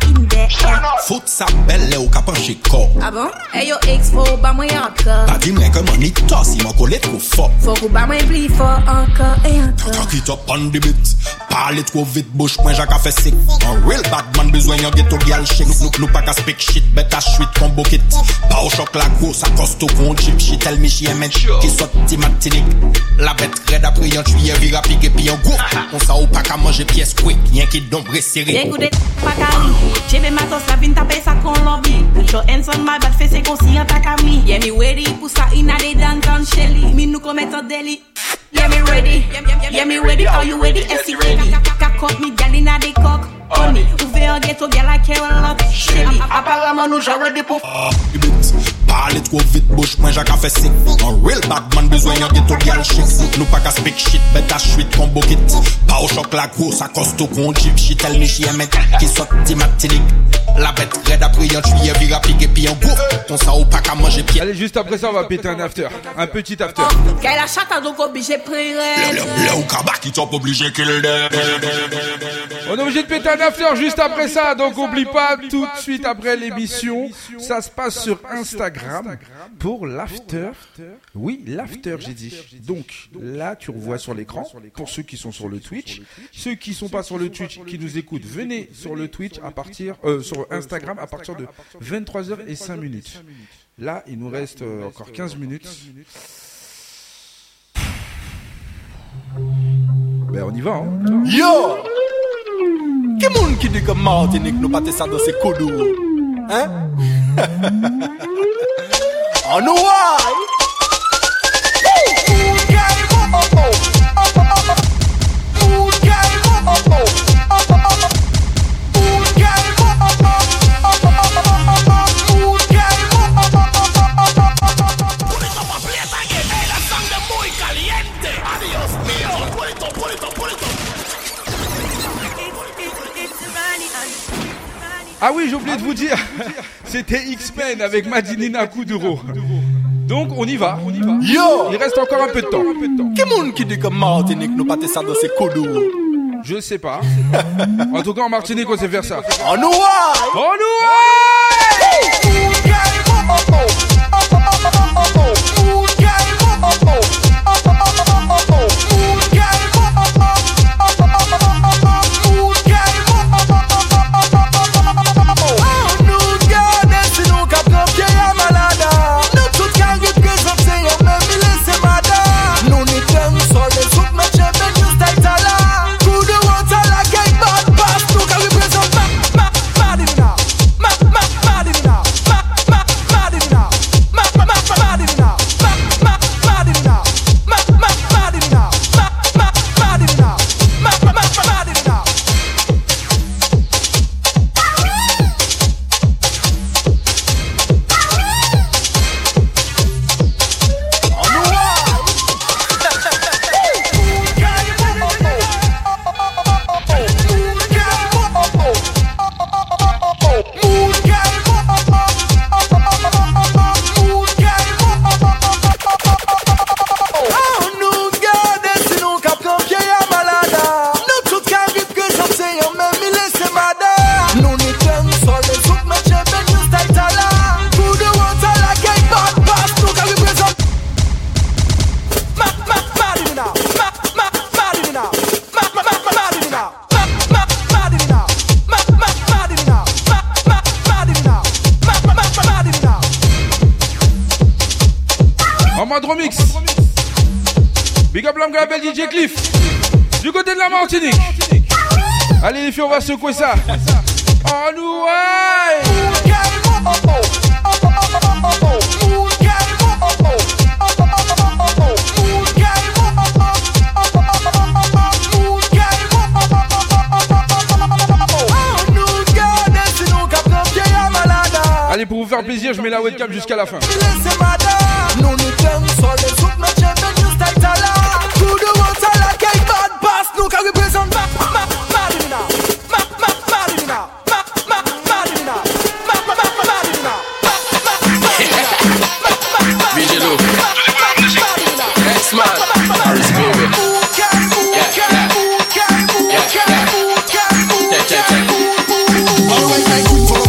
Foot sa belle ou ka penché corps. Ah bon? Hey yo ex, faut ba moi encore. Pas dis-moi comment ni toi si mon collé trop fort. Faut que ba moi plus fort encore et encore. Quand qui top on the beat. Parle trop vite, bouche point Jacques a fait sick. Un real bad man besoin yon ghetto gal shake. Nous nous pas qu'à speak shit, bet a shit combo kit. Pas au choc la grosse, à costo con chip shit. Tell me she aime qui soit petit matinique. La bête raide après yon tuyé vira pique puis yon goût. On sa ou pas qu'à manger pièce quick. Y'en qui dombre serré. Écoutez, pas cali. J'ai fait matos la vine taper ça qu'on lobby. Put your hands on my bad face et conscient ta cami. Yeah me ready pour ça in a day downtown Shelly. Me nous commettre en délit. Yeah me ready. Yeah me ready. Are you ready? Est-ce que ready? Kakot me gal in a day cock. Honey, ouvrez un ghetto gal I care a lot. Shelly. Apparemment nous j'aurais des pauvres. Parle trop vite, bouche point Jacques a fait sick. Un real bad man besoin yon ghetto gal shake. Nous pas qu'à speak shit, bet a shit combo kit. Pas au choc la grosse, à costo con chip shit. Tell me she aime qui soit petit matinique. La bête raide après yon tuyé vira pique puis yon goût. On sa ou pas qu'à manger pied. Allez, juste après ça on va péter un after. Un petit after. Qu'elle a chatte donc obligé prendre. Le ou kabak qui t'ont obligé qu'il le. On est obligé de péter un after juste après ça. Donc oublie pas, tout de suite après l'émission, ça se passe sur Instagram pour l'after. Oui, l'after j'ai dit. Donc là tu revois sur l'écran pour ceux qui sont sur le Twitch. Ceux qui sont pas sur le Twitch, qui nous écoutent, venez sur le Twitch à partir euh, sur Instagram à partir de vingt-trois heures cinq minutes. Là il nous reste euh, encore quinze minutes. Ben on y va hein. Yo! Qui moun qui dit que Martinique nous pas ça dans ses coudous? Hein? On nous why? Ah oui, j'ai oublié de vous dire, c'était X-Men avec Madinina Kuduro. Donc on y va, on y va. Yo! Il reste encore un peu de temps. Qui moun qui dit que Martinique nous pas ça dans ses coudous? Je sais pas. En tout cas en Martinique on sait faire ça. On nous why? On nous Remix. Big up l'homme appelle D J Cliff. Du côté de la Martinique. Allez les filles, on va secouer ça. Oh nous ouais. Allez, pour vous faire plaisir, je mets la webcam jusqu'à la fin. Alright, I quit for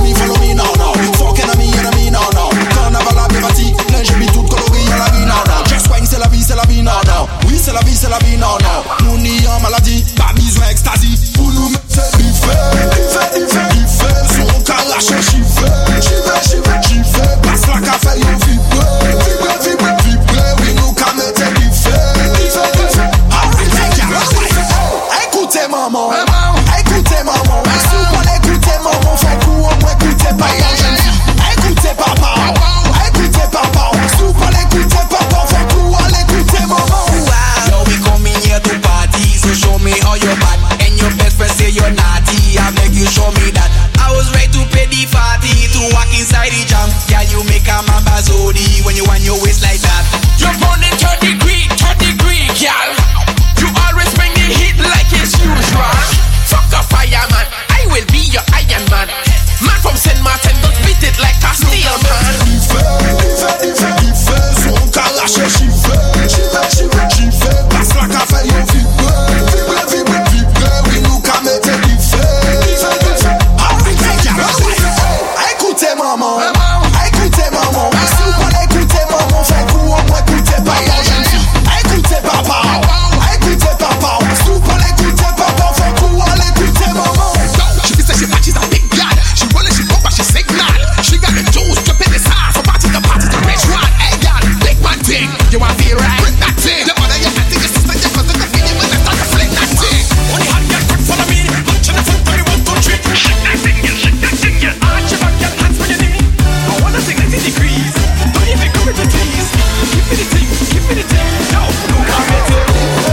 maman, écoutez maman. Si vous voulez écouter maman, fait coup au moins écoutez papa. Écoutez papa, écoutez papa. Si vous voulez écouter papa, fait coup à l'écouter maman. Yo, we coming here to party, so show me how you bad. And your best friend say you're naughty, I beg you show me that. I was ready to pay the party to walk inside the jam. Yeah, you make a man bazodi when you want your waist like that. You're burning third degree, third degree, girl. You always bring the heat like it's usual. Fuck a fireman, I will be your Iron Man. Man from Saint Martin, don't beat it like a steel man. Il fait, il fait, il fait, son caraché, j'y fait, j'y vais, j'y vais, j'y vais. Passe la café, yo vibre, vibre, vibre, vibre. Oui, nous qu'à mettre il fait, il fait, il fait. Écoutez maman, écoutez maman. Si vous voulez écouter maman, fait coup au moins écoutez papa. Écoutez papa, écoutez papa. Si vous voulez écouter papa, fait coup à l'écouter maman. She be say she matches a big gal. She rollin', she bump, she signal. She got the juice, drippin' the size. From party to party to rich one. Hey gal, big man thing. You want feel right? Bring that thing. Your mother, your auntie, your sister, your cousin, your feeling when they start to fling that thing. Only hot girl, quick follow me. Lunch in the front, thirty one, two, three. Shake that thing, yeah, shake that thing, yeah. Arch your back, girl, hands on your knee. I wanna sing ninety degrees. Don't even come with the tease. Give me the thing, give me the thing. No, no, come at it.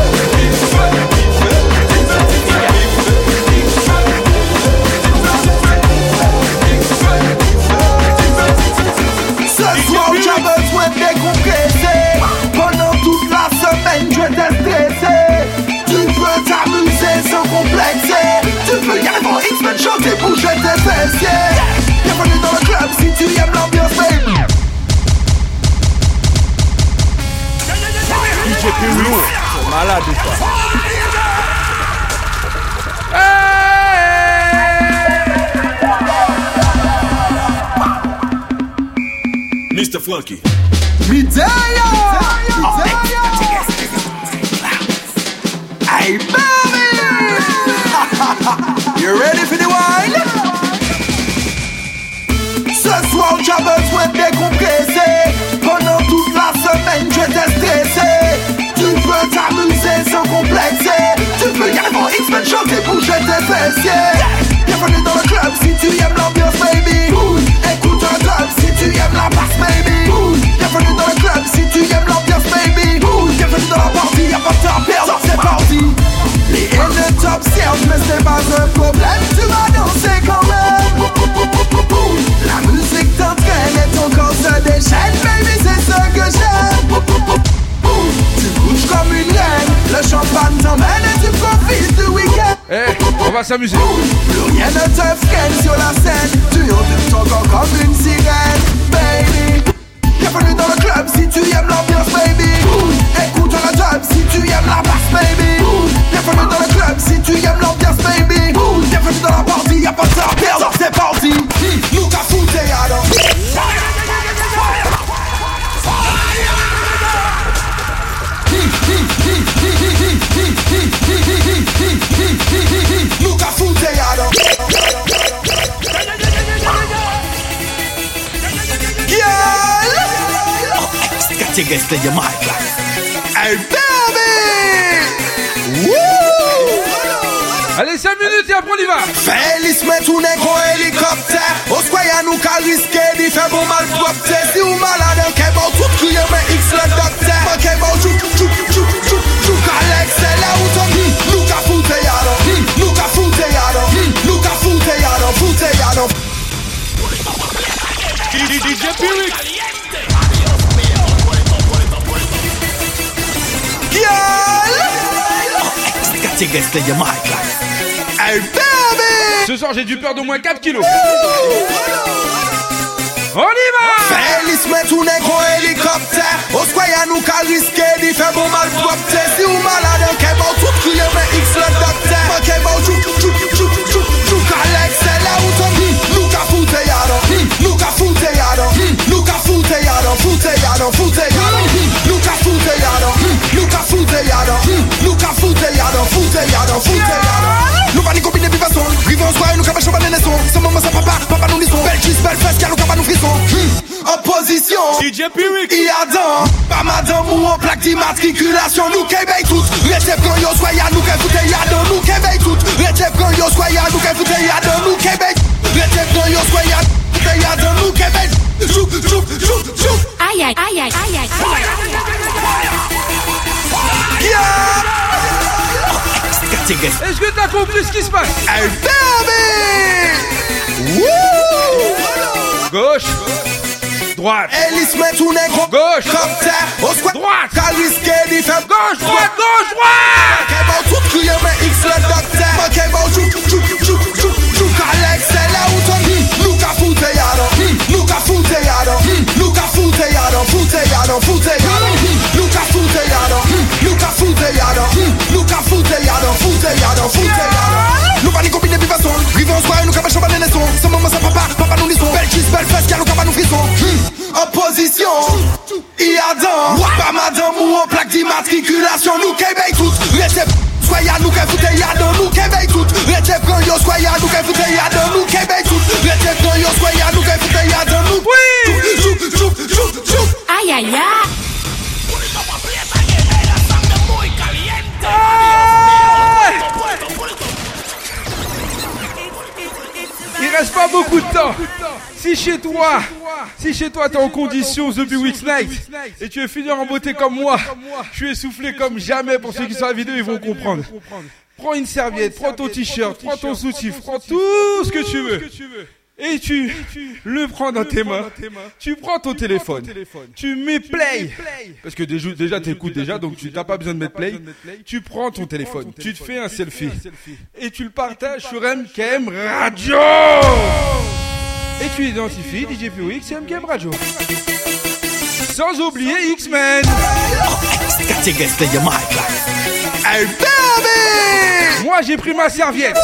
Ce soir j'ai besoin de décompresser. Pendant toute la semaine je t'ai stressé. Tu peux t'amuser sans complexer. Tu peux y aller pour X-Men chanter, bouger tes fessiers. Bienvenue dans le club si tu aimes l'ambiance baby. D J Piro, c'est malade ou pas? mister Funky. Midaya! Hey baby! You ready for the wine? Ce soir j'ai besoin de décompresser. Pendant toute la semaine je t'ai stressé. Tu peux t'amuser sans complexer. Tu peux y aller pour X-Men chanter, bouger tes fessiers. Bienvenue dans le club si tu aimes l'ambiance baby. Écoute un club si tu aimes la basse baby. Bienvenue dans le club si tu aimes l'ambiance baby. Bienvenue dans la partie, y'a pas de temps à perdre, c'est parti. Les in the top sales mais c'est pas un problème. Tu vas danser quand même. La musique t'entraîne et ton corps se déchaîne. Baby c'est ce que j'aime. Tu bouges comme une reine. Le champagne t'emmène et tu profites du week-end. Eh, hey, on va s'amuser. Plus rien ne te freine sur la scène. Tu ondes ton corps comme une sirène. Baby, bienvenue dans le club si tu aimes l'ambiance baby. Écoute le job si tu aimes la basse baby. Bienvenue dans le club si tu aimes l'ambiance baby. Bienvenue dans la partie, y'a pas de temps à perdre, c'est parti. Nous qu'a fouté alors. Nous qu'a fouté alors. Got your guess to your mic. Hey baby! Woo! Allez, cinq minutes et après on y va. Félix met tout négro hélicoptère. Au square nous qu'a risqué d'y faire bon mal propre. Si ou malade, ok bon tout crier mais X le docteur. Ok bon chou chou chou chou chou Alex c'est là où ton nous qu'a fouté yaro. Nous qu'a fouté yaro. Nous qu'a fouté yaro. Fouté yaro. D J Piro. Got your guess to your mic. Hey baby! Ce soir j'ai du peur d'au moins quatre kilos. On y va! Félix met tout négro hélicoptère. Au square nous qu'a risqué d'y faire bon mal propre. Si ou malade, ok bon tout crier mais X le docteur. Ok bon chou chou chou chou chou Alex c'est là où ton nous qu'a fouté yaro. Nous qu'a fouté yaro. Nous qu'a fouté yaro. Fouté yaro. Fouté yaro. Nous qu'a fouté yaro. Nous qu'a fouté yaro. Nous qu'a fouté yaro. Fouté yaro. Fouté yaro. Nous va ni combiner de façon. Rive en soirée nous qu'a pas chaud les naissons. Sans maman sans papa, papa nous lissons. Belle cuisse, belle fesse, car nous qu'a pas nous frissons. En position, D J Piro. y a dans, pas madame ou en plaque d'immatriculation. Nous qu'éveille toutes, restez quand yo soyez à nous qu'elle foutait y'a dans nous qu'éveille toutes. yo soya nous qu'elle foute y'a dans nous Québec. Rete prend yo soya foute y'a dans nous Québec. Chou chou chou chou. Aïe aïe aïe aïe aïe aïe. Est-ce que t'as compris ce qui se passe? Hey baby! Wouh! Gauche. Droite. Ellis met tout nègre. Gauche. Droite. Calisqué dit fait gauche, droite, gauche, droite. Manquez bon tout crier mais X le docteur. Manquez bon chou chou chou chou chou. Alex c'est là où ton nous qu'a fouté yadon. Nous qu'a fouté yadon. Nous qu'a fouté yadon. Fouté yadon. Fouté yadon. Nous qu'a fouté yadon. Nous qu'a fouté yadon. Nous qu'a fouté yadon. Fouté yadon. Fouté yadon. Nous pas ni combiner de façon. Rivons soir nous qu'a pas champagne les sons. Ce moment c'est papa, papa nous disons. Belle kiss, belle fesse, nous qu'a pas nous frisson. En position, il y a dans pas madame ou en plaque d'immatriculation. Nous Québec tout, restez soyez à nous qu'elle foute y'a dans nous Québec tout. Restez prends yo soyez à nous qu'elle foute y'a dans nous Québec tout. Restez prends yo soyez à nous qu'elle foute y'a dans nous. Oui. Chou chou chou chou. Aïe aïe aïe. Il reste pas beaucoup de temps. Si chez toi, si chez toi t'es en condition The Bewitched Night et tu es fini en beauté comme moi, je suis essoufflé comme jamais. Pour ceux qui sont à la vidéo, ils vont comprendre. Prends une serviette, prends ton t-shirt, prends ton soutif, prends tout ce que tu veux. Et tu le prends dans tes mains, tu prends ton téléphone, tu mets play, parce que déjà, déjà t'écoutes déjà, donc tu n'as pas besoin de mettre play, tu prends ton téléphone, tu te fais un selfie, et tu le partages sur M K M Radio. Et tu identifies D J P O X et M K M Radio. Sans oublier X-Men. Hey baby! Moi j'ai pris ma serviette.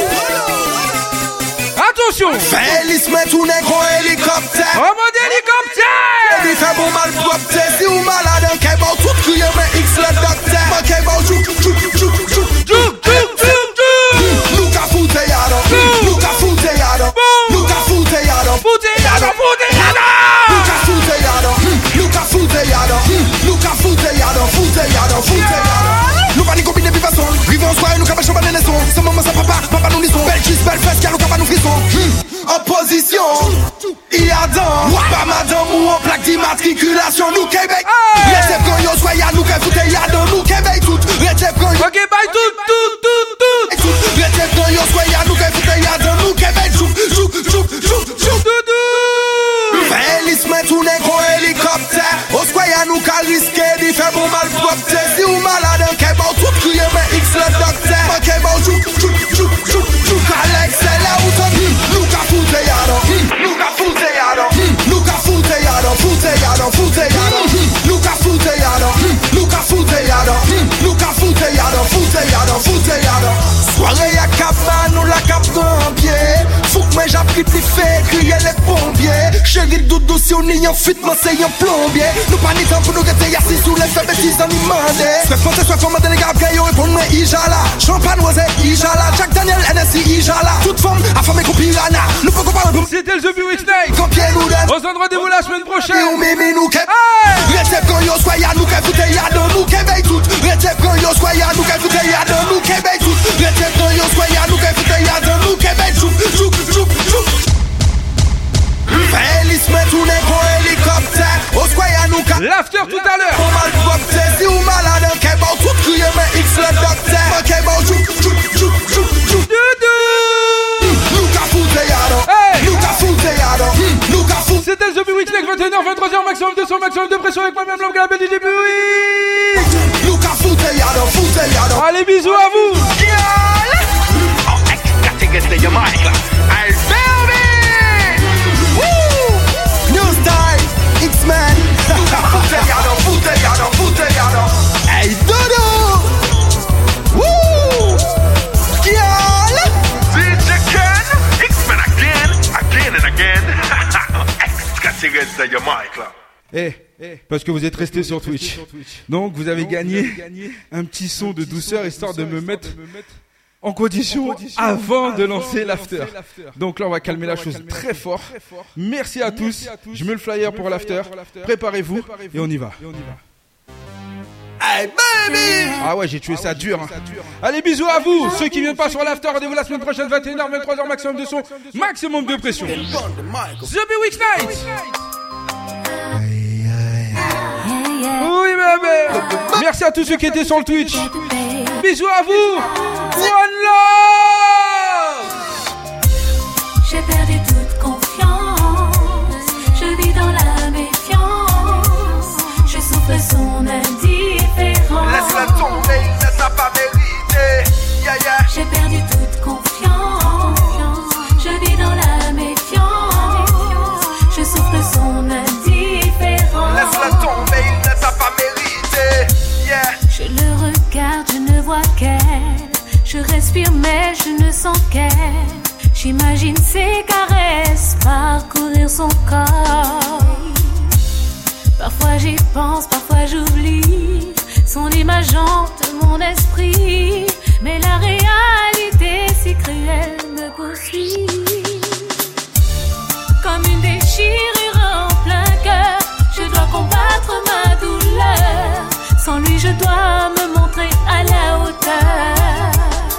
Attention! Félix met tout nègre en hélicoptère. En mode hélicoptère! Il fait bon mal propre. Si ou malade, un kebab tout crier mais X le docteur. Ma kebab chou chou chou chou chou chou chou. Nous qu'a fouté yadon. Nous qu'a fouté yadon. Nous qu'a fouté yadon. Fouté yadon, fouté yadon. Nous qu'a fouté yadon. Nous qu'a fouté yadon. Nous qu'a fouté yadon. Fouté yadon. Fouté yadon. Nous pas ni combiner de façon. Rivons soir nous qu'a pas champagne les sons. Ce moment c'est papa, papa nous disons. Belle kiss, belle fesse, car nous qu'a pas nous frisson. En position, il y a dans pas madame ou en plaque d'immatriculation. Nous Québec. Restez prends yo soyez à nous qu'elle foute y'a dans nous Québec tout. Restez prends yo. Ok bye tout tout tout tout. Restez prends yo soyez à nous qu'elle foute y'a dans nous Québec. Chou chou chou chou chou doudou. Félix met tout nègre en hélicoptère. Au soyez à nous qu'à risquer d'y faire bon mal propre. Si ou malade un kebab tout crier mais X le docteur. Ma kebab chou chou chou chou chou. Alex c'est là où ton nous qu'a fouté yadon. Nous qu'a fouté yadon. Nous qu'a fouté yadon. Fouté yadon. Fouté yadon. Nous qu'a fouté yadon. Nous qu'a fouté yadon. Nous qu'a fouté yadon. Fouté yadon. Fouté yadon. Soirée à Capa, nous la cap en pied. Faut que moi j'appris plus fait crier les pompiers. Chérie doudou si on y en fit, moi c'est un plombier. Nous pas ni temps pour nous gâter assis sous les faits bêtises dans l'imandé. Soit français, soit formé des gars, gaillot et pour nous Ijala. Champagne rosé, Ijala. Jack Daniel, N S I, Ijala. Toute forme, affamée qu'on piranha. Nous faut qu'on parle de c'était le The Bewitched Night. Quand pied nous donne. On se donne rendez-vous la semaine prochaine. Et on mimi nous qu'est. Restez quand yo soyez à nous qu'est fouté y'a dans nous Québec tout. Restez quand yo soyez à nous qu'est fouté y'a dans nous Québec tout. Restez quand yo soyez à nous qu'est fouté y'a dans nous Québec tout. Chou chou chou. Félix met tout nègre en hélicoptère. Au soyez à nous qu'à. L'after tout à l'heure. Pour mal propre. Si ou malade un kebab tout crier mais X le docteur. Ma kebab chou chou chou chou chou. Nous qu'a fouté yadon. Nous qu'a fouté yadon. Nous qu'a fouté. C'était le The Bewitched Night, vingt et une heures, vingt-trois heures, maximum de son, maximum de pression avec moi-même, l'homme qui l'appelle D J P O X. Nous qu'a fouté yadon. Fouté yadon. Allez, bisous à vous. New style, X-Men. Fouté yadon. Fouté yadon. Fouté yadon. Hey Dodo. Woo. Kial. D J Ken. X-Men again. Again and again. X-Catigate de Jamaica. Eh, parce que vous êtes resté sur Twitch. Donc vous avez gagné un petit son de douceur histoire de me mettre en condition avant de lancer l'after. Donc là on va calmer la chose très fort. Merci à tous. Je mets le flyer pour l'after. Préparez-vous et on y va. Ouais, baby. Ah ouais, j'ai tué ça dur. Hein. Allez, bisous à vous. Ceux qui viennent pas sur l'after, rendez-vous la semaine prochaine, vingt et une heures, vingt-trois heures, maximum de son, maximum de pression. The B-Week Night. Oui, bébé. Merci à tous ceux qui étaient sur le Twitch. Bisous à vous. One love. J'ai perdu toute confiance. Je vis dans la méfiance. Je souffre son indifférence. Laisse-la tomber, il ne t'a pas mérité. Yeah, yeah. J'ai perdu toute confiance. Je vis dans la méfiance. Je souffre son indifférence. Laisse-la tomber, il ne t'a pas mérité. Yeah. Je le regarde, je ne vois qu'elle. Je respire mais je ne sens qu'elle. J'imagine ses caresses parcourir son corps. Parfois j'y pense, parfois j'oublie. Son image hante mon esprit. Mais la réalité si cruelle me poursuit. Comme une déchirure en plein cœur, je dois combattre ma douleur. Sans lui je dois me montrer à la hauteur.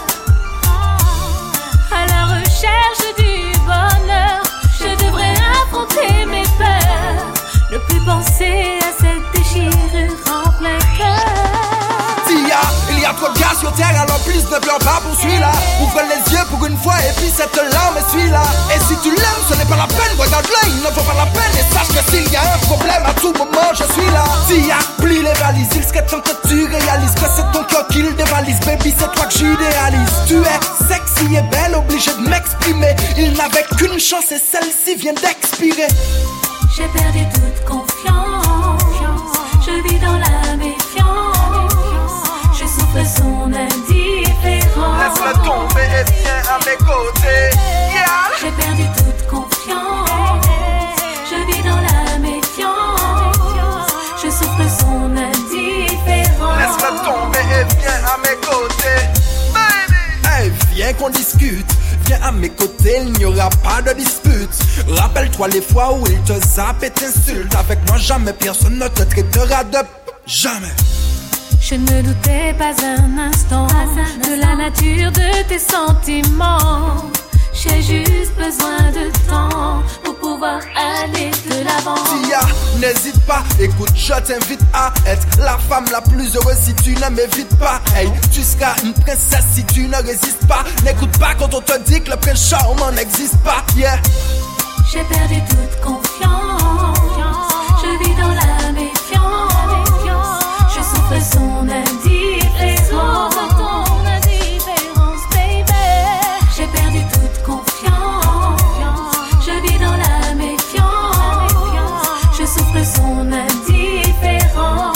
À la recherche du bonheur, je devrais affronter mes peurs. Ne plus penser à cette déchirure en plein cœur. Tia, il y a trop de gars sur terre, alors plus ne pleure pas pour celui-là. Ouvre les yeux pour une fois et puis cette larme essuie-la. Et si tu l'aimes, ce n'est pas la peine, regarde-le, il ne vaut pas la peine. Et sache que s'il y a un problème, à tout moment je suis là. Tia, plie les valises, il serait temps que tu réalises que c'est ton cœur qui le dévalise. Baby, c'est toi que j'idéalise. Tu es sexy et belle, obligée de m'exprimer. Il n'avait qu'une chance et celle-ci vient d'expirer. J'ai perdu toute confiance. Je vis dans la méfiance. Je souffre son indifférence. Laisse-la tomber et viens à mes côtés. Yeah. J'ai perdu toute confiance. Je vis dans la méfiance. Je souffre son indifférence. Laisse-la tomber et viens à mes côtés. Baby. Hey, viens qu'on discute. Viens à mes côtés, il n'y aura pas de dispute. Rappelle-toi les fois où il te zappe et t'insulte. Avec moi jamais personne ne te traitera de... Jamais. Je ne doutais pas un instant de la nature de tes sentiments. J'ai juste besoin de temps pour pouvoir aller de l'avant. Tia, n'hésite pas, écoute, je t'invite à être la femme la plus heureuse si tu ne m'évites pas. Hey, tu seras une princesse si tu ne résistes pas. N'écoute pas quand on te dit que le prince charmant n'existe pas. Yeah. J'ai perdu toute confiance. Je vis dans la méfiance. Je souffre son indifférence. Ton indifférence, baby. J'ai perdu toute confiance. Je vis dans la méfiance. Je souffre son indifférence.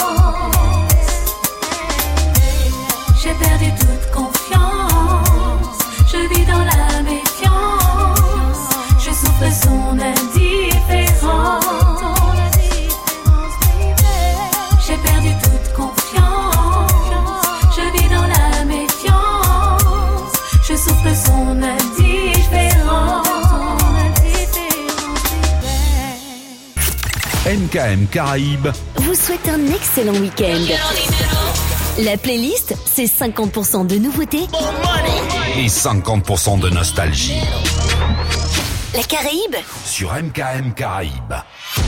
J'ai perdu toute confiance. Je vis dans la méfiance. Je souffre son indifférence. J'ai perdu toute confiance. Je vis dans la méfiance. Je souffre son indifférence. M K M Caraïbes vous souhaite un excellent week-end. La playlist, c'est cinquante pour cent de nouveautés et cinquante pour cent de nostalgie. La Caraïbe sur M K M Caraïbes.